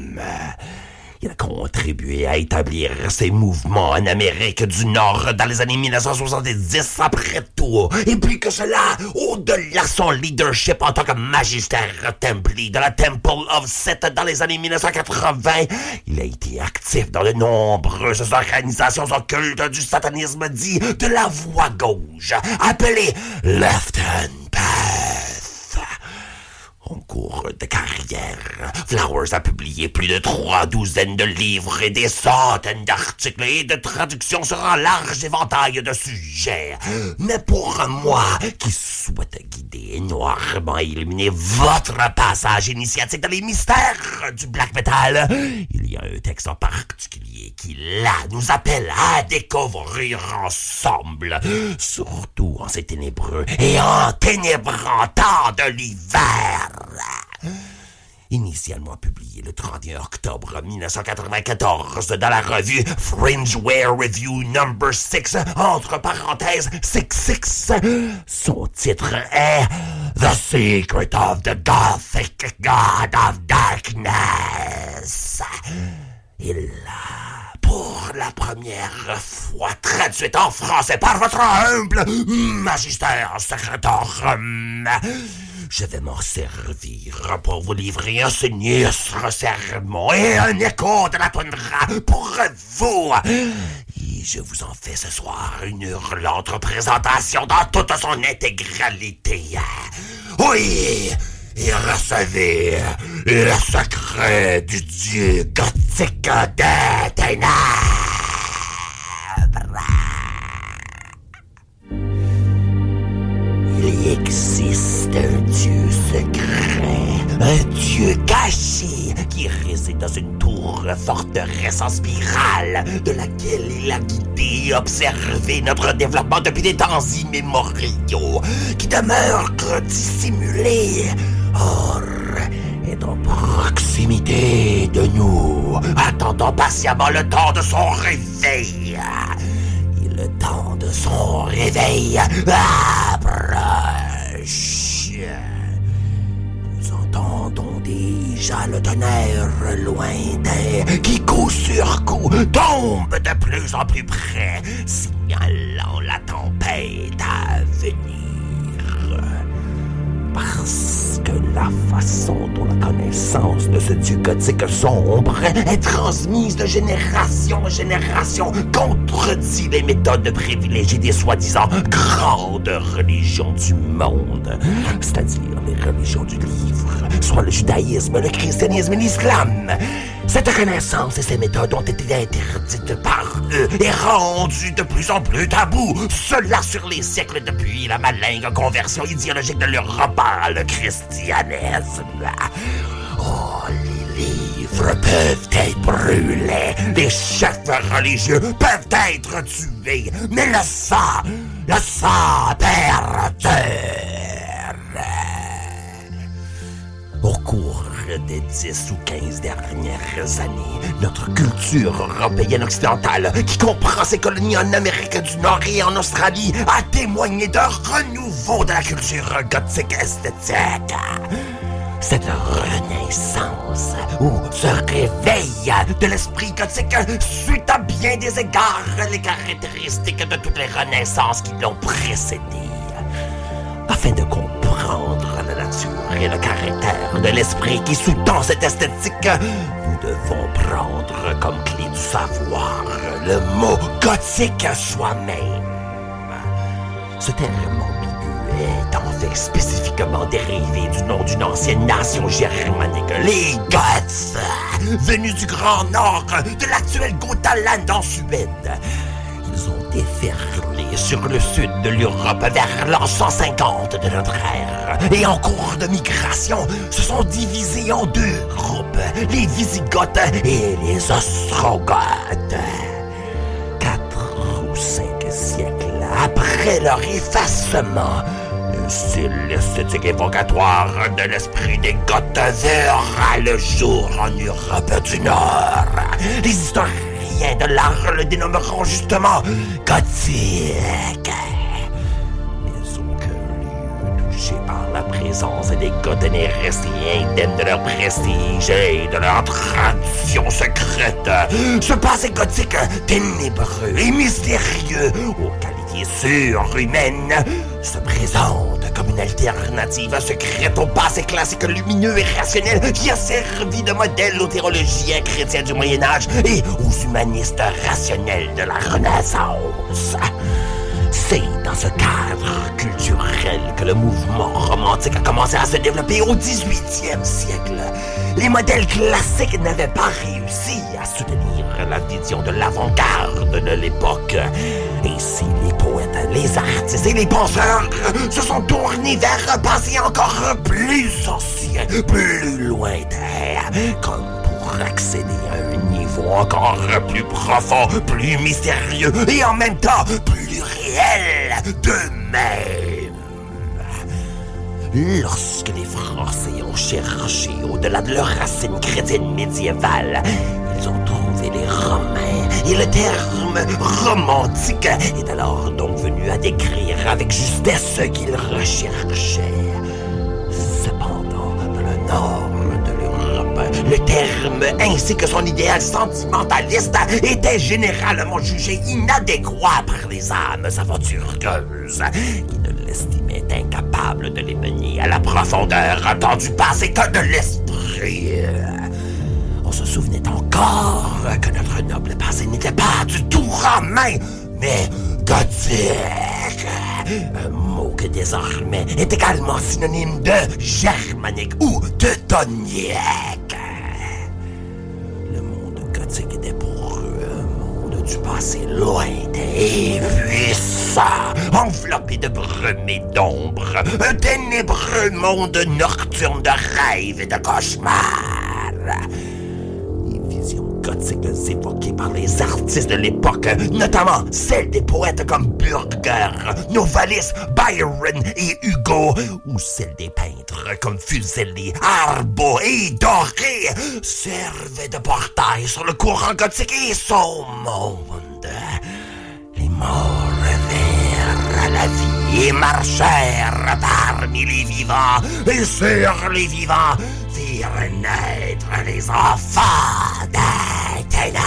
Il a contribué à établir ces mouvements en Amérique du Nord dans les années 1970 après tout. Et plus que cela, au-delà son leadership en tant que magistère templi de la Temple of Set dans les années 1980, il a été actif dans de nombreuses organisations occultes du satanisme dit de la voie gauche, appelées Left Hand Path. En cours de carrière, Flowers a publié plus de 3 douzaines de livres et des centaines d'articles et de traductions sur un large éventail de sujets. Mais pour moi, qui souhaite guider et noirement illuminer votre passage initiatique dans les mystères du black metal, il y a un texte en particulier qui, là, nous appelle à découvrir ensemble, surtout en ces ténébreux et enténébrants temps de l'hiver. Initialement publié le 31 octobre 1994 dans la revue Fringeware Review No. 6, entre parenthèses 66, son titre est The Secret of the Gothic God of Darkness. Et là, pour la première fois traduite en français par votre humble magistère secrétaire, je vais m'en servir pour vous livrer un sinistre sermon et un écho de la toundra pour vous. Et je vous en fais ce soir une hurlante représentation dans toute son intégralité. Oui, et recevez le secret du dieu gothique des ténèbres. Il existe un dieu secret, un dieu caché qui réside dans une tour forteresse en spirale de laquelle il a guidé et observé notre développement depuis des temps immémoriaux, qui demeure dissimulé. Or, est en proximité de nous, attendant patiemment le temps de son réveil. Et le temps de son réveil approche. Nous entendons déjà le tonnerre lointain qui, coup sur coup, tombe de plus en plus près, signalant la tempête à venir. Parce que la façon dont la connaissance de ce dieu gothique sombre est transmise de génération en génération contredit les méthodes privilégiées des soi-disant grandes religions du monde, c'est-à-dire les religions du livre, soit le judaïsme, le christianisme et l'islam. Cette connaissance et ces méthodes ont été interdites par eux et rendues de plus en plus tabous, cela sur les siècles depuis la maligne conversion idéologique de l'Europe à le christianisme. Oh, les livres peuvent être brûlés, les chefs religieux peuvent être tués, mais le sang perdure. Au cours des 10 ou 15 dernières années, notre culture européenne occidentale, qui comprend ses colonies en Amérique du Nord et en Australie, a témoigné d'un renouveau de la culture gothique esthétique. Cette renaissance ou ce réveil de l'esprit gothique suit à bien des égards les caractéristiques de toutes les renaissances qui l'ont précédé. Afin de comprendre la nature et le caractère de l'esprit qui sous-tend cette esthétique, nous devons prendre comme clé du savoir le mot gothique soi-même. Ce terme ambigu est en fait spécifiquement dérivé du nom d'une ancienne nation germanique, les Goths, venus du Grand Nord, de l'actuel Götaland en Suède. Ils ont déferlé sur le sud de l'Europe vers l'an 150 de notre ère et en cours de migration se sont divisés en deux groupes, les Wisigoths et les Ostrogoths. 4 ou 5 siècles après leur effacement, le style esthétique évocatoire de l'esprit des Goths verra le jour en Europe du Nord. Les historiens de l'art le dénommeront justement gothique. Mais aucun lieu touché par la présence des Goths n'est resté indemne de leur prestige et de leur tradition secrète. Ce passé gothique ténébreux et mystérieux, aux qualités surhumaines, se présente comme une alternative secrète au passé classique lumineux et rationnel qui a servi de modèle aux théologiens chrétiens du Moyen-Âge et aux humanistes rationnels de la Renaissance. C'est dans ce cadre culturel que le mouvement romantique a commencé à se développer au 18e siècle. Les modèles classiques n'avaient pas réussi à soutenir la vision de l'avant-garde de l'époque. Ainsi, les poètes, les artistes et les penseurs se sont tournés vers un passé encore plus ancien, plus lointain, comme pour accéder à un niveau encore plus profond, plus mystérieux et en même temps plus réel d'eux-mêmes. Lorsque les Français ont cherché au-delà de leurs racines chrétiennes médiévales, ils ont trouvé les Romains et le terme romantique est alors donc venu à décrire avec justesse ce qu'ils recherchaient. Cependant, dans le nord de l'Europe, le terme ainsi que son idéal sentimentaliste était généralement jugé inadéquat par les âmes aventureuses qui ne l'estimaient incapable de les mener à la profondeur tant du passé que de l'esprit. On se souvenait encore que notre noble passé n'était pas du tout romain, mais gothique. un mot que désormais est également synonyme de germanique ou teutonique. Le monde gothique était pour eux un monde du passé lointain et puissant, enveloppé de brume et d'ombre, un ténébreux monde nocturne de rêves et de cauchemars. Les visions gothiques évoquées par les artistes de l'époque, notamment celles des poètes comme Burger, Novalis, Byron et Hugo, ou celles des peintres comme Fuseli, Arbo et Doré, servaient de portail sur le courant gothique et son monde. Les morts revinrent à la vie et marchèrent parmi les vivants, et sur les vivants firent naître les enfants des ténèbres.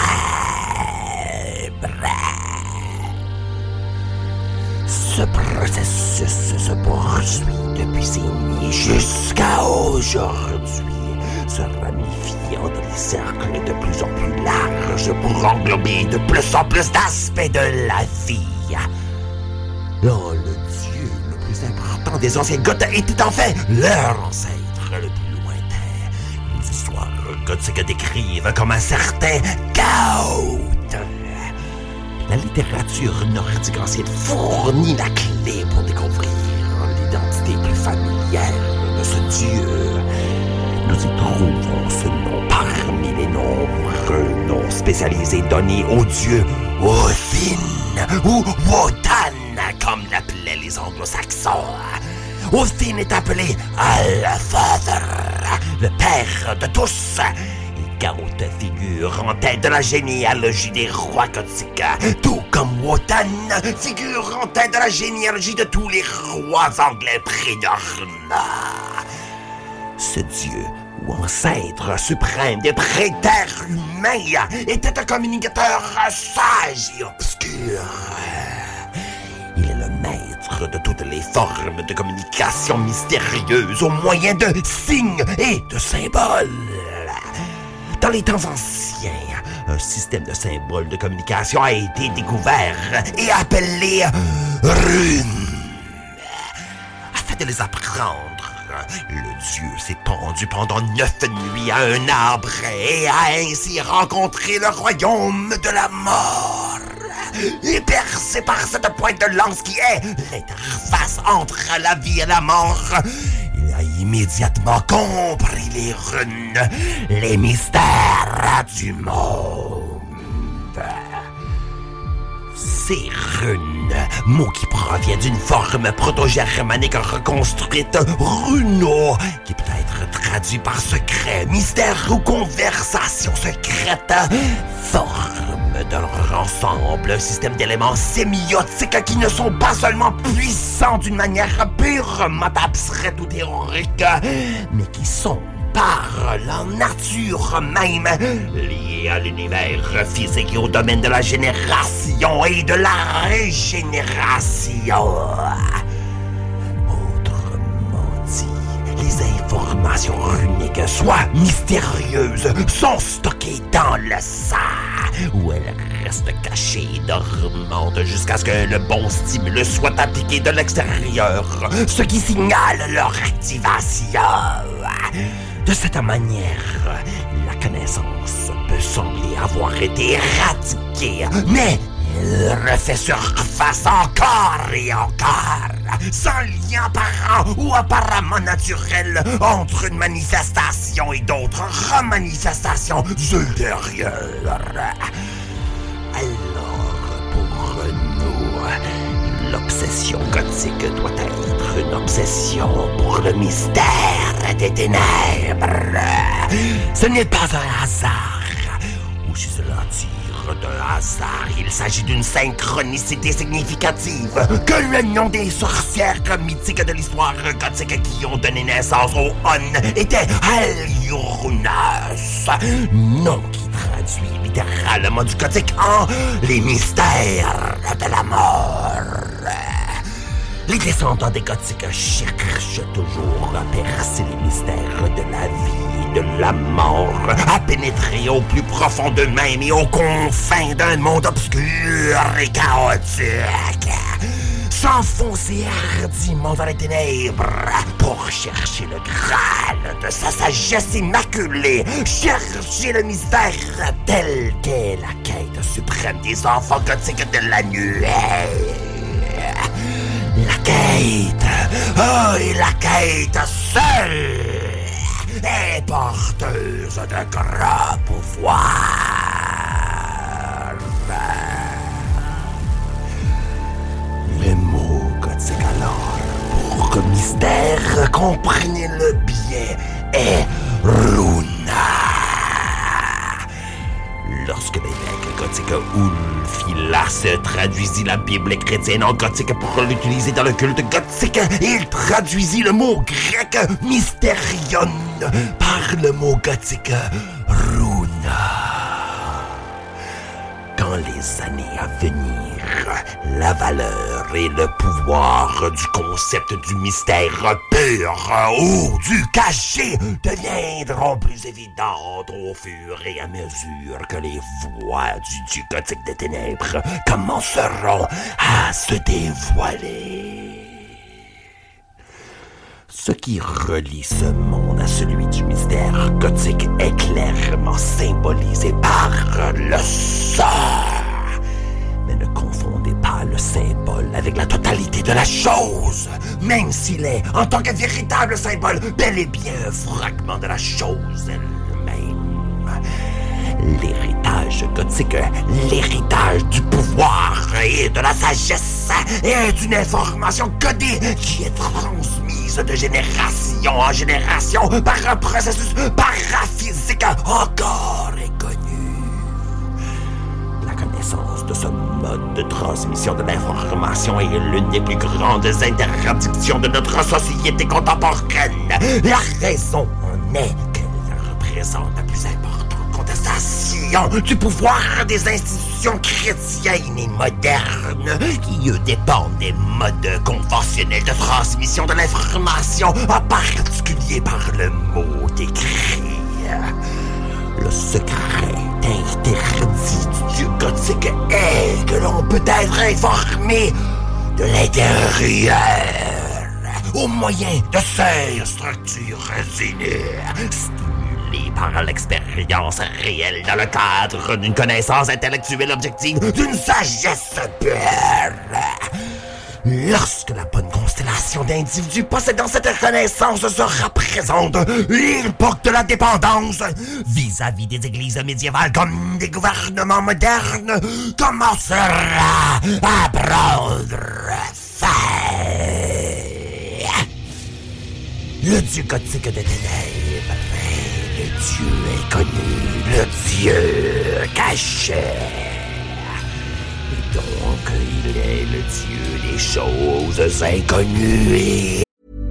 Ce processus se poursuit depuis ces nuits jusqu'à aujourd'hui, se ramifiant dans des cercles de plus en plus larges pour englober de plus en plus d'aspects de la vie. Oh, le dieu le plus important des anciens Goths était en fait leur ancêtre le plus lointain. Les histoires gothiques décrivent comme un certain chaos. La littérature nordique ancienne fournit la clé pour découvrir l'identité plus familière de ce dieu. Nous y trouvons ce nom parmi les nombreux noms spécialisés donnés au dieu Odin ou Wotan, comme l'appelaient les anglo-saxons. Odin est appelé Allfather, le père de tous. Haute figure en tête de la généalogie des rois gothiques, tout comme Wotan figure en tête de la généalogie de tous les rois anglais prénormants. Ce dieu, ou ancêtre suprême des prétères humains, était un communicateur sage et obscur. Il est le maître de toutes les formes de communication mystérieuses au moyen de signes et de symboles. Dans les temps anciens, un système de symboles de communication a été découvert et appelé runes. Afin de les apprendre, le dieu s'est pendu pendant 9 nuits à un arbre et a ainsi rencontré le royaume de la mort. Et percé par cette pointe de lance qui est l'interface entre la vie et la mort, il a immédiatement compris les runes, les mystères du monde. Ces runes, mot qui provient d'une forme proto-germanique reconstruite, runo, qui peut être traduit par secret, mystère ou conversation secrète, forment dans leur ensemble un système d'éléments sémiotiques qui ne sont pas seulement puissants d'une manière purement abstraite ou théorique, mais qui sont par leur nature même, liés à l'univers physique et au domaine de la génération et de la régénération. Autrement dit, les informations runiques, soit mystérieuses, sont stockées dans le sang, où elles restent cachées et dormantes jusqu'à ce que le bon stimulus soit appliqué de l'extérieur, ce qui signale leur activation. De cette manière, la connaissance peut sembler avoir été éradiquée, mais elle refait surface encore et encore, sans lien apparent ou apparemment naturel entre une manifestation et d'autres remanifestations ultérieures. Alors, pour nous, l'obsession gothique doit être une obsession pour le mystère des ténèbres. Ce n'est pas un hasard, ou si cela tire d'un hasard, il s'agit d'une synchronicité significative que le nom des sorcières mythiques de l'histoire gothique qui ont donné naissance au Hun était Aliorunas, nom qui traduit littéralement du gothique en les mystères de la mort. Les descendants des gothiques cherchent toujours à percer les mystères de la vie et de la mort, à pénétrer au plus profond d'eux-mêmes et aux confins d'un monde obscur et chaotique. s'enfoncer hardiment dans les ténèbres pour chercher le Graal de sa sagesse immaculée, chercher le mystère tel qu'est la quête suprême des enfants gothiques de la nuit. La quête, oh, et la quête seule est porteuse de grands pouvoirs. Le mot gothique alors, pour mystère, comprenez-le bien, est Runa. Lorsque l'évêque gothique Ulfilas traduisit la Bible chrétienne en gothique pour l'utiliser dans le culte gothique, il traduisit le mot grec Mysterion par le mot gothique Runa. Dans les années à venir, la valeur et le pouvoir du concept du mystère pur ou du caché deviendront plus évidentes au fur et à mesure que les voies du dieu gothique des ténèbres commenceront à se dévoiler. Ce qui relie ce monde à celui du mystère gothique est clairement symbolisé par le sort. Mais ne confondez pas le symbole avec la totalité de la chose, même s'il est, en tant que véritable symbole, bel et bien un fragment de la chose elle-même. L'héritage gothique, l'héritage du pouvoir et de la sagesse est une information codée qui est transmise de génération en génération par un processus paraphysique encore inconnu. La connaissance de ce mode de transmission de l'information est l'une des plus grandes interdictions de notre société contemporaine. La raison en est qu'elle représente la plus importante contestation du pouvoir des institutions chrétiennes et modernes qui, dépendent des modes conventionnels de transmission de l'information, en particulier par le mot écrit. Le secret interdit du dieu gothique est que l'on peut être informé de l'intérieur au moyen de ces structures innées, par l'expérience réelle dans le cadre d'une connaissance intellectuelle objective, d'une sagesse pure. Lorsque la bonne constellation d'individus possédant cette connaissance sera présente, l'époque de la dépendance vis-à-vis des églises médiévales comme des gouvernements modernes commencera à prendre fin. Le dieu gothique des ténèbres, le dieu inconnu, le dieu caché. Et donc, il est le dieu des choses inconnues.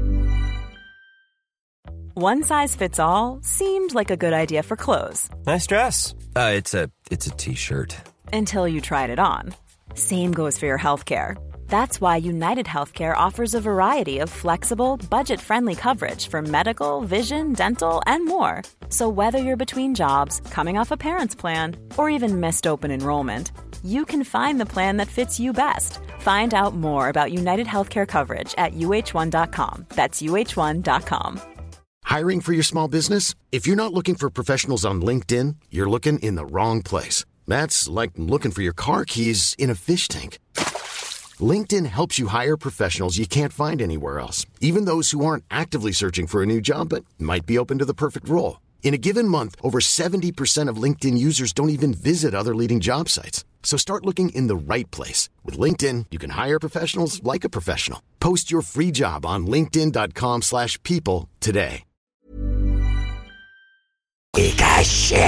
One size fits all seemed like a good idea for clothes. Nice dress. It's a t-shirt. Until you tried it on. Same goes for your healthcare. That's why United Healthcare offers a variety of flexible, budget-friendly coverage for medical, vision, dental, and more. So whether you're between jobs, coming off a parent's plan, or even missed open enrollment, you can find the plan that fits you best. Find out more about United Healthcare coverage at uh1.com. That's uh1.com. Hiring for your small business? If you're not looking for professionals on LinkedIn, you're looking in the wrong place. That's like looking for your car keys in a fish tank. LinkedIn helps you hire professionals you can't find anywhere else, even those who aren't actively searching for a new job but might be open to the perfect role. In a given month, over 70% of LinkedIn users don't even visit other leading job sites. So start looking in the right place. With LinkedIn, you can hire professionals like a professional. Post your free job on linkedin.com/people today. Et caché.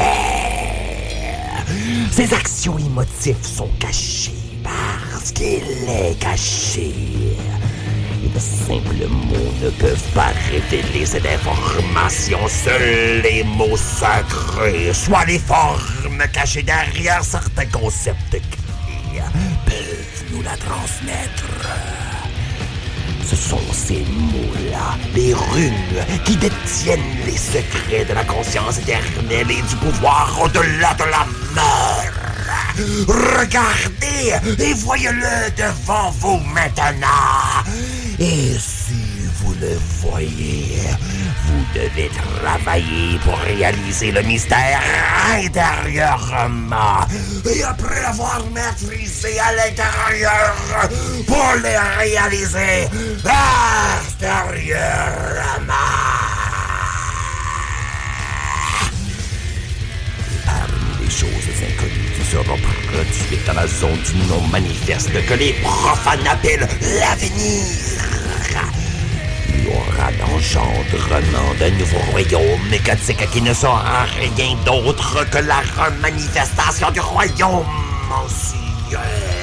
Ses actions et motifs sont cachés parce qu'il est caché. Et de simples mots ne peuvent pas révéler cette information. Seuls les mots sacrés, soit les formes cachées derrière certains concepts clés, peuvent nous la transmettre. Ce sont ces mots-là, les runes, qui détiennent les secrets de la conscience éternelle et du pouvoir au-delà de la mort. Regardez et voyez-le devant vous maintenant. Et si vous le voyez, vous devez travailler pour réaliser le mystère intérieurement. Et après l'avoir maîtrisé à l'intérieur, pour le réaliser extérieurement. Parmi les choses inconnues qui seront produites dans la zone du non manifeste que les profanes appellent l'avenir, il y aura l'engendrement d'un nouveau royaume mécanique qui ne sera rien d'autre que la remanifestation du royaume ancien.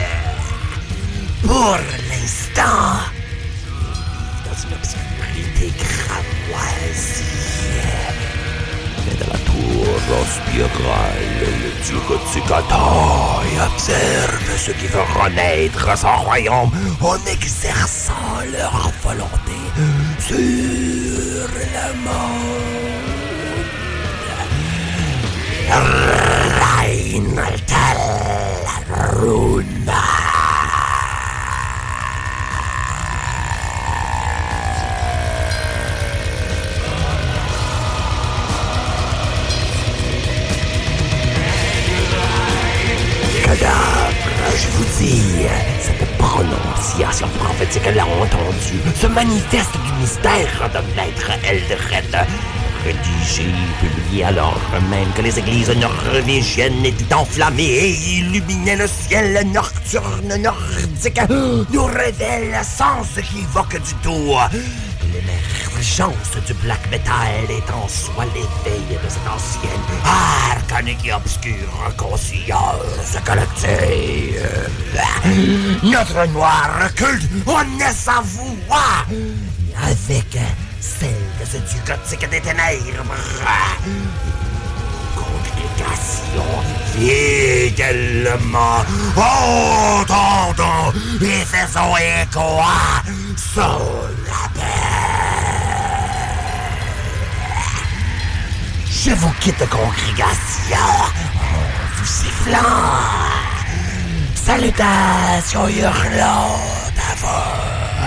Pour l'instant, dans une obscurité cramoisie, mais dans la tour en spirale, le dieu gothique attend et observe ceux qui veulent renaître son royaume en exerçant leur volonté sur le monde. Reinaltal Runa. Je vous dis, cette prononciation prophétique l'a entendu, ce manifeste du mystère de maître Eldred, rédigé et publié alors même que les églises norvégiennes étaient enflammées et illuminaient le ciel nocturne nordique, nous révèle sans équivoque du tout l'émergence du black metal est en soi l'éveil de cette ancienne arcanique et obscure conscience collective. Notre noir culte en est sa voix avec celle de ce dieu gothique des ténèbres. Congrégation fidèlement entendons et faisons écho à son appel. Je vous quitte, congrégation, en vous sifflant. Salutations hurlantes à vous.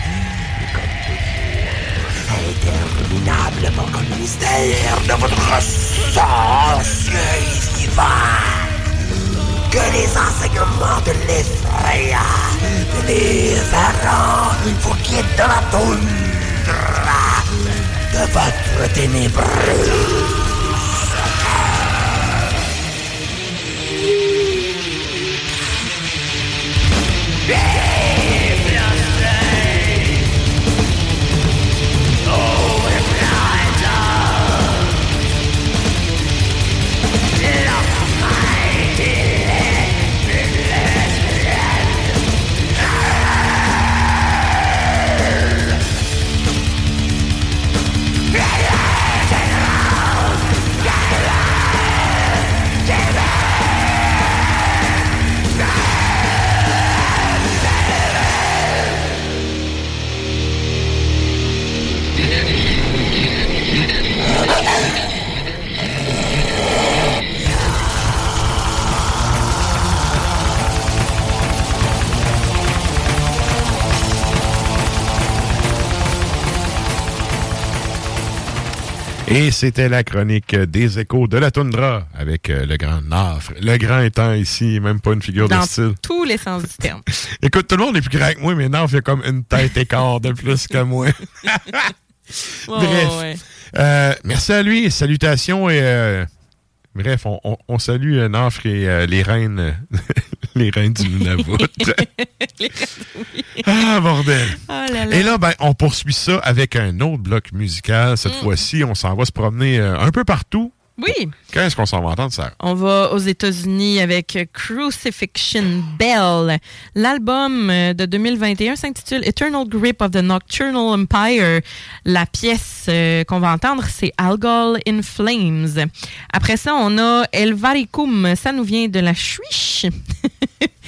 Interminablement comme le mystère de votre sang ancien vivant. Que les enseignements de l'effrayant, de l'effarant, vous quittent dans la toundra de votre ténébreuse. Et c'était la chronique des échos de la toundra avec le grand Nafre. Le grand étant ici, même pas une figure de style. Dans tous les sens du terme. Écoute, tout le monde est plus grand que moi, mais Nafre, il a comme une tête écart de plus que moi. Bref. Ouais. Merci à lui. Salutations et... bref, on salue Nafre et les reines... les reines du Nunavut. Oui. Ah, bordel. Oh là là. Et là, ben, on poursuit ça avec un autre bloc musical. Cette fois-ci, on s'en va se promener un peu partout. Oui. Qu'est-ce qu'on s'en va entendre, ça? On va aux États-Unis avec Crucifixion Bell. L'album de 2021 s'intitule Eternal Grip of the Nocturnal Empire. La pièce qu'on va entendre, c'est Algol in Flames. Après ça, on a El Varicum. Ça nous vient de la Suisse.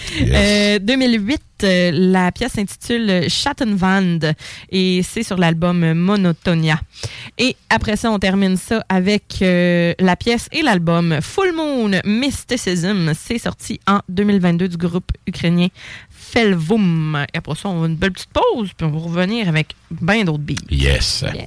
Yes. 2008, la pièce s'intitule Schattenwand et c'est sur l'album Monotonia. Et après ça, on termine ça avec la pièce et l'album Full Moon Mysticism. C'est sorti en 2022 du groupe ukrainien Felvum. Et après ça, on va une belle petite pause puis on va revenir avec bien d'autres beats. Yes. Yeah.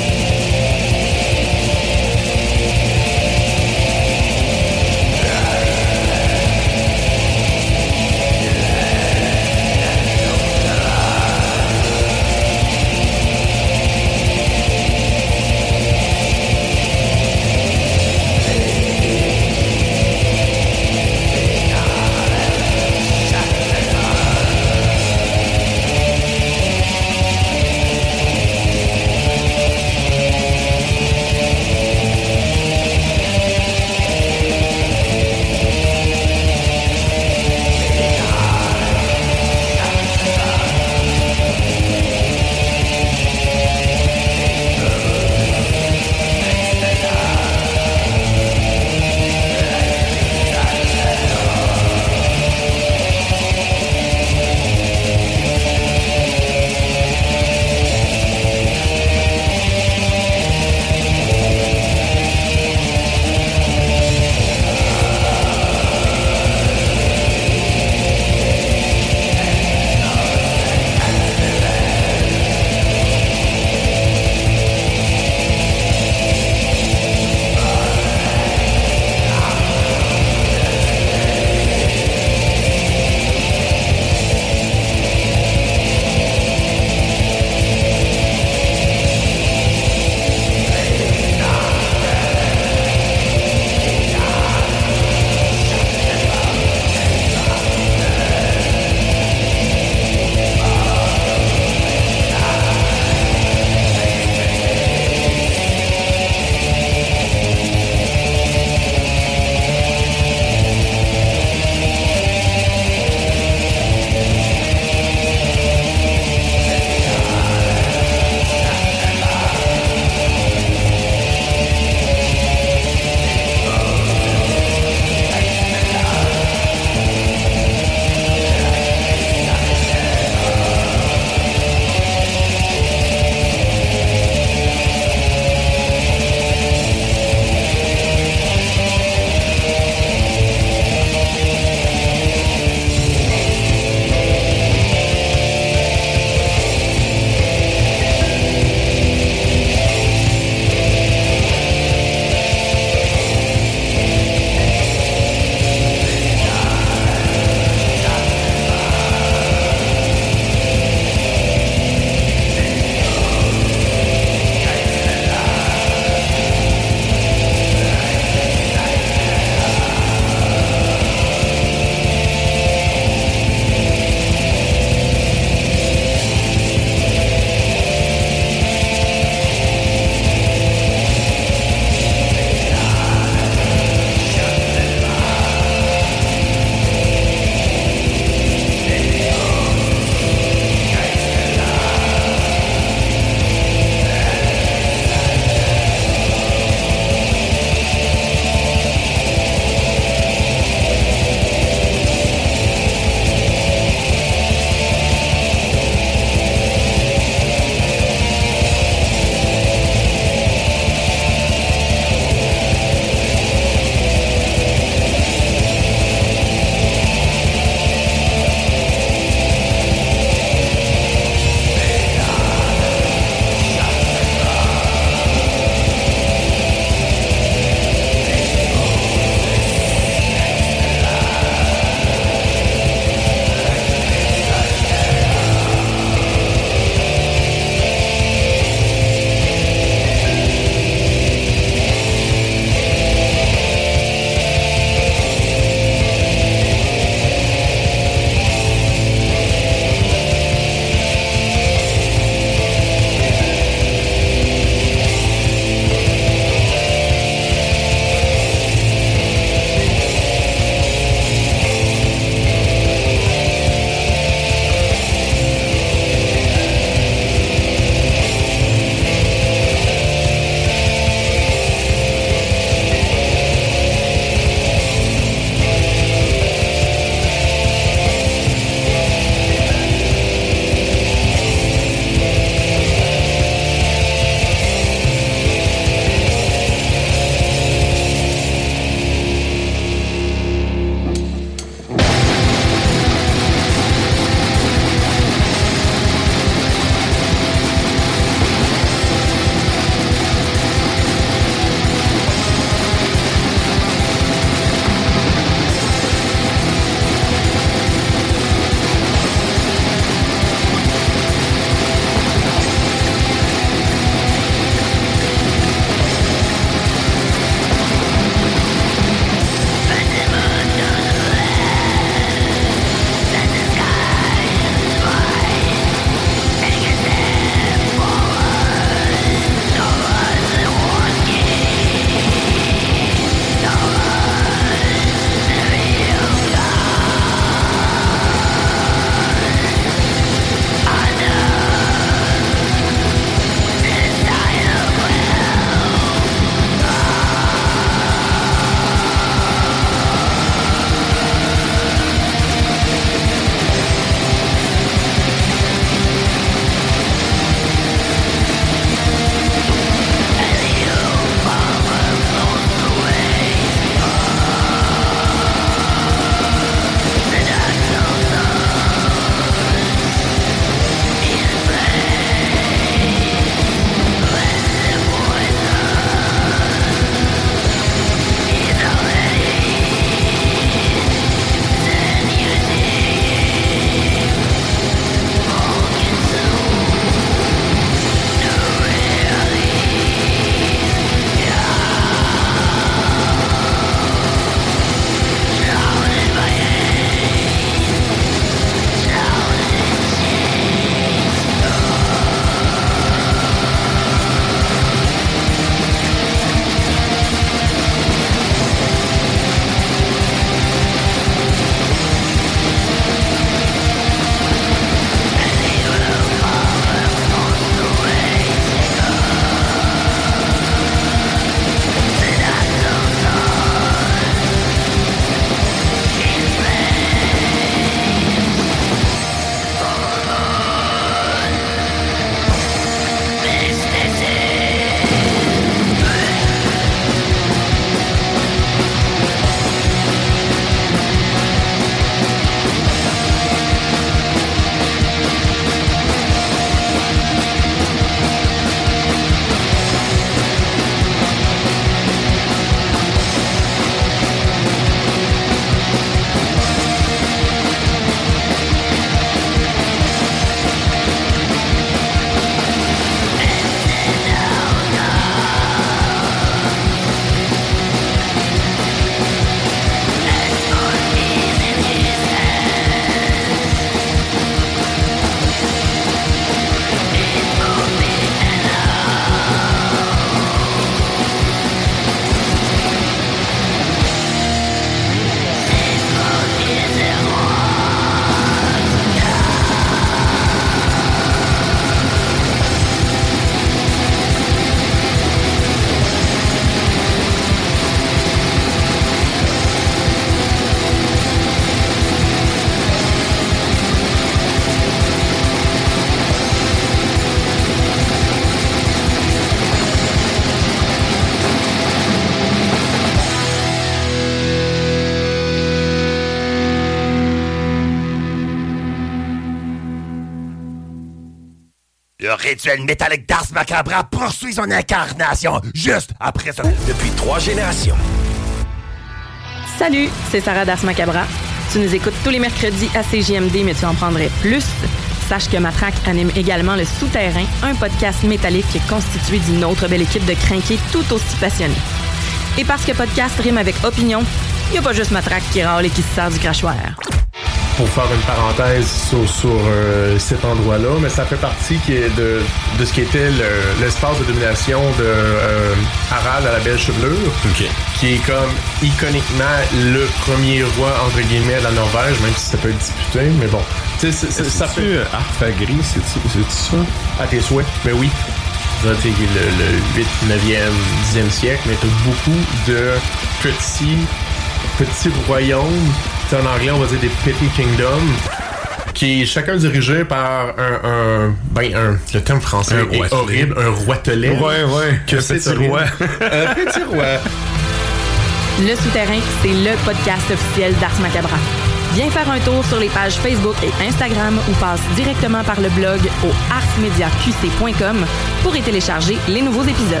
Le rituel métallique d'Ars Macabra poursuit son incarnation juste après ça. Depuis 3 générations. Salut, c'est Sarah d'Ars Macabra. Tu nous écoutes tous les mercredis à CJMD, mais tu en prendrais plus. Sache que Matraque anime également Le Souterrain, un podcast métallique constitué d'une autre belle équipe de crinqués tout aussi passionnés. Et parce que podcast rime avec opinion, il n'y a pas juste Matraque qui râle et qui se sert du crachoir. Pour faire une parenthèse sur cet endroit-là, mais ça fait partie de ce qui était l'espace de domination de Harald à la belle chevelure, qui est comme iconiquement le premier roi, entre guillemets, de la Norvège, même si ça peut être disputé, mais bon. Ça fait... Arfagri, c'est ça? À tes souhaits, ben oui. Ça, le 8, 9e, 10e siècle, mais t'as beaucoup de petits royaumes. En anglais, on va dire des petty kingdoms, qui est chacun dirigé par le terme français est horrible, un roitelet. Ouais. Que c'est un roi. Un petit roi. Le Souterrain, c'est le podcast officiel d'Ars Macabra. Viens faire un tour sur les pages Facebook et Instagram ou passe directement par le blog au arsmediaqc.com pour y télécharger les nouveaux épisodes.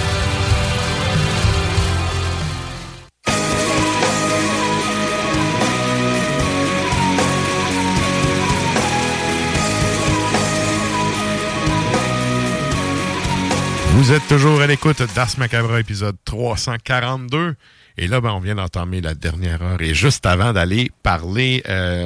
Vous êtes toujours à l'écoute d'Ars Macabra, épisode 342. Et là, on vient d'entamer la dernière heure. Et juste avant d'aller parler,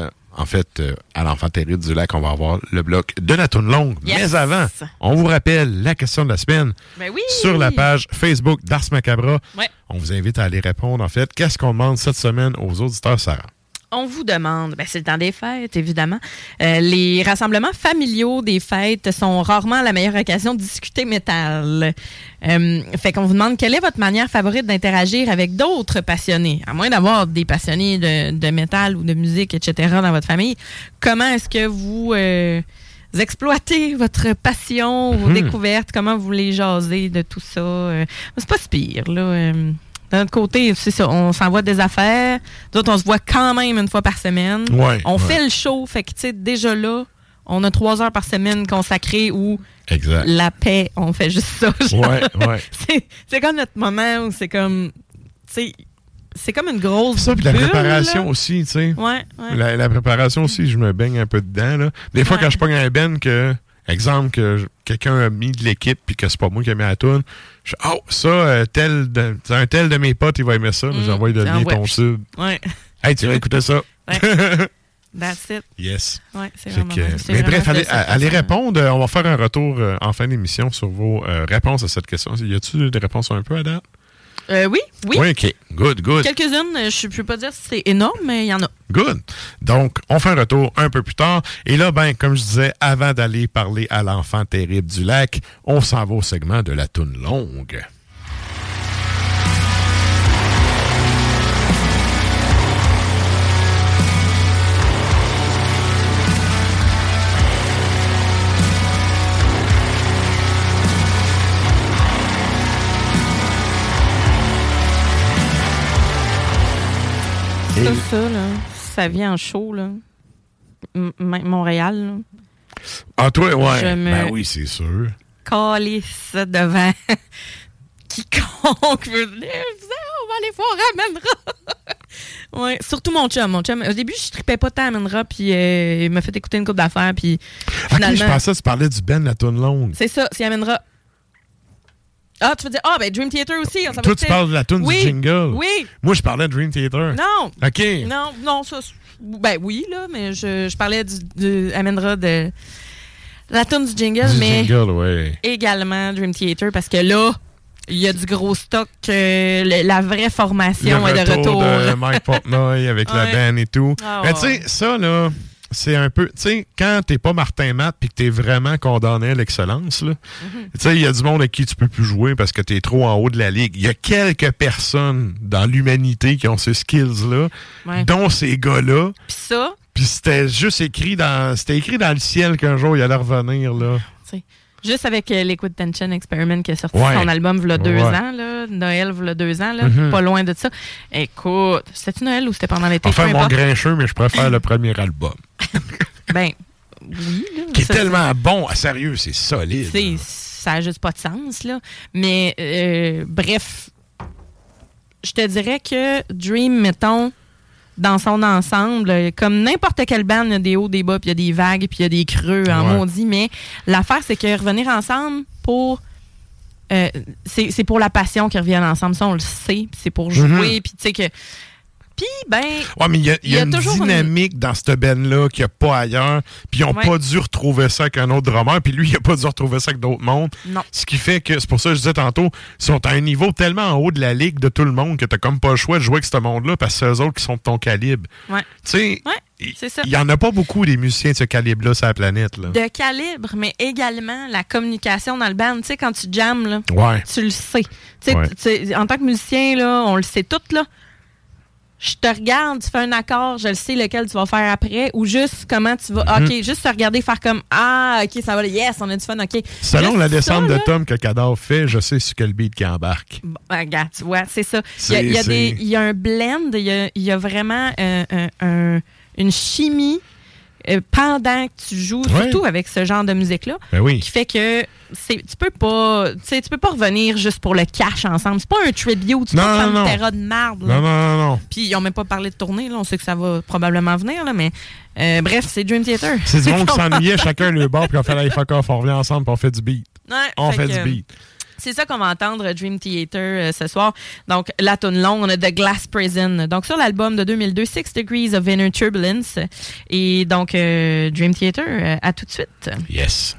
à l'Enfant terrible du lac, on va avoir le bloc de la toune longue. Yes. Mais avant, on vous rappelle la question de la semaine sur la page Facebook d'Ars Macabra. Ouais. On vous invite à aller répondre. En fait, qu'est-ce qu'on demande cette semaine aux auditeurs, Sarah? On vous demande, c'est le temps des fêtes, évidemment. Les rassemblements familiaux des fêtes sont rarement la meilleure occasion de discuter métal. Fait qu'on vous demande quelle est votre manière favorite d'interagir avec d'autres passionnés. À moins d'avoir des passionnés de métal ou de musique, etc. dans votre famille. Comment est-ce que vous exploitez votre passion, vos découvertes? Comment vous les jasez de tout ça? C'est pas si pire, là. De notre côté, c'est ça, on s'envoie des affaires. D'autres, on se voit quand même une fois par semaine. On fait le show, fait que, tu sais, déjà là, on a 3 heures par semaine consacrées où la paix, on fait juste ça. C'est comme notre moment où c'est comme, tu sais, c'est comme une grosse ça, puis la préparation aussi, tu sais. La préparation aussi, je me baigne un peu dedans, là. Des fois, quand je pogne un ben que... Exemple, que quelqu'un a mis de l'équipe puis que c'est pas moi qui ai mis la toune. Un tel de mes potes, il va aimer ça. J'envoie le lien ton sub. Hey, tu vas écouter ça. That's it. Yes. C'est vraiment bon. Mais bref, allez répondre. On va faire un retour en fin d'émission sur vos réponses à cette question. Y a-tu des réponses un peu à date? Oui. Oui, OK. Good. Quelques-unes, je ne peux pas dire si c'est énorme, mais il y en a. Good. Donc, on fait un retour un peu plus tard. Et là, comme je disais, avant d'aller parler à l'Enfant terrible du lac, on s'en va au segment de la toune longue. Ça vient en show, là. Montréal, là. Ah, toi, ouais. Oui, c'est sûr. Calisse devant quiconque veut venir. On va aller voir Amenra. Surtout mon chum. Au début, je tripais pas tant Amenra, puis il m'a fait écouter une couple d'affaires, puis finalement... OK, je pensais que tu parlais du Ben, la toune longue. C'est ça, c'est Amenra. Ah, tu veux dire, Dream Theater aussi. Toi, tu parles de la toune du jingle. Oui. Moi, je parlais de Dream Theater. Non. OK. Non, ça... oui, là, mais je parlais du Amenra de la toune du jingle, également Dream Theater, parce que là, il y a du gros stock. La vraie formation est de retour. De Mike Portnoy avec la band et tout. Mais tu sais, ça, là... C'est un peu, tu sais, quand t'es pas Martin Matt puis que t'es vraiment condamné à l'excellence, là, tu sais, il y a du monde avec qui tu peux plus jouer parce que t'es trop en haut de la ligue. Il y a quelques personnes dans l'humanité qui ont ces skills-là, dont ces gars-là. Puis ça. Puis c'était juste écrit dans le ciel qu'un jour il allait revenir, là. T'sais. Juste avec Liquid Tension Experiment qui a sorti son album v'là 2 ans, là, Noël v'là 2 ans, là, pas loin de ça. Écoute, c'était-tu Noël ou c'était pendant l'été? Je vais faire mon grincheux, mais je préfère le premier album. oui. Là, qui est tellement bon. Sérieux, c'est solide. Ça n'a juste pas de sens, là. Mais, bref, je te dirais que Dream, mettons, dans son ensemble, comme n'importe quelle band, il y a des hauts, des bas, puis il y a des vagues, puis il y a des creux en maudit. Mais l'affaire, c'est que revenir ensemble pour... c'est pour la passion qu'ils reviennent ensemble. Ça, on le sait. Puis c'est pour jouer. Puis tu sais que... Puis, ben... Ouais, mais il y a une dynamique dans cette band-là qu'il n'y a pas ailleurs. Puis ils n'ont pas dû retrouver ça avec un autre drummer. Puis lui, il n'a pas dû retrouver ça avec d'autres mondes. Non. Ce qui fait que, c'est pour ça que je disais tantôt, ils sont à un niveau tellement en haut de la ligue de tout le monde que tu n'as comme pas le choix de jouer avec ce monde-là parce que c'est eux autres qui sont de ton calibre. Ouais. Tu sais... Ouais. C'est ça. Il n'y en a pas beaucoup des musiciens de ce calibre-là sur la planète. Là. De calibre, mais également la communication dans le band. Tu sais, quand tu jammes, là, tu le sais. Tu sais, en tant que musicien, là, on le sait tout, là. Je te regarde, tu fais un accord, je le sais lequel tu vas faire après, ou juste comment tu vas... OK, juste te regarder, faire comme OK, ça va, yes, on a du fun, OK. Selon juste la descente ça, de Tom que Cadavre fait, je sais sur quel beat qui embarque. Bon, regarde, tu vois, c'est ça. Il y a un blend, il y a vraiment une chimie pendant que tu joues, surtout avec ce genre de musique-là, qui fait que tu peux pas revenir juste pour le cash ensemble. C'est pas un tribute, c'est pas comme Terra de marde. Non. Puis ils ont même pas parlé de tournée, là. On sait que ça va probablement venir, là, mais bref, c'est Dream Theater. C'est du monde qui s'ennuyait chacun le bord, puis on fait la fuck off, on revient ensemble, puis on fait du beat. Ouais, on fait du beat. C'est ça qu'on va entendre, Dream Theater, ce soir. Donc, la tune longue, on a The Glass Prison. Donc, sur l'album de 2002, 6 Degrees of Inner Turbulence. Et donc, Dream Theater, à tout de suite. Yes.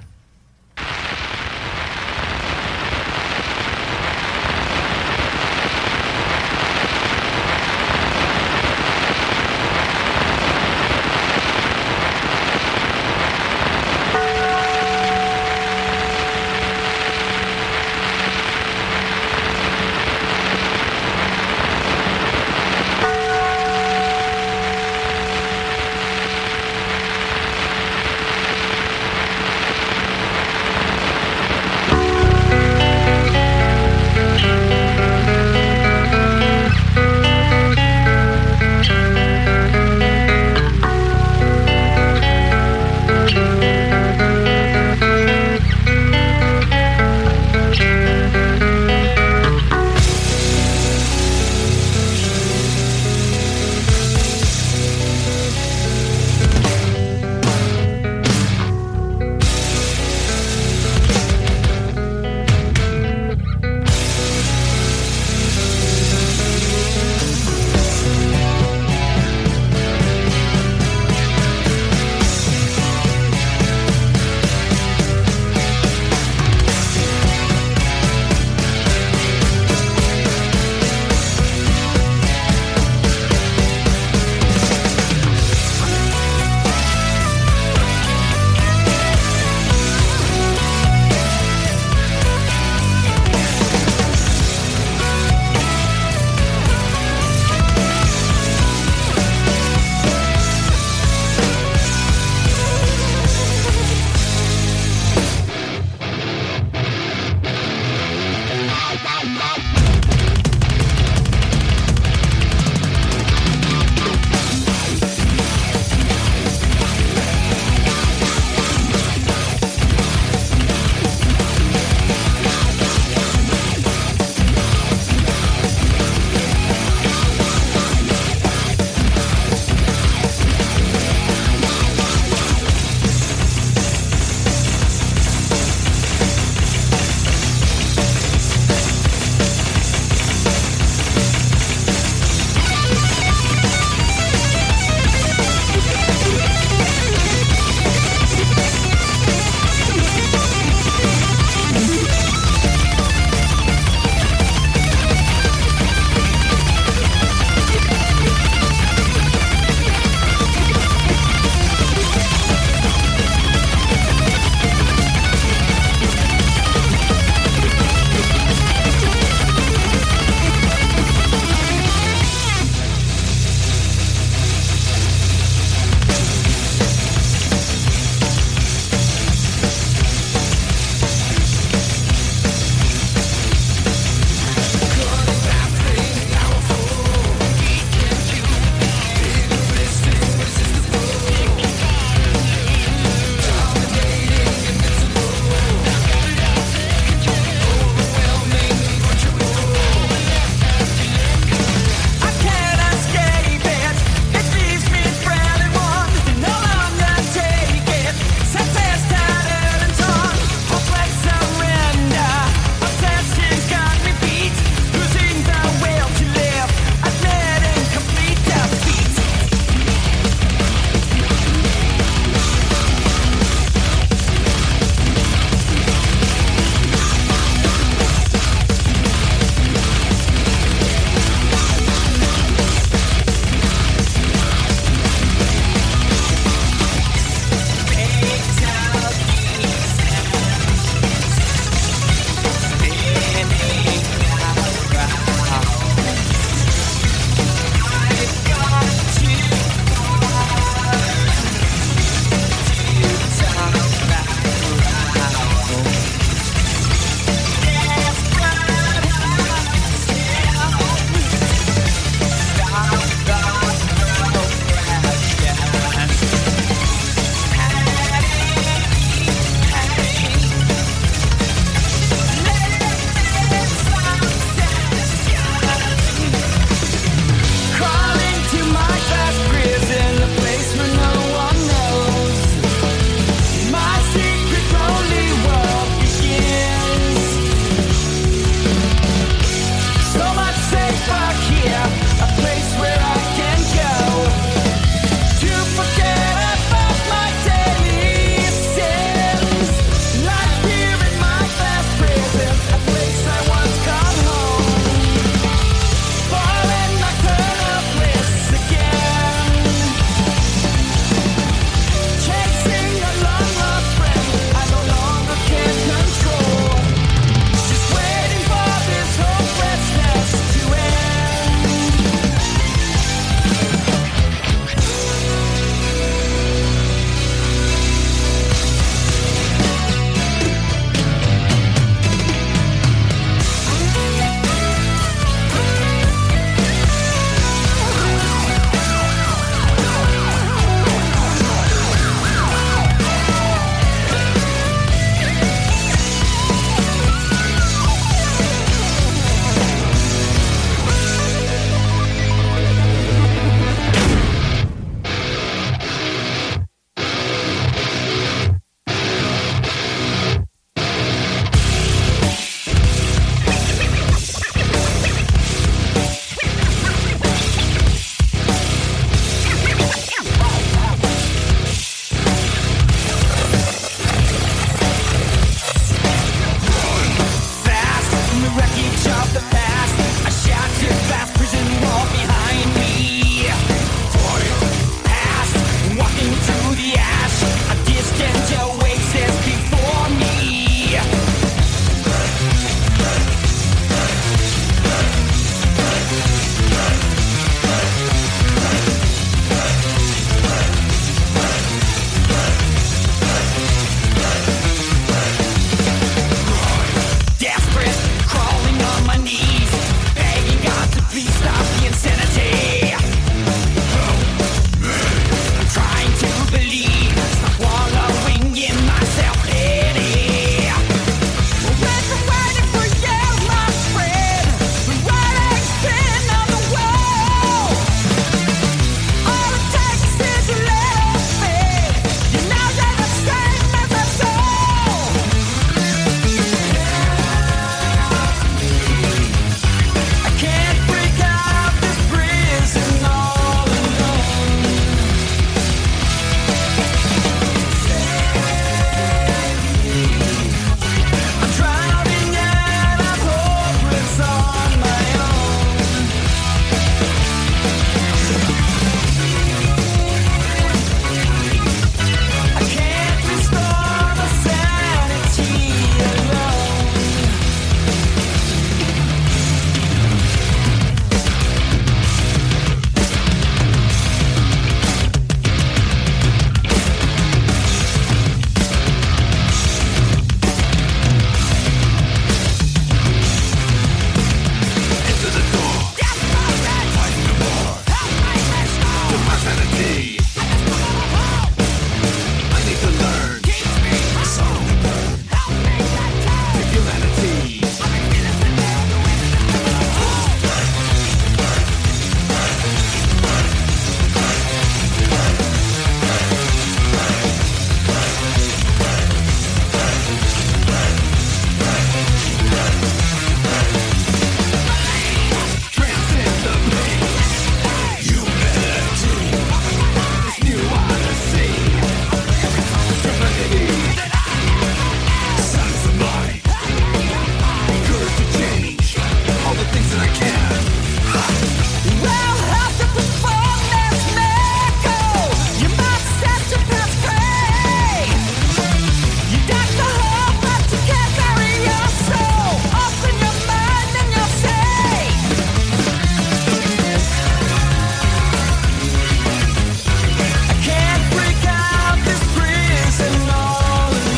I can't break out this prison all alone.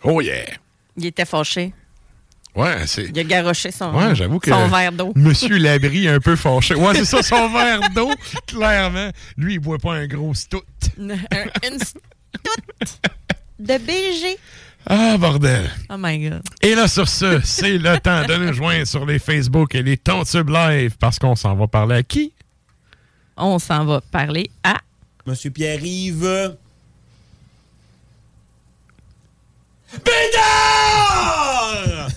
Oh yeah! Il était fâché. Ouais, c'est... Il a garoché son verre d'eau. Monsieur Labrie un peu fâché. Ouais, c'est ça, son verre d'eau, clairement. Lui, il boit pas un gros stout. Une stout de BG. Ah, bordel. Oh my God. Et là, sur ce, c'est le temps de nous joindre sur les Facebook et les Tontubes Live parce qu'on s'en va parler à qui? On s'en va parler à... Monsieur Pierre-Yves. Bédard!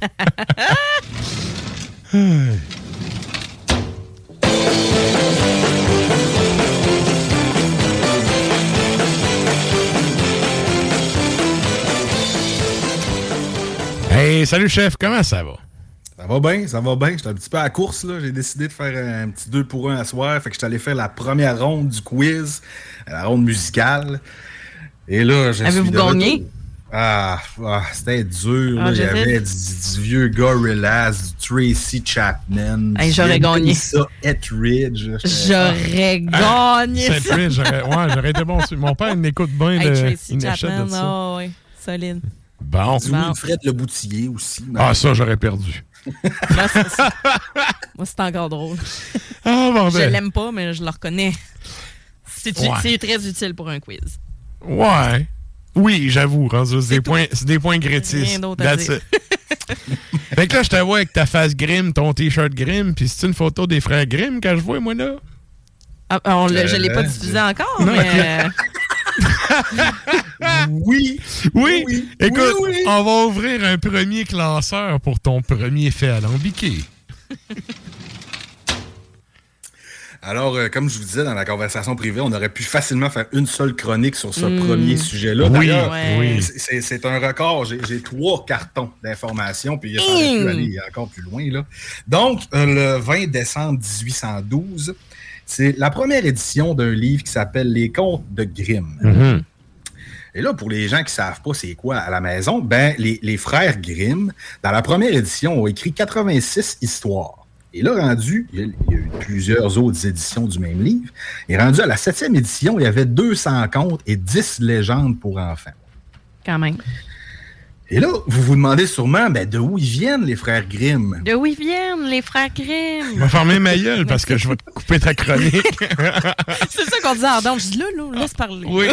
Hey, salut chef, comment ça va? Ça va bien, ça va bien. J'étais un petit peu à la course, là. J'ai décidé de faire un petit 2 pour 1 à soir. Fait que j'étais allé faire la première ronde du quiz, la ronde musicale. Et là, avez-vous gagné? C'était dur. Là. Il y avait du vieux Gorillaz, du Tracy Chapman. Hey, j'aurais gagné. Ça, Etheridge. J'aurais gagné. Etheridge, j'aurais été bon. Mon père, il écoute bien Tracy Chapman, de ça. Oui, solide. Bon. Fred Le Boutillier aussi. Ça, j'aurais perdu. Moi, c'est encore drôle. Bordel. Je l'aime pas, mais je le reconnais. C'est très utile pour un quiz. Ouais. Oui, j'avoue. C'est des points gratis. Rien d'autre à dire. Fait que là, je te vois avec ta face Grimm, ton t-shirt Grimm, puis c'est une photo des frères Grimm que je vois, moi, là? Je l'ai pas diffusé encore, mais... Oui. Écoute, on va ouvrir un premier classeur pour ton premier fait alambiqué. Alors, comme je vous disais dans la conversation privée, on aurait pu facilement faire une seule chronique sur ce premier sujet-là. D'ailleurs, c'est un record. J'ai 3 cartons d'informations, puis ça aurait pu aller encore plus loin, là. Donc, le 20 décembre 1812, c'est la première édition d'un livre qui s'appelle Les Contes de Grimm. Mm-hmm. Et là, pour les gens qui ne savent pas c'est quoi à la maison, les frères Grimm, dans la première édition, ont écrit 86 histoires. Et là, il y a eu plusieurs autres éditions du même livre. Et rendu à la 7e édition, il y avait 200 contes et 10 légendes pour enfants. Quand même. Et là, vous vous demandez sûrement, de où ils viennent, les frères Grimm? De où ils viennent, les frères Grimm? Je vais fermer ma gueule parce que je vais te couper ta chronique. C'est ça qu'on disait à Ardon. Je dis là, laisse parler. Oui.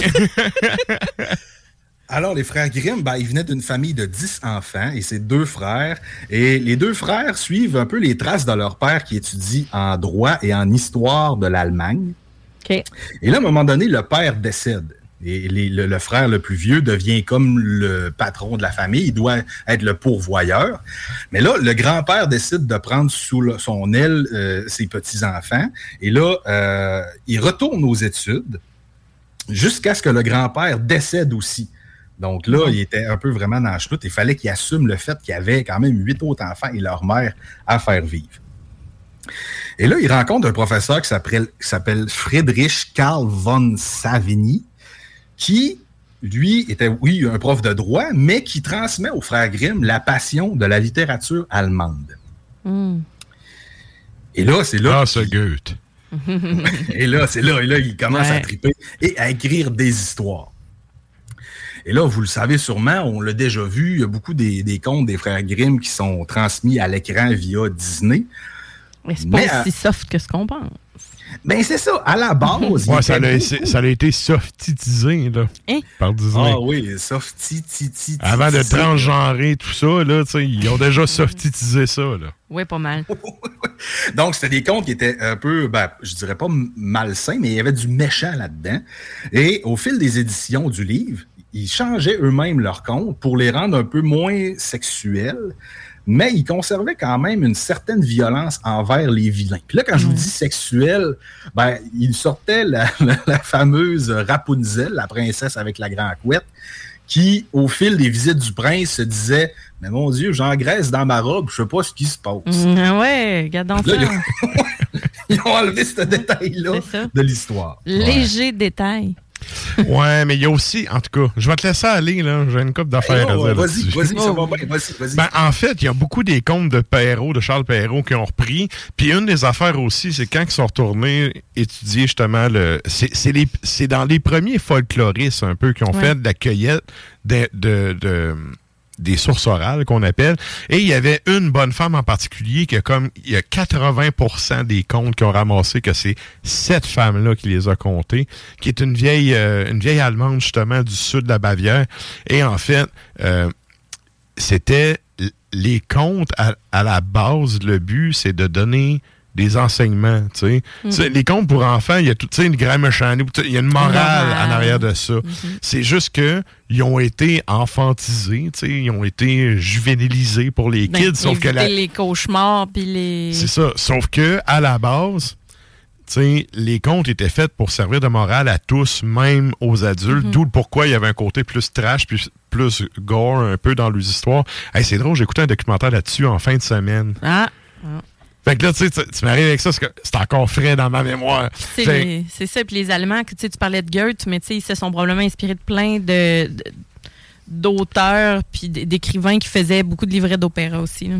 Alors, les frères Grimm, ils venaient d'une famille de 10 enfants et c'est 2 frères. Et les 2 frères suivent un peu les traces de leur père qui étudie en droit et en histoire de l'Allemagne. Okay. Et là, à un moment donné, le père décède. Et le frère le plus vieux devient comme le patron de la famille. Il doit être le pourvoyeur. Mais là, le grand-père décide de prendre sous son aile ses petits-enfants. Et là, il retourne aux études jusqu'à ce que le grand-père décède aussi. Donc là, il était un peu vraiment dans la chenoute. Il fallait qu'il assume le fait qu'il y avait quand même 8 autres enfants et leur mère à faire vivre. Et là, il rencontre un professeur qui s'appelle Friedrich Karl von Savigny, qui, lui, était, un prof de droit, mais qui transmet aux frères Grimm la passion de la littérature allemande. Mm. Et là, c'est là... Ah, ce Goethe. Et là, il commence à triper et à écrire des histoires. Et là, vous le savez sûrement, on l'a déjà vu, il y a beaucoup des contes des frères Grimm qui sont transmis à l'écran via Disney. Mais c'est pas aussi soft que ce qu'on pense. C'est ça, à la base. Ça a été softisé là, par Disney. Ah oui, softisé. Avant de transgenrer tout ça, là, ils ont déjà softisé ça. Là. Oui, pas mal. Donc, c'était des contes qui étaient un peu, je dirais pas malsains, mais il y avait du méchant là-dedans. Et au fil des éditions du livre, ils changeaient eux-mêmes leurs contes pour les rendre un peu moins sexuels, mais ils conservaient quand même une certaine violence envers les vilains. Puis là, quand je vous dis sexuel, il sortait la fameuse Rapunzel, la princesse avec la grande couette, qui, au fil des visites du prince, se disait « Mais mon Dieu, j'engraisse dans ma robe, je sais pas ce qui se passe. » Ouais, regarde donc ça. Ils ont enlevé ce détail-là de l'histoire. Léger détail. Ouais, mais il y a aussi, en tout cas, je vais te laisser aller, là. J'ai une couple d'affaires à dire. Vas-y, ça va bien. Vas-y. Ben, en fait, il y a beaucoup des contes de Perrault, de Charles Perrault, qui ont repris. Puis une des affaires aussi, c'est quand ils sont retournés étudier justement c'est dans les premiers folkloristes un peu qui ont fait de la cueillette des sources orales qu'on appelle. Et il y avait une bonne femme en particulier qui il y a 80% des contes qui ont ramassé que c'est cette femme-là qui les a comptés, qui est une vieille Allemande justement du sud de la Bavière. Et en fait, c'était les contes à la base, le but, c'est de donner des enseignements, tu sais. Les contes pour enfants, il y a tout, tu sais, une graine méchante, il y a une morale en arrière de ça. C'est juste que ils ont été enfantisés, tu sais, ils ont été juvénilisés pour les kids, sauf que les cauchemars puis les... C'est ça, sauf que à la base, tu sais, les contes étaient faits pour servir de morale à tous, même aux adultes, d'où pourquoi il y avait un côté plus trash, plus gore un peu dans les histoires. Hey, c'est drôle, j'ai écouté un documentaire là-dessus en fin de semaine. Fait que là, tu sais, tu m'arrives avec ça, c'est encore frais dans ma mémoire. C'est ça, puis les Allemands, tu parlais de Goethe, mais tu sais, ils se sont probablement inspirés de plein d'auteurs puis d'écrivains qui faisaient beaucoup de livrets d'opéra aussi.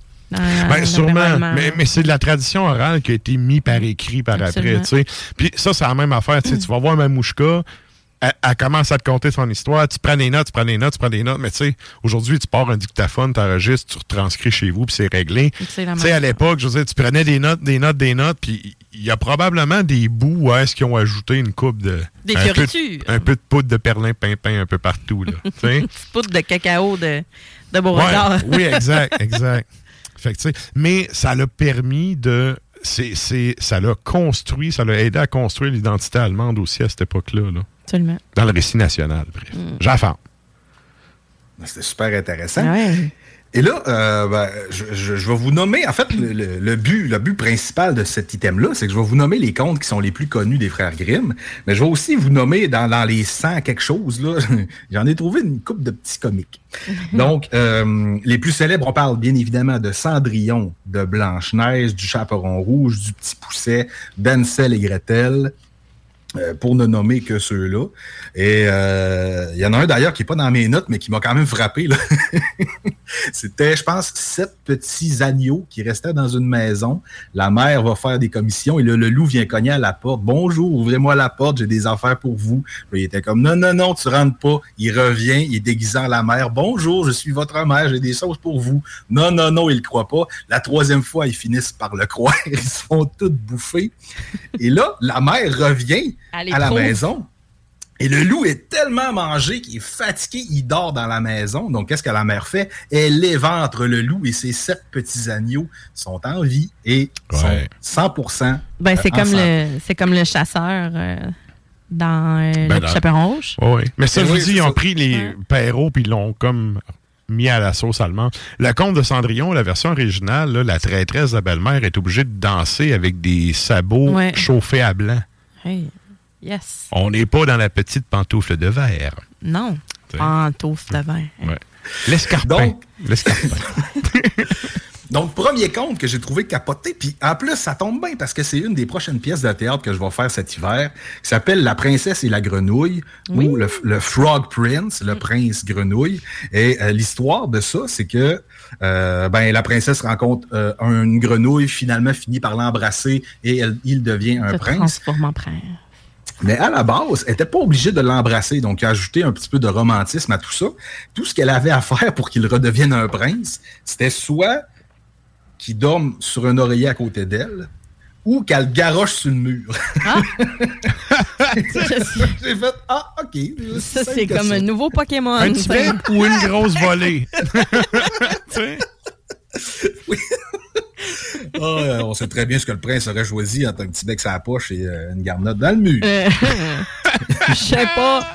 Sûrement, mais c'est de la tradition orale qui a été mise par écrit par après, tu sais. Puis ça, c'est la même affaire, tu sais, tu vas voir Mamouchka, elle commence à te conter son histoire, tu prends des notes, mais tu sais, aujourd'hui, tu pars un dictaphone, tu enregistres, tu retranscris chez vous, puis c'est réglé. Tu sais, à l'époque, je veux dire, tu prenais des notes, puis il y a probablement des bouts où est-ce qu'ils ont ajouté une coupe de... Des fioritures. Un peu de poudre de perlin-pimpin un peu partout, là. Une petite poudre de cacao de Beauregard. Ouais, oui, exact. Fait que, tu sais, mais ça l'a permis de... ça l'a construit, ça l'a aidé à construire l'identité allemande aussi à cette époque-là, là. Absolument. Dans le récit national, bref. J'affirme. C'était super intéressant. Ouais. Et là, je vais vous nommer, en fait, le but principal de cet item-là, c'est que je vais vous nommer les contes qui sont les plus connus des frères Grimm, mais je vais aussi vous nommer dans les 100 quelque chose, là, j'en ai trouvé une couple de petits comiques. Donc, les plus célèbres, on parle bien évidemment de Cendrillon, de Blanche-Neige, du Chaperon Rouge, du Petit Pousset, d'Hansel et Gretel, pour ne nommer que ceux-là. Et il y en a un d'ailleurs qui n'est pas dans mes notes, mais qui m'a quand même frappé, là. C'était, je pense, 7 petits agneaux qui restaient dans une maison. La mère va faire des commissions et là, le loup vient cogner à la porte. « Bonjour, ouvrez-moi la porte, j'ai des affaires pour vous. » Il était comme « Non, tu rentres pas. » Il revient, il est déguisé en la mère. « Bonjour, je suis votre mère, j'ai des choses pour vous. » Non, il le croit pas. La 3e fois, ils finissent par le croire. Ils se font tous bouffer. Et là, la mère revient à la maison. Et le loup est tellement mangé qu'il est fatigué, il dort dans la maison. Donc, qu'est-ce que la mère fait? Elle éventre le loup et ses 7 petits agneaux sont en vie et sont 100% c'est comme le chasseur dans le Chaperon Rouge. Oui, mais ça, je vous dis, ils ont pris les Perrault puis ils l'ont comme mis à la sauce allemande. Le conte de Cendrillon, la version originale, là, la traîtresse de la belle-mère est obligée de danser avec des sabots chauffés à blanc. Hey. Yes. On n'est pas dans la petite pantoufle de verre. Non, pantoufle de verre. Ouais. L'escarpin. Donc, premier conte que j'ai trouvé capoté, puis en plus, ça tombe bien parce que c'est une des prochaines pièces de théâtre que je vais faire cet hiver, qui s'appelle La princesse et la grenouille, ou le Frog Prince, le prince grenouille. Et l'histoire de ça, c'est que la princesse rencontre une grenouille, finalement finit par l'embrasser et il devient un prince. Transforme en prince. Mais à la base, elle n'était pas obligée de l'embrasser. Donc, il a ajouté un petit peu de romantisme à tout ça. Tout ce qu'elle avait à faire pour qu'il redevienne un prince, c'était soit qu'il dorme sur un oreiller à côté d'elle ou qu'elle garoche sur le mur. Ah! J'ai fait « Ah, OK. » Ça, c'est comme un nouveau Pokémon. Un petit bec ou une grosse volée. Oui. On sait très bien ce que le prince aurait choisi entre un petit bec sur la poche et une garnotte dans le mur. Je sais pas.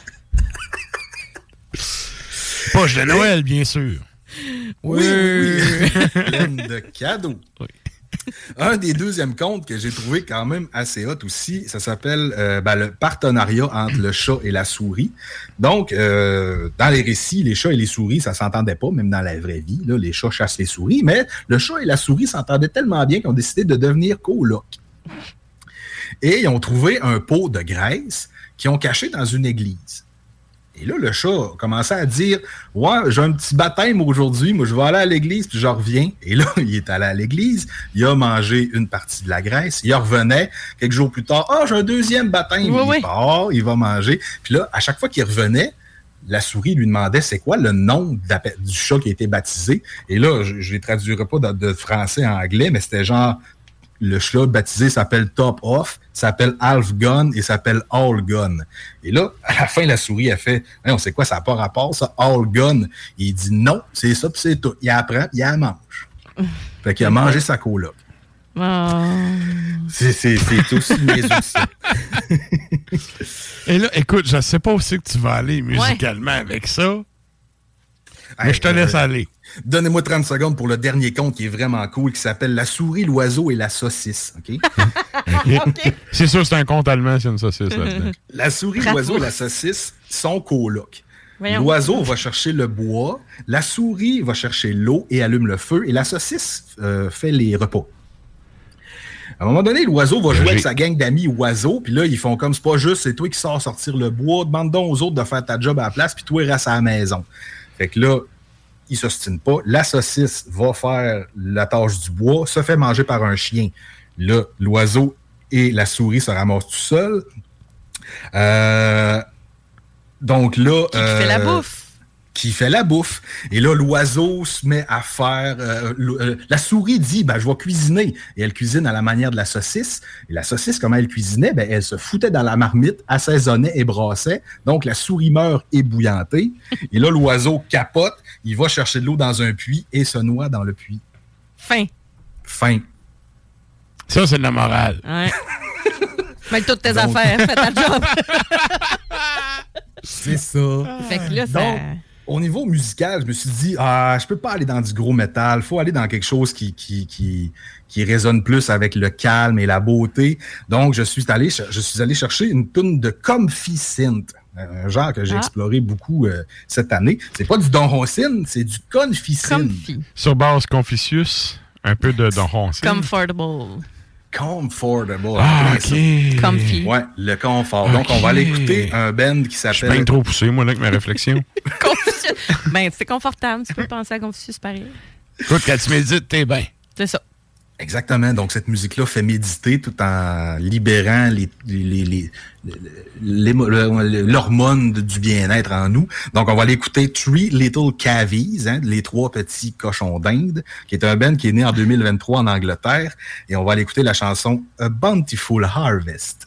Poche de Noël, bien sûr. Oui. Pleine de cadeaux. Oui. Un des deuxièmes contes que j'ai trouvé quand même assez hot aussi, ça s'appelle le partenariat entre le chat et la souris. Donc, dans les récits, les chats et les souris, ça s'entendait pas, même dans la vraie vie. Là, les chats chassent les souris, mais le chat et la souris s'entendaient tellement bien qu'ils ont décidé de devenir colocs. Et ils ont trouvé un pot de graisse qu'ils ont caché dans une église. Et là, le chat a commencé à dire « Ouais, j'ai un petit baptême aujourd'hui, moi je vais aller à l'église, puis je reviens. » Et là, il est allé à l'église, il a mangé une partie de la graisse, il revenait, quelques jours plus tard, « Ah, j'ai un deuxième baptême. » Il part, il va manger. Puis là, à chaque fois qu'il revenait, la souris lui demandait c'est quoi le nom du chat qui a été baptisé. Et là, je ne les traduirai pas de français en anglais, mais c'était genre, le chat baptisé s'appelle Top Off, s'appelle Half Gun et s'appelle All Gun. Et là, à la fin, la souris a fait, on sait quoi, ça n'a pas rapport, ça, All Gun. Et il dit non, c'est ça, puis c'est tout. Il apprend, il la mange. Fait qu'il a mangé sa coloc. Oh. C'est aussi niaiseux que ça. Et là, écoute, je ne sais pas où c'est que tu vas aller musicalement avec ça, mais je te laisse aller. Donnez-moi 30 secondes pour le dernier conte qui est vraiment cool, qui s'appelle La souris, l'oiseau et la saucisse. OK? Okay. C'est sûr, c'est un conte allemand, c'est une saucisse. Là-dedans. La souris, l'oiseau et la saucisse sont colocs. L'oiseau va chercher le bois, la souris va chercher l'eau et allume le feu, et la saucisse fait les repas. À un moment donné, l'oiseau va jouer avec sa gang d'amis oiseaux, puis là, ils font comme, c'est pas juste, c'est toi qui sors sortir le bois, demande donc aux autres de faire ta job à la place, puis toi, reste à la maison. Fait que là, il s'ostine pas. La saucisse va faire la tâche du bois, se fait manger par un chien. Là, l'oiseau et la souris se ramassent tout seuls. Donc là... Qui fait la bouffe. Qui fait la bouffe. Et là, l'oiseau se met à faire... la souris dit, je vais cuisiner. Et elle cuisine à la manière de la saucisse. Et la saucisse, comment elle cuisinait? Elle se foutait dans la marmite, assaisonnait et brassait. Donc, la souris meurt ébouillantée. Et là, l'oiseau capote. Il va chercher de l'eau dans un puits et se noie dans le puits. Fin. Ça, c'est de la morale. Ouais. Mets toutes tes affaires, fais ta job. C'est ça. Fait que là, donc, au niveau musical, je me suis dit, je peux pas aller dans du gros métal. Faut aller dans quelque chose qui résonne plus avec le calme et la beauté. Donc, je suis allé chercher une toune de Comfy Synth. Un genre que j'ai exploré beaucoup cette année. C'est pas du Don Ronsin, c'est du Comfy Synth. Sur base Confucius, un peu de Don Ronsin. Comfortable. OK. Comfy. Ouais, le confort. Donc, on va aller écouter un band qui s'appelle... Je suis bien trop poussé, moi, là, avec ma réflexion. Confucius. C'est confortable. Tu peux penser à Confucius pareil. Écoute, quand tu médites, t'es bien. C'est ça. Exactement. Donc, cette musique-là fait méditer tout en libérant l'hormone du bien-être en nous. Donc, on va aller écouter Three Little Cavies, les 3 petits cochons d'Inde, qui est un band qui est né en 2023 en Angleterre. Et on va aller écouter la chanson A Bountiful Harvest.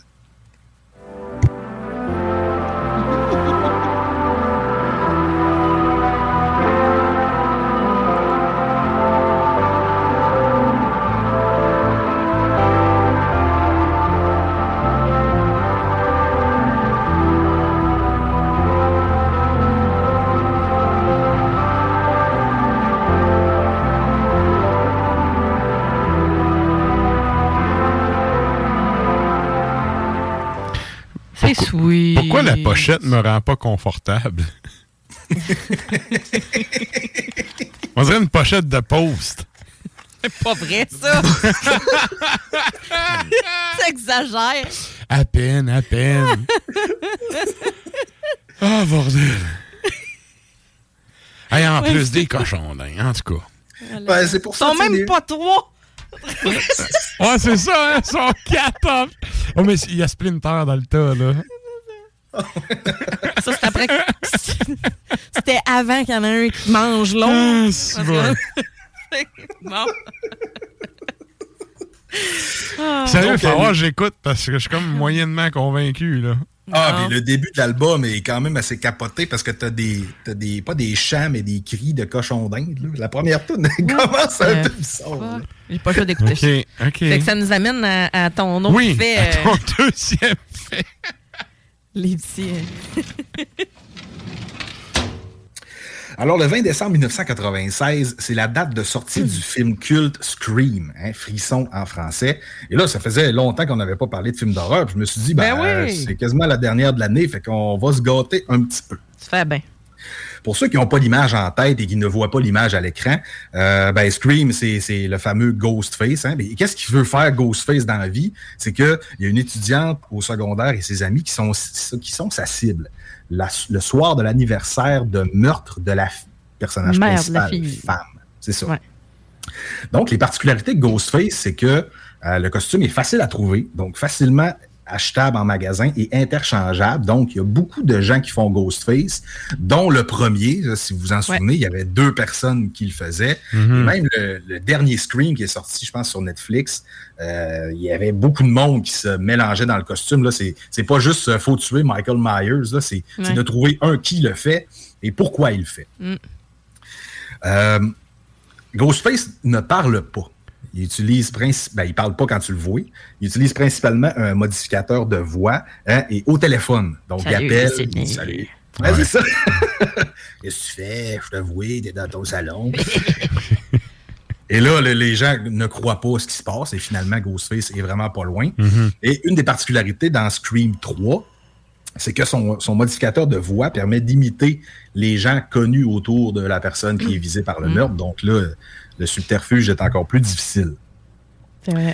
Pourquoi la pochette me rend pas confortable? On dirait une pochette de Post. C'est pas vrai, ça! T'exagères! À peine. Ah, bordel! Hey, en plus des cochons, en tout cas. C'est pour ça. Ils sont même pas 3! Ouais, c'est ça, hein? Ils sont 4. Oh, mais il y a Splinter dans le tas, là. Ça, c'est après. C'était avant qu'il y en ait un qui mange l'autre. C'est bon. Bon. Sérieux, il faut voir, j'écoute parce que je suis comme moyennement convaincu, là. Mais le début de l'album est quand même assez capoté parce que t'as des pas des chants, mais des cris de cochons d'Inde. Là. La première toune commence un peu bizarre. J'ai pas le choix d'écouter ça. OK. Fait que ça nous amène à ton autre fait. À ton deuxième fait. Les petits... Alors, le 20 décembre 1996, c'est la date de sortie du film culte Scream, Frisson en français. Et là, ça faisait longtemps qu'on n'avait pas parlé de films d'horreur. Puis je me suis dit, c'est quasiment la dernière de l'année, fait qu'on va se gâter un petit peu. Tu fais bien. pour ceux qui n'ont pas l'image en tête et qui ne voient pas l'image à l'écran, Scream, c'est le fameux Ghostface. Hein? Mais qu'est-ce qu'il veut faire Ghostface dans la vie? C'est qu'il y a une étudiante au secondaire et ses amis qui sont sa cible. Le soir de l'anniversaire de meurtre de la personnage principal, femme. C'est ça. Ouais. Donc, les particularités de Ghostface, c'est que le costume est facile à trouver, donc facilement achetable en magasin et interchangeable. Donc, il y a beaucoup de gens qui font Ghostface, dont le premier, si vous vous en souvenez, il y avait 2 personnes qui le faisaient. Et même le dernier Scream qui est sorti, je pense, sur Netflix, il y avait beaucoup de monde qui se mélangeait dans le costume. Là, c'est pas juste faut tuer Michael Myers, là, c'est de trouver qui le fait et pourquoi il le fait. Ghostface ne parle pas. Il parle pas quand tu le vois. Il utilise principalement un modificateur de voix et au téléphone. Donc, il appelle. Salut. Ouais, c'est ça. Qu'est-ce que tu fais? Je te vois, t'es dans ton salon. Et là, les gens ne croient pas à ce qui se passe et finalement, Ghostface est vraiment pas loin. Et une des particularités dans Scream 3, c'est que son modificateur de voix permet d'imiter les gens connus autour de la personne qui est visée par le meurtre. Donc là, le subterfuge est encore plus difficile. C'est vrai.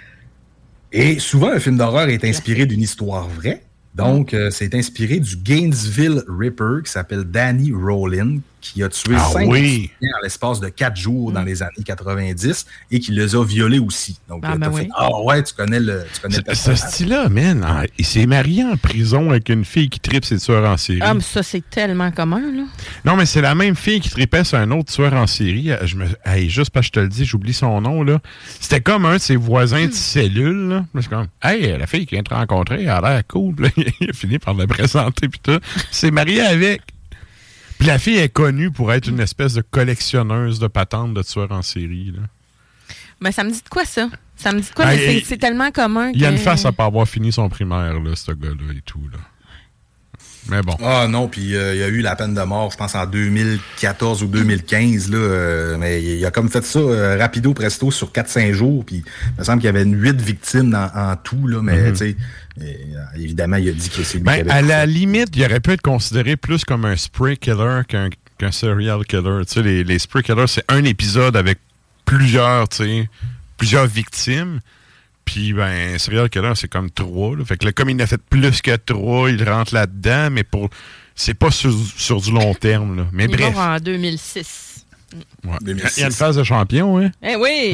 Et souvent, un film d'horreur est inspiré d'une histoire vraie. Donc, c'est inspiré du Gainesville Ripper qui s'appelle Danny Rowland, qui a tué 5 étudiants en l'espace de 4 jours dans les années 90 et qui les a violés aussi. Donc, tu connais le personnage. Ce style-là, man, il s'est marié en prison avec une fille qui tripe ses tueurs en série. Ah, mais ça, c'est tellement commun, là. Non, mais c'est la même fille qui tripait sur un autre tueur en série. Juste parce que je te le dis, j'oublie son nom, là. C'était comme un de ses voisins de cellule, là. C'est comme, hey, la fille qui vient te rencontrer, elle a l'air cool. Il a fini par la présenter, puis tout. C'est marié avec. Puis la fille est connue pour être une espèce de collectionneuse de patentes de tueurs en série. Là. Mais ça me dit de quoi, ça? Ça me dit de quoi? Mais c'est tellement commun que... Il y a une face à pas avoir fini son primaire, là, ce gars-là et tout. Là. Mais bon. Ah non, puis il y a eu la peine de mort, je pense, en 2014 ou 2015. Là, mais il a comme fait ça rapido presto sur 4-5 jours. Puis il me semble qu'il y avait 8 victimes en tout. Là, mais tu sais, évidemment, il a dit que c'est lui qui avait à la limite, il aurait pu être considéré plus comme un spree killer qu'un serial killer. Tu sais, les spree killers, c'est un épisode avec plusieurs victimes. Puis, serial killer, c'est comme 3. Là. Fait que là, comme il en a fait plus que 3, il rentre là-dedans, mais c'est pas sur du long terme. Là. Mais bref. Il mort en 2006. Ouais. 2006. Il y a une phase de champion, hein? Eh oui!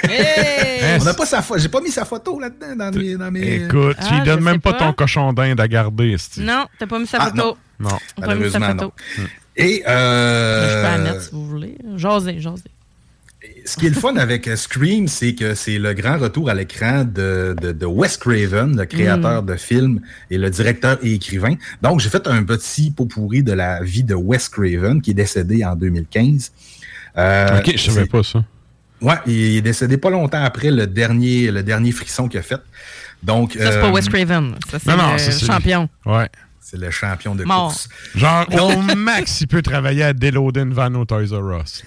On n'a pas sa photo. J'ai pas mis sa photo là-dedans dans mes... Écoute, tu lui donnes même pas ton cochon d'Inde à garder. Non, t'as pas mis sa photo. Non. On pas mis sa photo. Et je peux la mettre si vous voulez. Jasez. Ce qui est le fun avec Scream, c'est que c'est le grand retour à l'écran de Wes Craven, le créateur de films et le directeur et écrivain. Donc, j'ai fait un petit pot pourri de la vie de Wes Craven, qui est décédé en 2015. OK, je savais pas ça. Ouais, il est décédé pas longtemps après le dernier frisson qu'il a fait. Donc, ça, c'est pas Wes Craven. Ça, c'est le champion. Ouais. C'est le champion de mort. Course. Genre, au max, il peut travailler à Déloden Van au Toys R Us.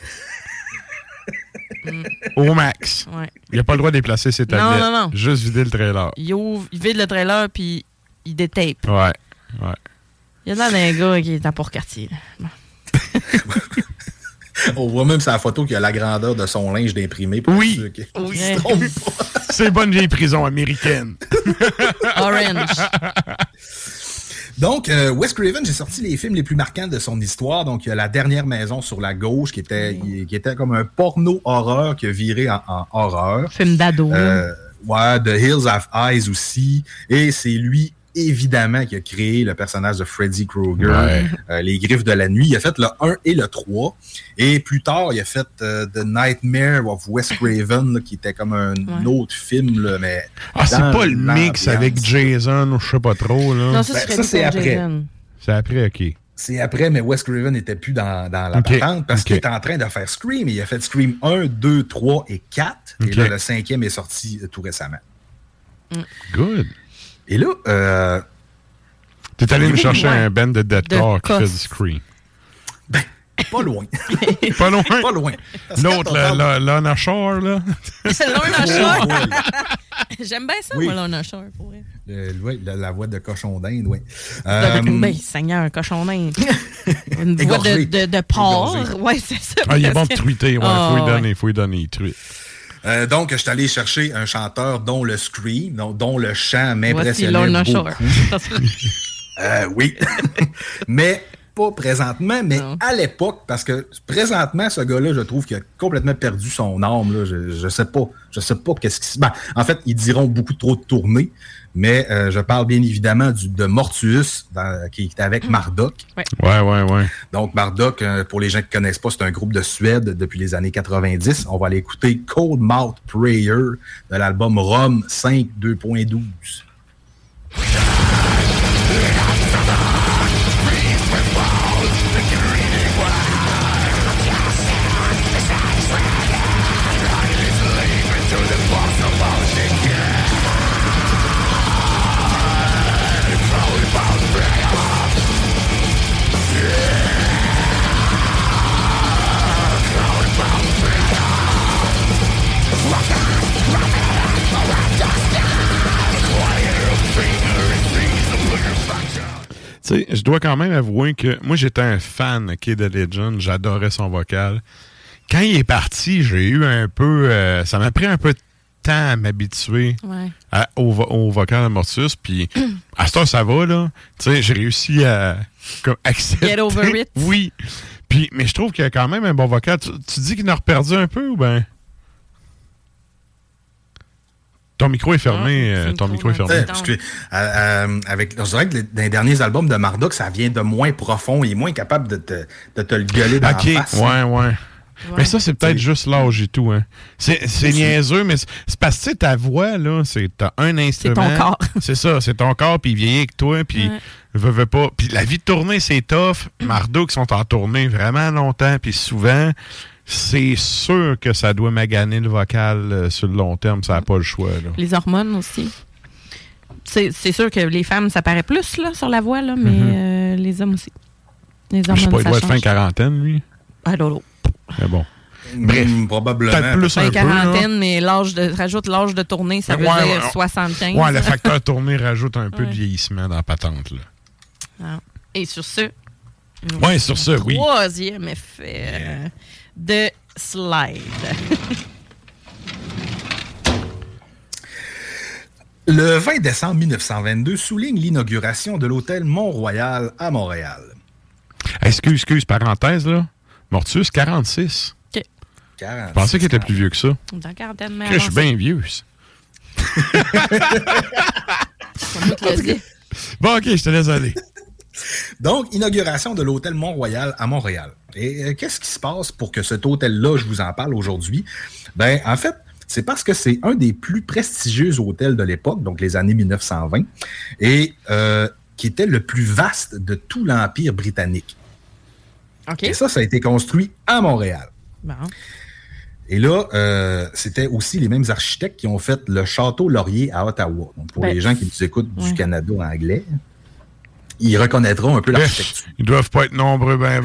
Au max. Ouais. Il n'a pas le droit de déplacer ses tablettes. Non. Juste vider le trailer. Il vide le trailer puis il détape. Ouais. Il y a là un gars qui est à Port-Cartier. On voit même sa photo qui a la grandeur de son linge d'imprimé. Oui. Oui. C'est bonne vieille prison américaine. Orange. Donc, Wes Craven, j'ai sorti les films les plus marquants de son histoire. Donc, il y a La Dernière Maison sur la gauche, qui était comme un porno horreur qui a viré en horreur. Film d'ado. The Hills Have Eyes aussi. Et c'est lui, évidemment, qui a créé le personnage de Freddy Krueger, Les Griffes de la Nuit. Il a fait le 1 et le 3. Et plus tard, il a fait The Nightmare of Wes Craven, là, qui était comme un autre film. Là, mais c'est pas le mix avec Jason ou je sais pas trop. Là. Non, ça c'est après. Jason. C'est après, OK. C'est après, mais Wes Craven n'était plus dans la patente parce qu'il était en train de faire Scream. Il a fait Scream 1, 2, 3 et 4. Et là, le 5e est sorti tout récemment. Good. Et là, t'es allé me chercher un band de deathcore qui fait du Scream. Ben, pas loin. Pas loin? Pas loin. L'autre, Lana Shore, là. Lana Shore? J'aime bien ça, moi, Lana Shore, pour vrai. Oui, la voix de cochon d'Inde, oui. Ben, Seigneur, un cochon d'Inde. Une voix de porc. Oui, c'est ça. Ah, il est bon de truiter. Il faut lui donner truite. Donc, je suis allé chercher un chanteur dont le scream, dont le chant m'impressionnait beaucoup. Oui. Mais pas présentement, mais à l'époque, parce que présentement, ce gars-là, je trouve qu'il a complètement perdu son âme. Là. Je sais pas qu'est-ce qui se... Ben, en fait, ils diront beaucoup trop de tournées, mais je parle bien évidemment de Mortuus, qui est avec Marduk. Ouais. Donc, Marduk, pour les gens qui ne connaissent pas, c'est un groupe de Suède depuis les années 90. On va aller écouter Cold Mouth Prayer de l'album Rome 5 2.12. Je dois quand même avouer que moi, j'étais un fan de Legend. J'adorais son vocal. Quand il est parti, j'ai eu un peu... ça m'a pris un peu de temps à m'habituer au vocal de Mortius. Puis à ce temps, ça va, là. J'ai réussi à accepter. Get over it. Oui. Mais je trouve qu'il y a quand même un bon vocal. Tu dis qu'il en a reperdu un peu ou bien? Ton micro est fermé. Je dirais que dans les derniers albums de Marduk, ça vient de moins profond. Il est moins capable de te le gueuler dans la face. Ouais. Mais ça, c'est peut-être juste l'âge et tout. Hein. C'est niaiseux, mais c'est parce que ta voix, là, t'as un instrument. C'est ton corps. C'est ça, c'est ton corps, puis il vieillit avec toi, puis veut pas. Puis la vie de tournée, c'est tough. Marduk sont en tournée vraiment longtemps, puis souvent... C'est sûr que ça doit maganer le vocal sur le long terme. Ça n'a pas le choix. Là. Les hormones aussi. C'est sûr que les femmes, ça paraît plus là, sur la voix, là, mais les hommes aussi. Les hormones, je sais pas, il doit être change. fin quarantaine, lui. Ah, lolo. Mais bon. Bref. Probablement. Peut-être plus un peu. Quarantaine, mais rajoute l'âge de tournée, ça veut dire 75. Ouais, le facteur tournée rajoute un peu de vieillissement dans la patente. Là. Ah. Et sur ce... Oui, sur ce, oui. Troisième effet de slide. Le 20 décembre 1922 souligne l'inauguration de l'hôtel Mont-Royal à Montréal. Excuse, parenthèse, là. Mortius, 46. OK. 46, je pensais qu'il était plus vieux que ça. Dans la quarantaine, mais je suis bien vieux. Bon, OK, je te laisse aller. Donc, inauguration de l'hôtel Mont-Royal à Montréal. Et qu'est-ce qui se passe pour que cet hôtel-là, je vous en parle aujourd'hui? Ben, en fait, c'est parce que c'est un des plus prestigieux hôtels de l'époque, donc les années 1920, et qui était le plus vaste de tout l'Empire britannique. OK. Et ça a été construit à Montréal. Bon. Et là, c'était aussi les mêmes architectes qui ont fait le Château Laurier à Ottawa. Donc, pour les gens qui nous écoutent du Canada anglais... Ils reconnaîtront un peu l'architecture. Ils doivent pas être nombreux, ben.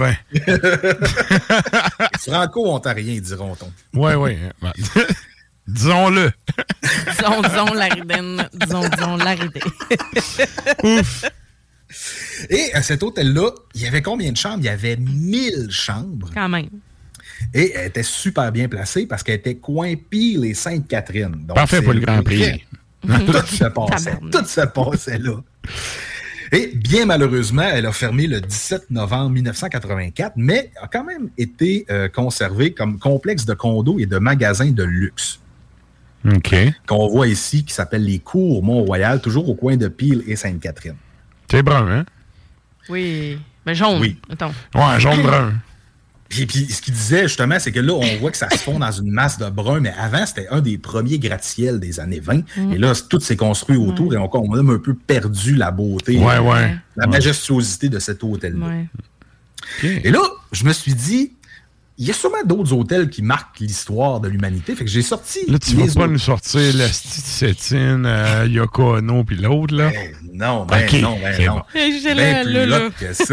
Franco-ontariens, diront-on. Oui. Disons-le. Disons l'Aridène. Disons l'Aridé. Ouf. Et à cet hôtel-là, il y avait combien de chambres? Il y avait 1000 chambres. Quand même. Et elle était super bien placée parce qu'elle était coin Peel et Sainte-Catherine. Donc, parfait pour le Grand Prix. Tout se passait là. Et bien malheureusement, elle a fermé le 17 novembre 1984, mais a quand même été conservée comme complexe de condos et de magasins de luxe. OK. Qu'on voit ici, qui s'appelle les Cours Mont-Royal, toujours au coin de Peel et Sainte-Catherine. C'est brun, hein? Oui. Mais jaune, oui. Attends. Ouais, jaune-brun. Puis ce qu'il disait, justement, c'est que là, on voit que ça se fond dans une masse de brun, mais avant, c'était un des premiers gratte-ciels des années 20. Et là, tout s'est construit autour et on a un peu perdu la beauté, la majestuosité de cet hôtel-là. Ouais. Okay. Et là, je me suis dit, il y a sûrement d'autres hôtels qui marquent l'histoire de l'humanité. Fait que j'ai sorti... Là, tu vas pas nous sortir la Cétine, Yoko Ono puis l'autre, là? Non. J'ai bien plus là que ça.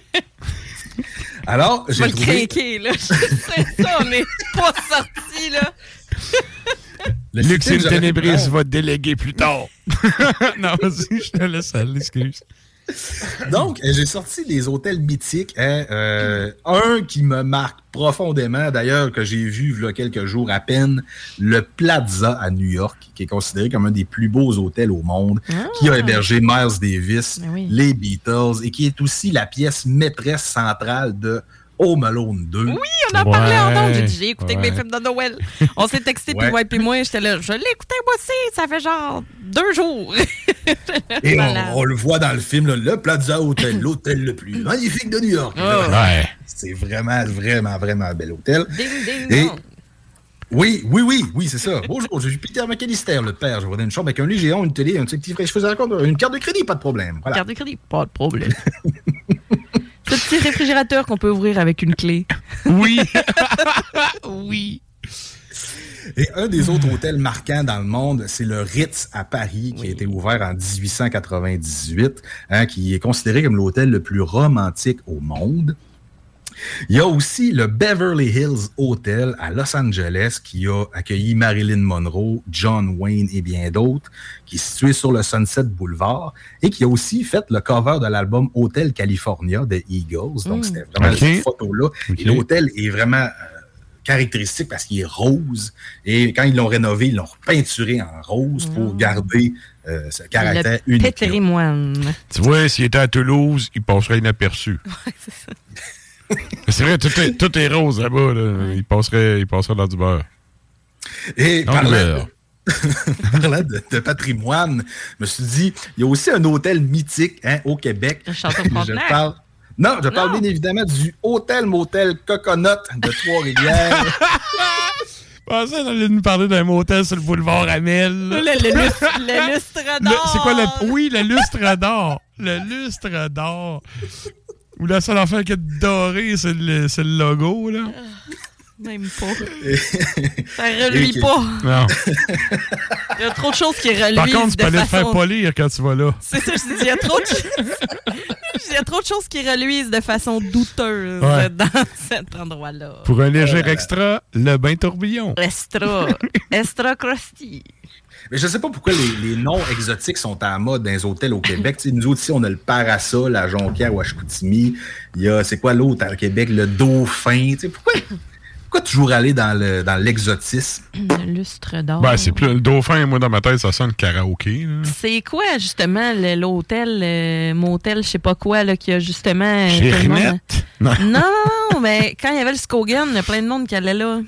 Alors, j'ai trouvé... craquer, là. Je sais ça, on n'est pas sorti, là. Luc Ténébris va te déléguer plus tard. Non, vas-y, je te laisse aller, excuse. Donc, j'ai sorti les hôtels mythiques. Un qui me marque profondément, d'ailleurs, que j'ai vu il y a quelques jours à peine, le Plaza à New York, qui est considéré comme un des plus beaux hôtels au monde, qui a hébergé Miles Davis, les Beatles, et qui est aussi la pièce maîtresse centrale de Home Alone 2. Oui, on en parlait en ondes. J'ai dit, j'ai écouté mes films de Noël. On s'est texté, puis moi, j'étais là, je l'ai écouté moi aussi, ça fait genre 2 jours. Et on le voit dans le film, là, le Plaza Hotel, l'hôtel le plus magnifique de New York. C'est vraiment, vraiment, vraiment un bel hôtel. Oui, c'est ça. Bonjour, je suis Peter McAllister, le père. Je vous donne une chambre avec un lit géant, une télé, un petit réfrigérateur, une carte de crédit, pas de problème. Voilà. Carte de crédit, pas de problème. Ce petit réfrigérateur qu'on peut ouvrir avec une clé. Oui. Oui. Et un des autres hôtels marquants dans le monde, c'est le Ritz à Paris, qui a été ouvert en 1898, qui est considéré comme l'hôtel le plus romantique au monde. Il y a aussi le Beverly Hills Hotel à Los Angeles qui a accueilli Marilyn Monroe, John Wayne et bien d'autres, qui est situé sur le Sunset Boulevard et qui a aussi fait le cover de l'album Hotel California des Eagles. Donc, c'était vraiment cette photo-là. Et l'hôtel est vraiment caractéristique parce qu'il est rose. Et quand ils l'ont rénové, ils l'ont peinturé en rose pour garder ce caractère unique. Le patrimoine. Tu vois, s'il était à Toulouse, il passerait inaperçu. Ouais, c'est ça. C'est vrai, tout est rose là-bas. Là. Il passerait dans du beurre. Et parlant de patrimoine, je me suis dit, il y a aussi un hôtel mythique au Québec. Je parle bien évidemment du Hôtel-Motel Coconut de Trois-Rivières. Je pensais qu'on allait nous parler d'un motel sur le boulevard Amel. Le lustre d'or. C'est quoi Oui, le lustre d'or. Le lustre d'or. Où la seule affaire qui est dorée, c'est le logo, là. Même pas. Ça reluit pas. Non. Il y a trop de choses qui reluisent. Par contre, tu peux aller te faire polir quand tu vas là. C'est ça, je dis, il y a trop de choses qui reluisent de façon douteuse dans cet endroit-là. Pour un léger extra, le bain tourbillon. Extra crusty. Mais je ne sais pas pourquoi les noms exotiques sont à la mode dans les hôtels au Québec. T'sais, nous autres, ici, on a le Parasol à Jonquière ou à Chicoutimi. Il y a, c'est quoi l'autre à Québec? Le Dauphin. Pourquoi toujours aller dans l'exotisme? Le lustre d'or. Ben, c'est plus le Dauphin, moi, dans ma tête, ça sonne karaoké. Là. C'est quoi, justement, l'hôtel, motel, je sais pas quoi, là, qui a justement... Chez Rinette? Non, mais quand il y avait le Skogan, il y a plein de monde qui allait là.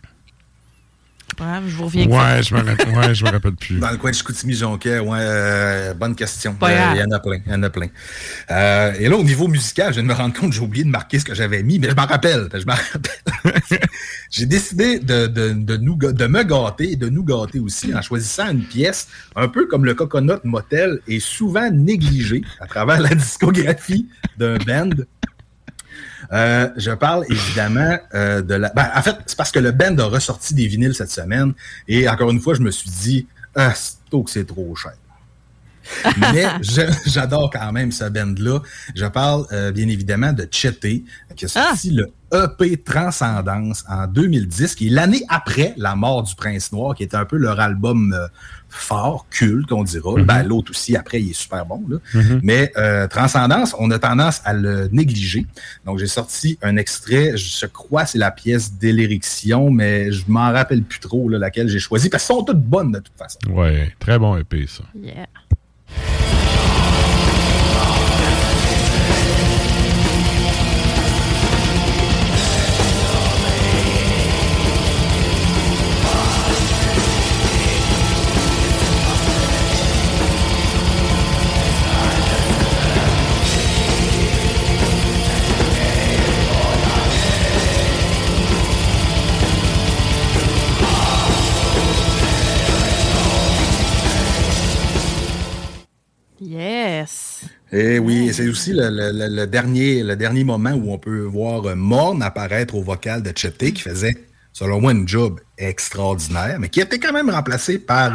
Je vous reviens. Je me rappelle plus. Dans le coin de Chicoutimi-Jonquière, bonne question. Il y en a plein. Et là, au niveau musical, je viens de me rendre compte que j'ai oublié de marquer ce que j'avais mis, mais je m'en rappelle. J'ai décidé de me gâter et de nous gâter aussi en choisissant une pièce un peu comme le Coconut Motel est souvent négligée à travers la discographie d'un band. Je parle évidemment de la... en fait, c'est parce que le band a ressorti des vinyles cette semaine et encore une fois, je me suis dit c'est trop cher. Mais j'adore quand même ce band-là. Je parle bien évidemment de Chetté, qui a sorti le EP Transcendance en 2010, qui est l'année après La mort du Prince Noir, qui était un peu leur album fort, culte, on dira. Ben, l'autre aussi, après, il est super bon. Là. Mais Transcendance, on a tendance à le négliger. Donc, j'ai sorti un extrait, je crois que c'est la pièce d'Élection, mais je m'en rappelle plus trop laquelle j'ai choisi, parce qu'elles sont toutes bonnes de toute façon. Ouais, très bon EP, ça. Yeah. Yes. Et oui, c'est aussi le dernier moment où on peut voir Morne apparaître au vocal de Chetté, qui faisait, selon moi, une job extraordinaire, mais qui a été quand même remplacé par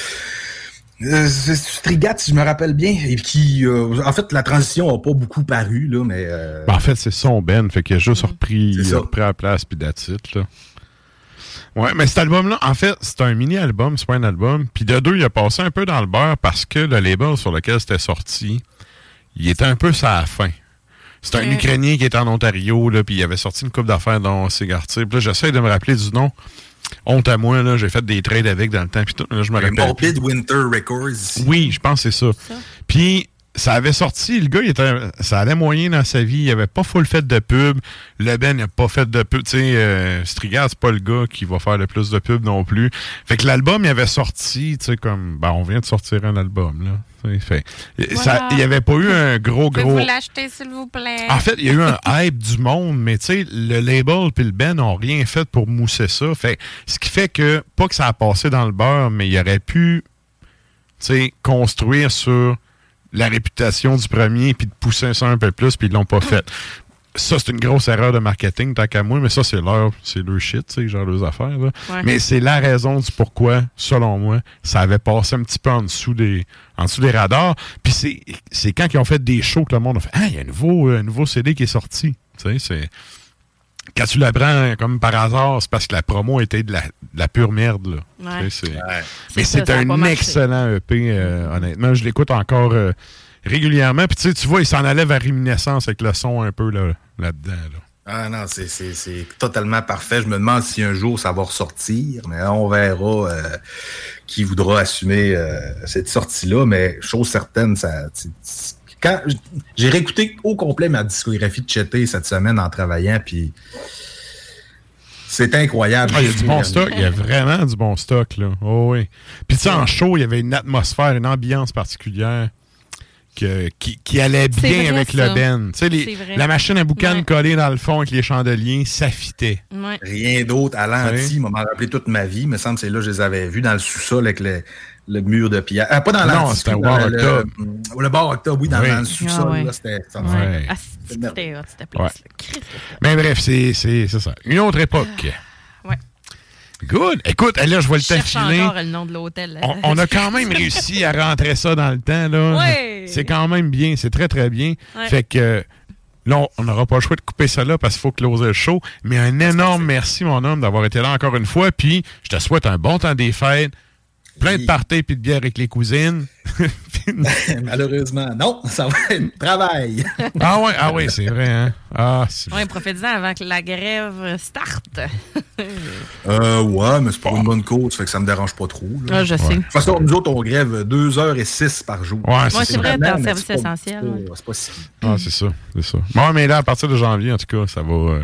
Strigat, si je me rappelle bien, et qui, en fait, la transition n'a pas beaucoup paru, là, mais... En fait, c'est son Ben, fait qu'il a juste repris la place, puis that's it, là. Ouais, mais cet album-là, en fait, c'est un mini-album, c'est pas un album. Puis de deux, il a passé un peu dans le beurre parce que le label sur lequel c'était sorti, il était un peu sur la fin. C'est un Ukrainien qui était en Ontario, là, puis il avait sorti une couple d'affaires dans Cigartier. Puis là, j'essaie de me rappeler du nom. Honte à moi, là, j'ai fait des trades avec dans le temps. Puis tout, là, je me rappelle. Morbid Winter Records. Oui, je pense que c'est ça. Puis ça avait sorti, le gars, ça allait moyen dans sa vie. Il avait pas full fait de pub. Le Ben n'a pas fait de pub. Tu sais, Strigard, c'est pas le gars qui va faire le plus de pub non plus. Fait que l'album, il avait sorti, tu sais, comme, on vient de sortir un album, là. Fait, il n'y avait pas eu un gros... Pouvez-vous l'acheter, s'il vous plaît? En fait, il y a eu un hype du monde, mais tu sais, le label puis le Ben n'ont rien fait pour mousser ça. Fait, ce qui fait que, pas que ça a passé dans le beurre, mais il aurait pu, tu sais, construire sur la réputation du premier puis de pousser ça un peu plus, puis ils l'ont pas fait. Ça, c'est une grosse erreur de marketing, tant qu'à moi, mais ça, c'est leur shit, tu sais, genre leurs affaires. Là. Ouais. Mais c'est la raison du pourquoi, selon moi, ça avait passé un petit peu en dessous des radars. Puis c'est quand ils ont fait des shows que le monde a fait « Ah, il y a un nouveau CD qui est sorti. » Tu sais, c'est... Quand tu l'apprends comme par hasard, c'est parce que la promo était de la pure merde. Là. Ouais. Mais c'est un excellent EP, honnêtement. Je l'écoute encore... régulièrement. Puis tu vois, il s'en allait vers Réminiscence avec le son un peu là-dedans. Là. Ah non, c'est totalement parfait. Je me demande si un jour ça va ressortir, mais on verra qui voudra assumer cette sortie-là. Mais chose certaine, quand j'ai réécouté au complet ma discographie de Chetté cette semaine en travaillant, puis c'est incroyable. Il y a du bon stock. Il y a vraiment du bon stock. Là. Oh, oui. Puis tu sais, en show, il y avait une atmosphère, une ambiance particulière. Qui allait bien avec le Ben. Tu sais, la machine à boucan collée dans le fond avec les chandeliers, ça fitait. Ouais. Rien d'autre à l'anti, m'a rappelé toute ma vie. Il me semble que c'est là que je les avais vus dans le sous-sol avec le mur de pierre. Ah, pas dans l'anti. Non, c'était au bar Octobre. Le bar Octobre, oui, dans le sous-sol. Ah, ouais. Là, c'était c'était place. Mais bref, c'est ça. Une autre époque. Good. Écoute, là, je vois le temps filer. Encore le nom de l'hôtel. On a quand même réussi à rentrer ça dans le temps. Là. Ouais. C'est quand même bien. C'est très, très bien. Ouais. Fait que là, on n'aura pas le choix de couper ça là parce qu'il faut closer le show. Mais un énorme merci, mon homme, d'avoir été là encore une fois. Puis, je te souhaite un bon temps des fêtes. Plein de parties et de bière avec les cousines. Malheureusement, non, ça va être travail. Ah ouais, c'est vrai, hein? Oui, profitez-en avant que la grève starte. Ouais, mais c'est pour une bonne cause, fait que ça me dérange pas trop. Là. Ah, je sais. De toute façon, nous autres, on grève 2h06 par jour. Ouais, c'est vrai, t'es en service essentiel. C'est pas si... Ah, c'est ça. Bon, mais là, à partir de janvier, en tout cas, ça va...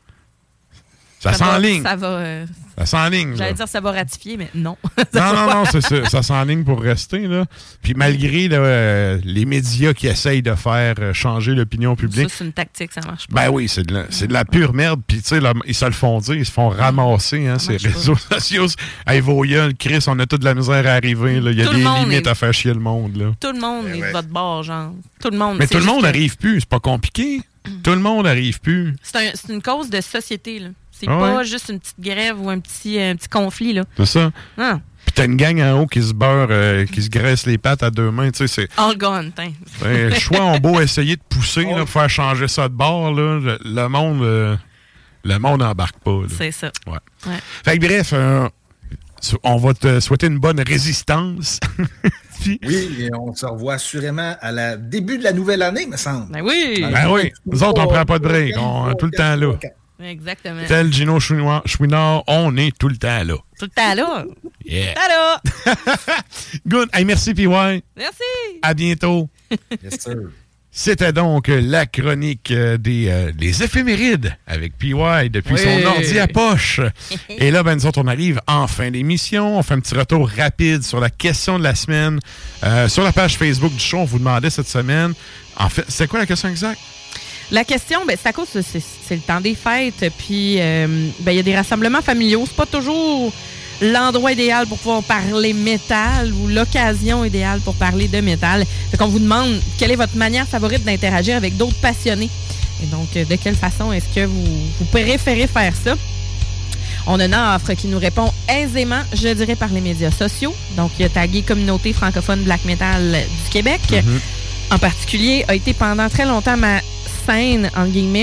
Ça s'enligne. Ça va... Ça s'enligne. J'allais dire ça va ratifier, mais non. Non, c'est ça. Ça s'enligne pour rester. Là. Puis malgré les médias qui essayent de faire changer l'opinion publique... Ça, c'est une tactique, ça marche pas. Ben oui, c'est de la pure merde. Puis tu sais, ils se le font dire, ils se font ramasser, hein, ces réseaux sociaux. Hey, voyons, Chris, on a toute de la misère à arriver. Là. Il y a des limites à faire chier le monde. Là. Tout le monde est de votre bord, genre. Tout le monde. Mais tout le monde n'arrive plus. C'est pas compliqué. Tout le monde n'arrive plus. C'est une cause de société, là. C'est pas juste une petite grève ou un petit conflit, là. C'est ça. Ah. Puis t'as une gang en haut qui se beurre, qui se graisse les pattes à deux mains, tu sais, c'est... All gone, Le choix ont beau essayer de pousser, là, pour faire changer ça de bord, là, le monde n'embarque pas, là. C'est ça. Ouais. Fait que bref, on va te souhaiter une bonne résistance. Oui, et on se revoit assurément à la début de la nouvelle année, me semble. Ben oui! Ben oui, nous autres, on prend pas de break, on est tout le temps là. Exactement. Tel Gino Chouinard, on est tout le temps là. Tout le temps là. Yeah. Allô. Good. Hey, merci, PY. Merci. À bientôt. Yes, sir. C'était donc la chronique des éphémérides avec PY depuis son ordi à poche. Et là, nous autres, on arrive en fin d'émission. On fait un petit retour rapide sur la question de la semaine. Sur la page Facebook du show, on vous demandait cette semaine. En fait, c'est quoi la question exacte? La question, c'est à cause que c'est le temps des fêtes, puis il y a des rassemblements familiaux. C'est pas toujours l'endroit idéal pour pouvoir parler métal ou l'occasion idéale pour parler de métal. Fait qu'on vous demande quelle est votre manière favorite d'interagir avec d'autres passionnés. Et donc, de quelle façon est-ce que vous préférez faire ça? On a Nafre qui nous répond aisément, je dirais, par les médias sociaux. Donc, il a tagué Communauté francophone black metal du Québec. En particulier, a été pendant très longtemps ma scène, entre guillemets,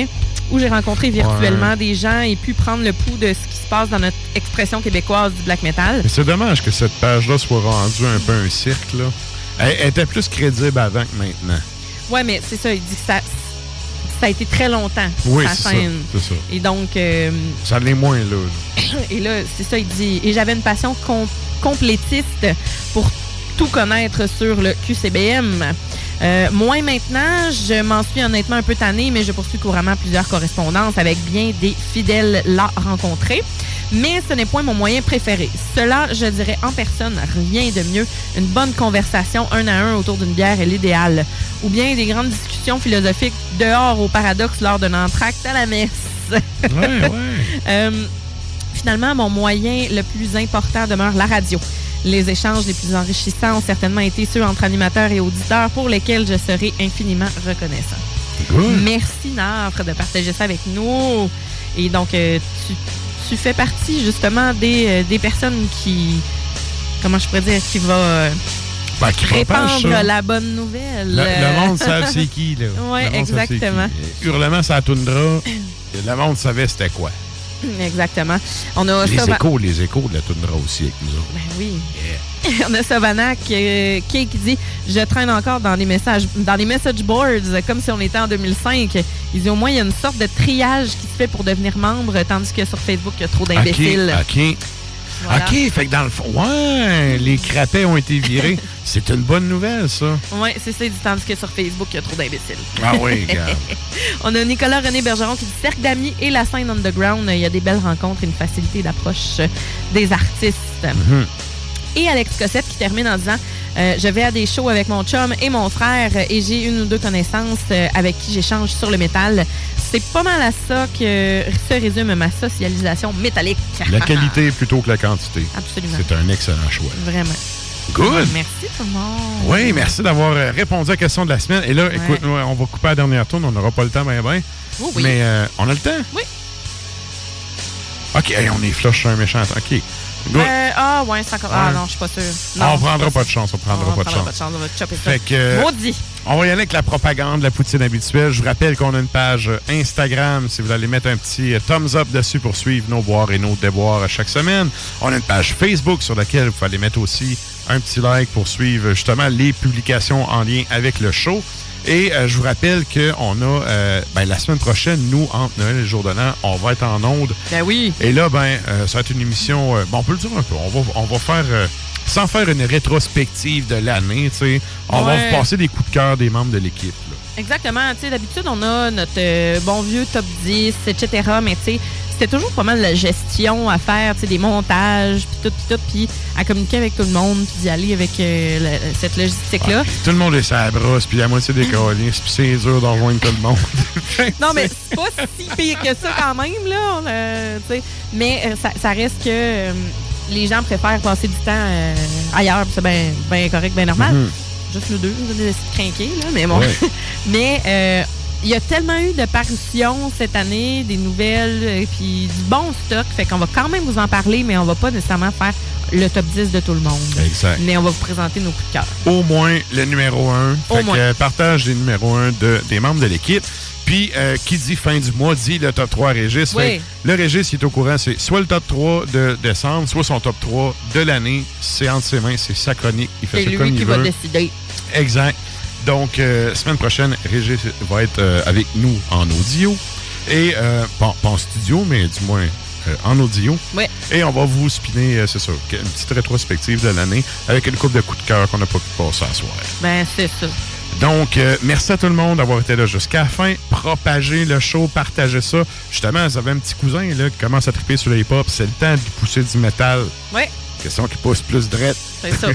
où j'ai rencontré virtuellement des gens et pu prendre le pouls de ce qui se passe dans notre expression québécoise du black metal. Mais c'est dommage que cette page-là soit rendue un peu un cirque, là. Elle était plus crédible avant que maintenant. Ouais, mais c'est ça, il dit que ça a été très longtemps, sa scène. C'est ça. Et donc... ça l'est moins, là. Et là, c'est ça, il dit... Et j'avais une passion complétiste pour tout connaître sur le QCBM. Moins maintenant, je m'en suis honnêtement un peu tannée, mais je poursuis couramment plusieurs correspondances avec bien des fidèles là rencontrés. Mais ce n'est point mon moyen préféré. Cela, je dirais en personne, rien de mieux. Une bonne conversation 1 à 1 autour d'une bière est l'idéal. Ou bien des grandes discussions philosophiques dehors au paradoxe lors d'un entracte à la messe. Ouais. Finalement, mon moyen le plus important demeure la radio. Les échanges les plus enrichissants ont certainement été ceux entre animateurs et auditeurs pour lesquels je serai infiniment reconnaissant. Merci, Nafre, de partager ça avec nous. Et donc, tu fais partie, justement, des personnes qui... Comment je pourrais dire? Qui va... répandre la bonne nouvelle. Le monde savait c'est qui, là. Oui, exactement. Hurlement, ça toundra. Le monde savait c'était quoi. Exactement. On a les échos de la toundra aussi avec nous autres. Ben oui. Yeah. On a Savannah qui dit « Je traîne encore dans les message boards comme si on était en 2005. » Il dit « Au moins, il y a une sorte de triage qui se fait pour devenir membre, tandis que sur Facebook, il y a trop d'imbéciles. » OK. Voilà. OK, fait que dans le fond, ouais, les crapets ont été virés. C'est une bonne nouvelle, ça. Oui, c'est ça, tandis que sur Facebook, il y a trop d'imbéciles. Ah oui, regarde. On a Nicolas René Bergeron qui dit « Cercle d'amis et la scène underground, il y a des belles rencontres et une facilité d'approche des artistes. Mm-hmm. » Et Alex Cossette qui termine en disant je vais à des shows avec mon chum et mon frère et j'ai une ou deux connaissances avec qui j'échange sur le métal. C'est pas mal à ça que se résume ma socialisation métallique. La qualité plutôt que la quantité. Absolument. C'est un excellent choix. Vraiment. Good. Merci tout le monde. Oui, merci d'avoir répondu à la question de la semaine. Et là, écoute, on va couper la dernière tourne. On n'aura pas le temps, ben. Oh, oui. Mais on a le temps? Oui. OK, on est flush sur un méchant. OK. Ouais, c'est encore... Ah non, je suis pas sûre. Non, on prendra pas de chance. On prendra pas de chance. On va chopper ça. Fait que... Maudit. On va y aller avec la propagande, la poutine habituelle. Je vous rappelle qu'on a une page Instagram. Si vous allez mettre un petit thumbs up dessus pour suivre nos boires et nos déboires chaque semaine. On a une page Facebook sur laquelle vous allez mettre aussi un petit like pour suivre justement les publications en lien avec le show. Et je vous rappelle qu'on a, la semaine prochaine, nous, entre Noël et le jour de l'an, on va être en onde. Ben oui. Et là, ça va être une émission, on peut le dire un peu, on va faire, sans faire une rétrospective de l'année, tu sais, on va vous passer des coups de cœur des membres de l'équipe. Là. Exactement. Tu sais, d'habitude, on a notre bon vieux top 10, etc. Mais tu sais, c'était toujours pas mal la gestion à faire, tu sais, des montages, puis tout, puis à communiquer avec tout le monde, puis d'y aller avec cette logistique-là. Ouais, tout le monde est sa brosse, puis la moitié des câlins, puis c'est dur d'en rejoindre tout le monde. Non, mais c'est pas si pire que ça quand même, là. Tu sais, mais ça reste que les gens préfèrent passer du temps ailleurs, puis c'est bien correct, bien normal. Mm-hmm. Juste nous deux, on a décidé de craquer, là, mais bon. Ouais. Mais il y a tellement eu de parutions cette année, des nouvelles, puis du bon stock. Fait qu'on va quand même vous en parler, mais on va pas nécessairement faire le top 10 de tout le monde. Exact. Mais on va vous présenter nos coups de cœur. Au moins le numéro 1. Fait que partage des numéros 1 des membres de l'équipe. Puis, qui dit fin du mois, dit le top 3 à Régis. Oui. Fait, le Régis, il est au courant, c'est soit le top 3 de décembre, soit son top 3 de l'année. C'est entre ses mains, c'est sa chronique. Il fait ça comme il veut. C'est lui qui va décider. Exact. Donc, semaine prochaine, Régis va être avec nous en audio. Et, pas en studio, mais du moins en audio. Oui. Et on va vous spinner, c'est sûr, une petite rétrospective de l'année avec une couple de coups de cœur qu'on n'a pas pu passer à soir. Ben, c'est ça. Donc, merci à tout le monde d'avoir été là jusqu'à la fin. Propagez le show, partagez ça. Justement, vous avez un petit cousin là, qui commence à triper sur les hip-hop. C'est le temps de lui pousser du métal. Oui. Question qui pousse plus drette. C'est ça.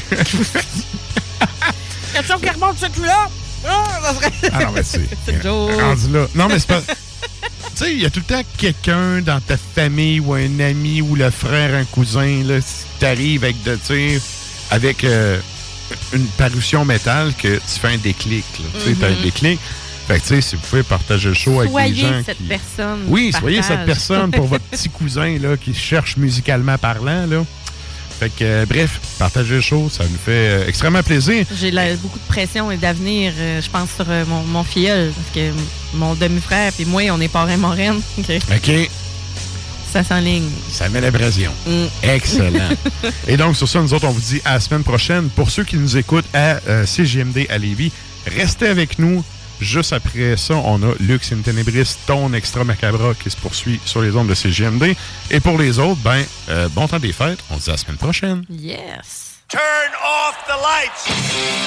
Question qui remonte ce cul-là. Ah non, mais c'est rendu là. Non, mais c'est pas... Tu sais, il y a tout le temps quelqu'un dans ta famille ou un ami ou le frère, un cousin, là, si t'arrives avec, avec une parution métal que tu fais un déclic. Tu sais, t'as un déclic. Fait que, tu sais, si vous pouvez partager le show avec des gens cette personne. Oui, soyez cette personne pour votre petit cousin là, qui cherche musicalement parlant, là. Fait que, bref, partagez les choses, ça nous fait extrêmement plaisir. J'ai beaucoup de pression et d'avenir, je pense, sur mon filleul. Parce que mon demi-frère et moi, on est parrain-moraine. OK. Ça s'enligne. Ça met l'abrasion. Excellent. Et donc, sur ça, nous autres, on vous dit à la semaine prochaine. Pour ceux qui nous écoutent à CJMD à Lévis, restez avec nous. Juste après ça, on a Lux in Tenebris, ton extra macabre qui se poursuit sur les ondes de CJMD. Et pour les autres, bon temps des fêtes. On se dit à la semaine prochaine. Yes. Turn off the lights.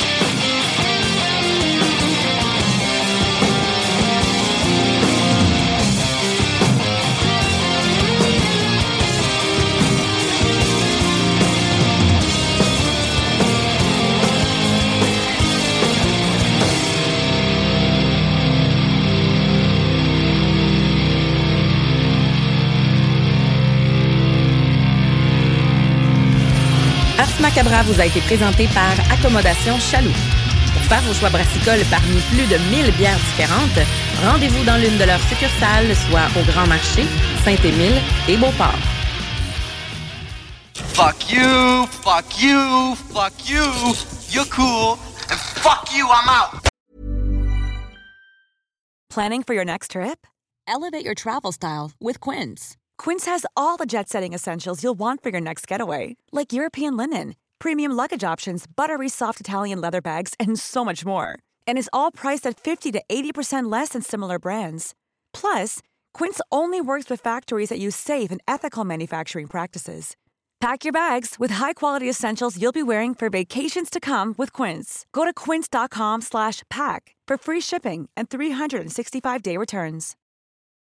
Ars Macabra vous a été présenté par Accommodation Chaloux. Pour faire vos choix brassicoles parmi plus de 1000 bières différentes, rendez-vous dans l'une de leurs succursales, soit au Grand Marché, Saint-Émile et Beauport. Fuck you, fuck you, fuck you. You're cool. And fuck you, I'm out. Planning for your next trip? Elevate your travel style with Quince. Quince has all the jet-setting essentials you'll want for your next getaway, like European linen, premium luggage options, buttery soft Italian leather bags, and so much more. And is all priced at 50 to 80% less than similar brands. Plus, Quince only works with factories that use safe and ethical manufacturing practices. Pack your bags with high-quality essentials you'll be wearing for vacations to come with Quince. Go to quince.com/pack for free shipping and 365-day returns.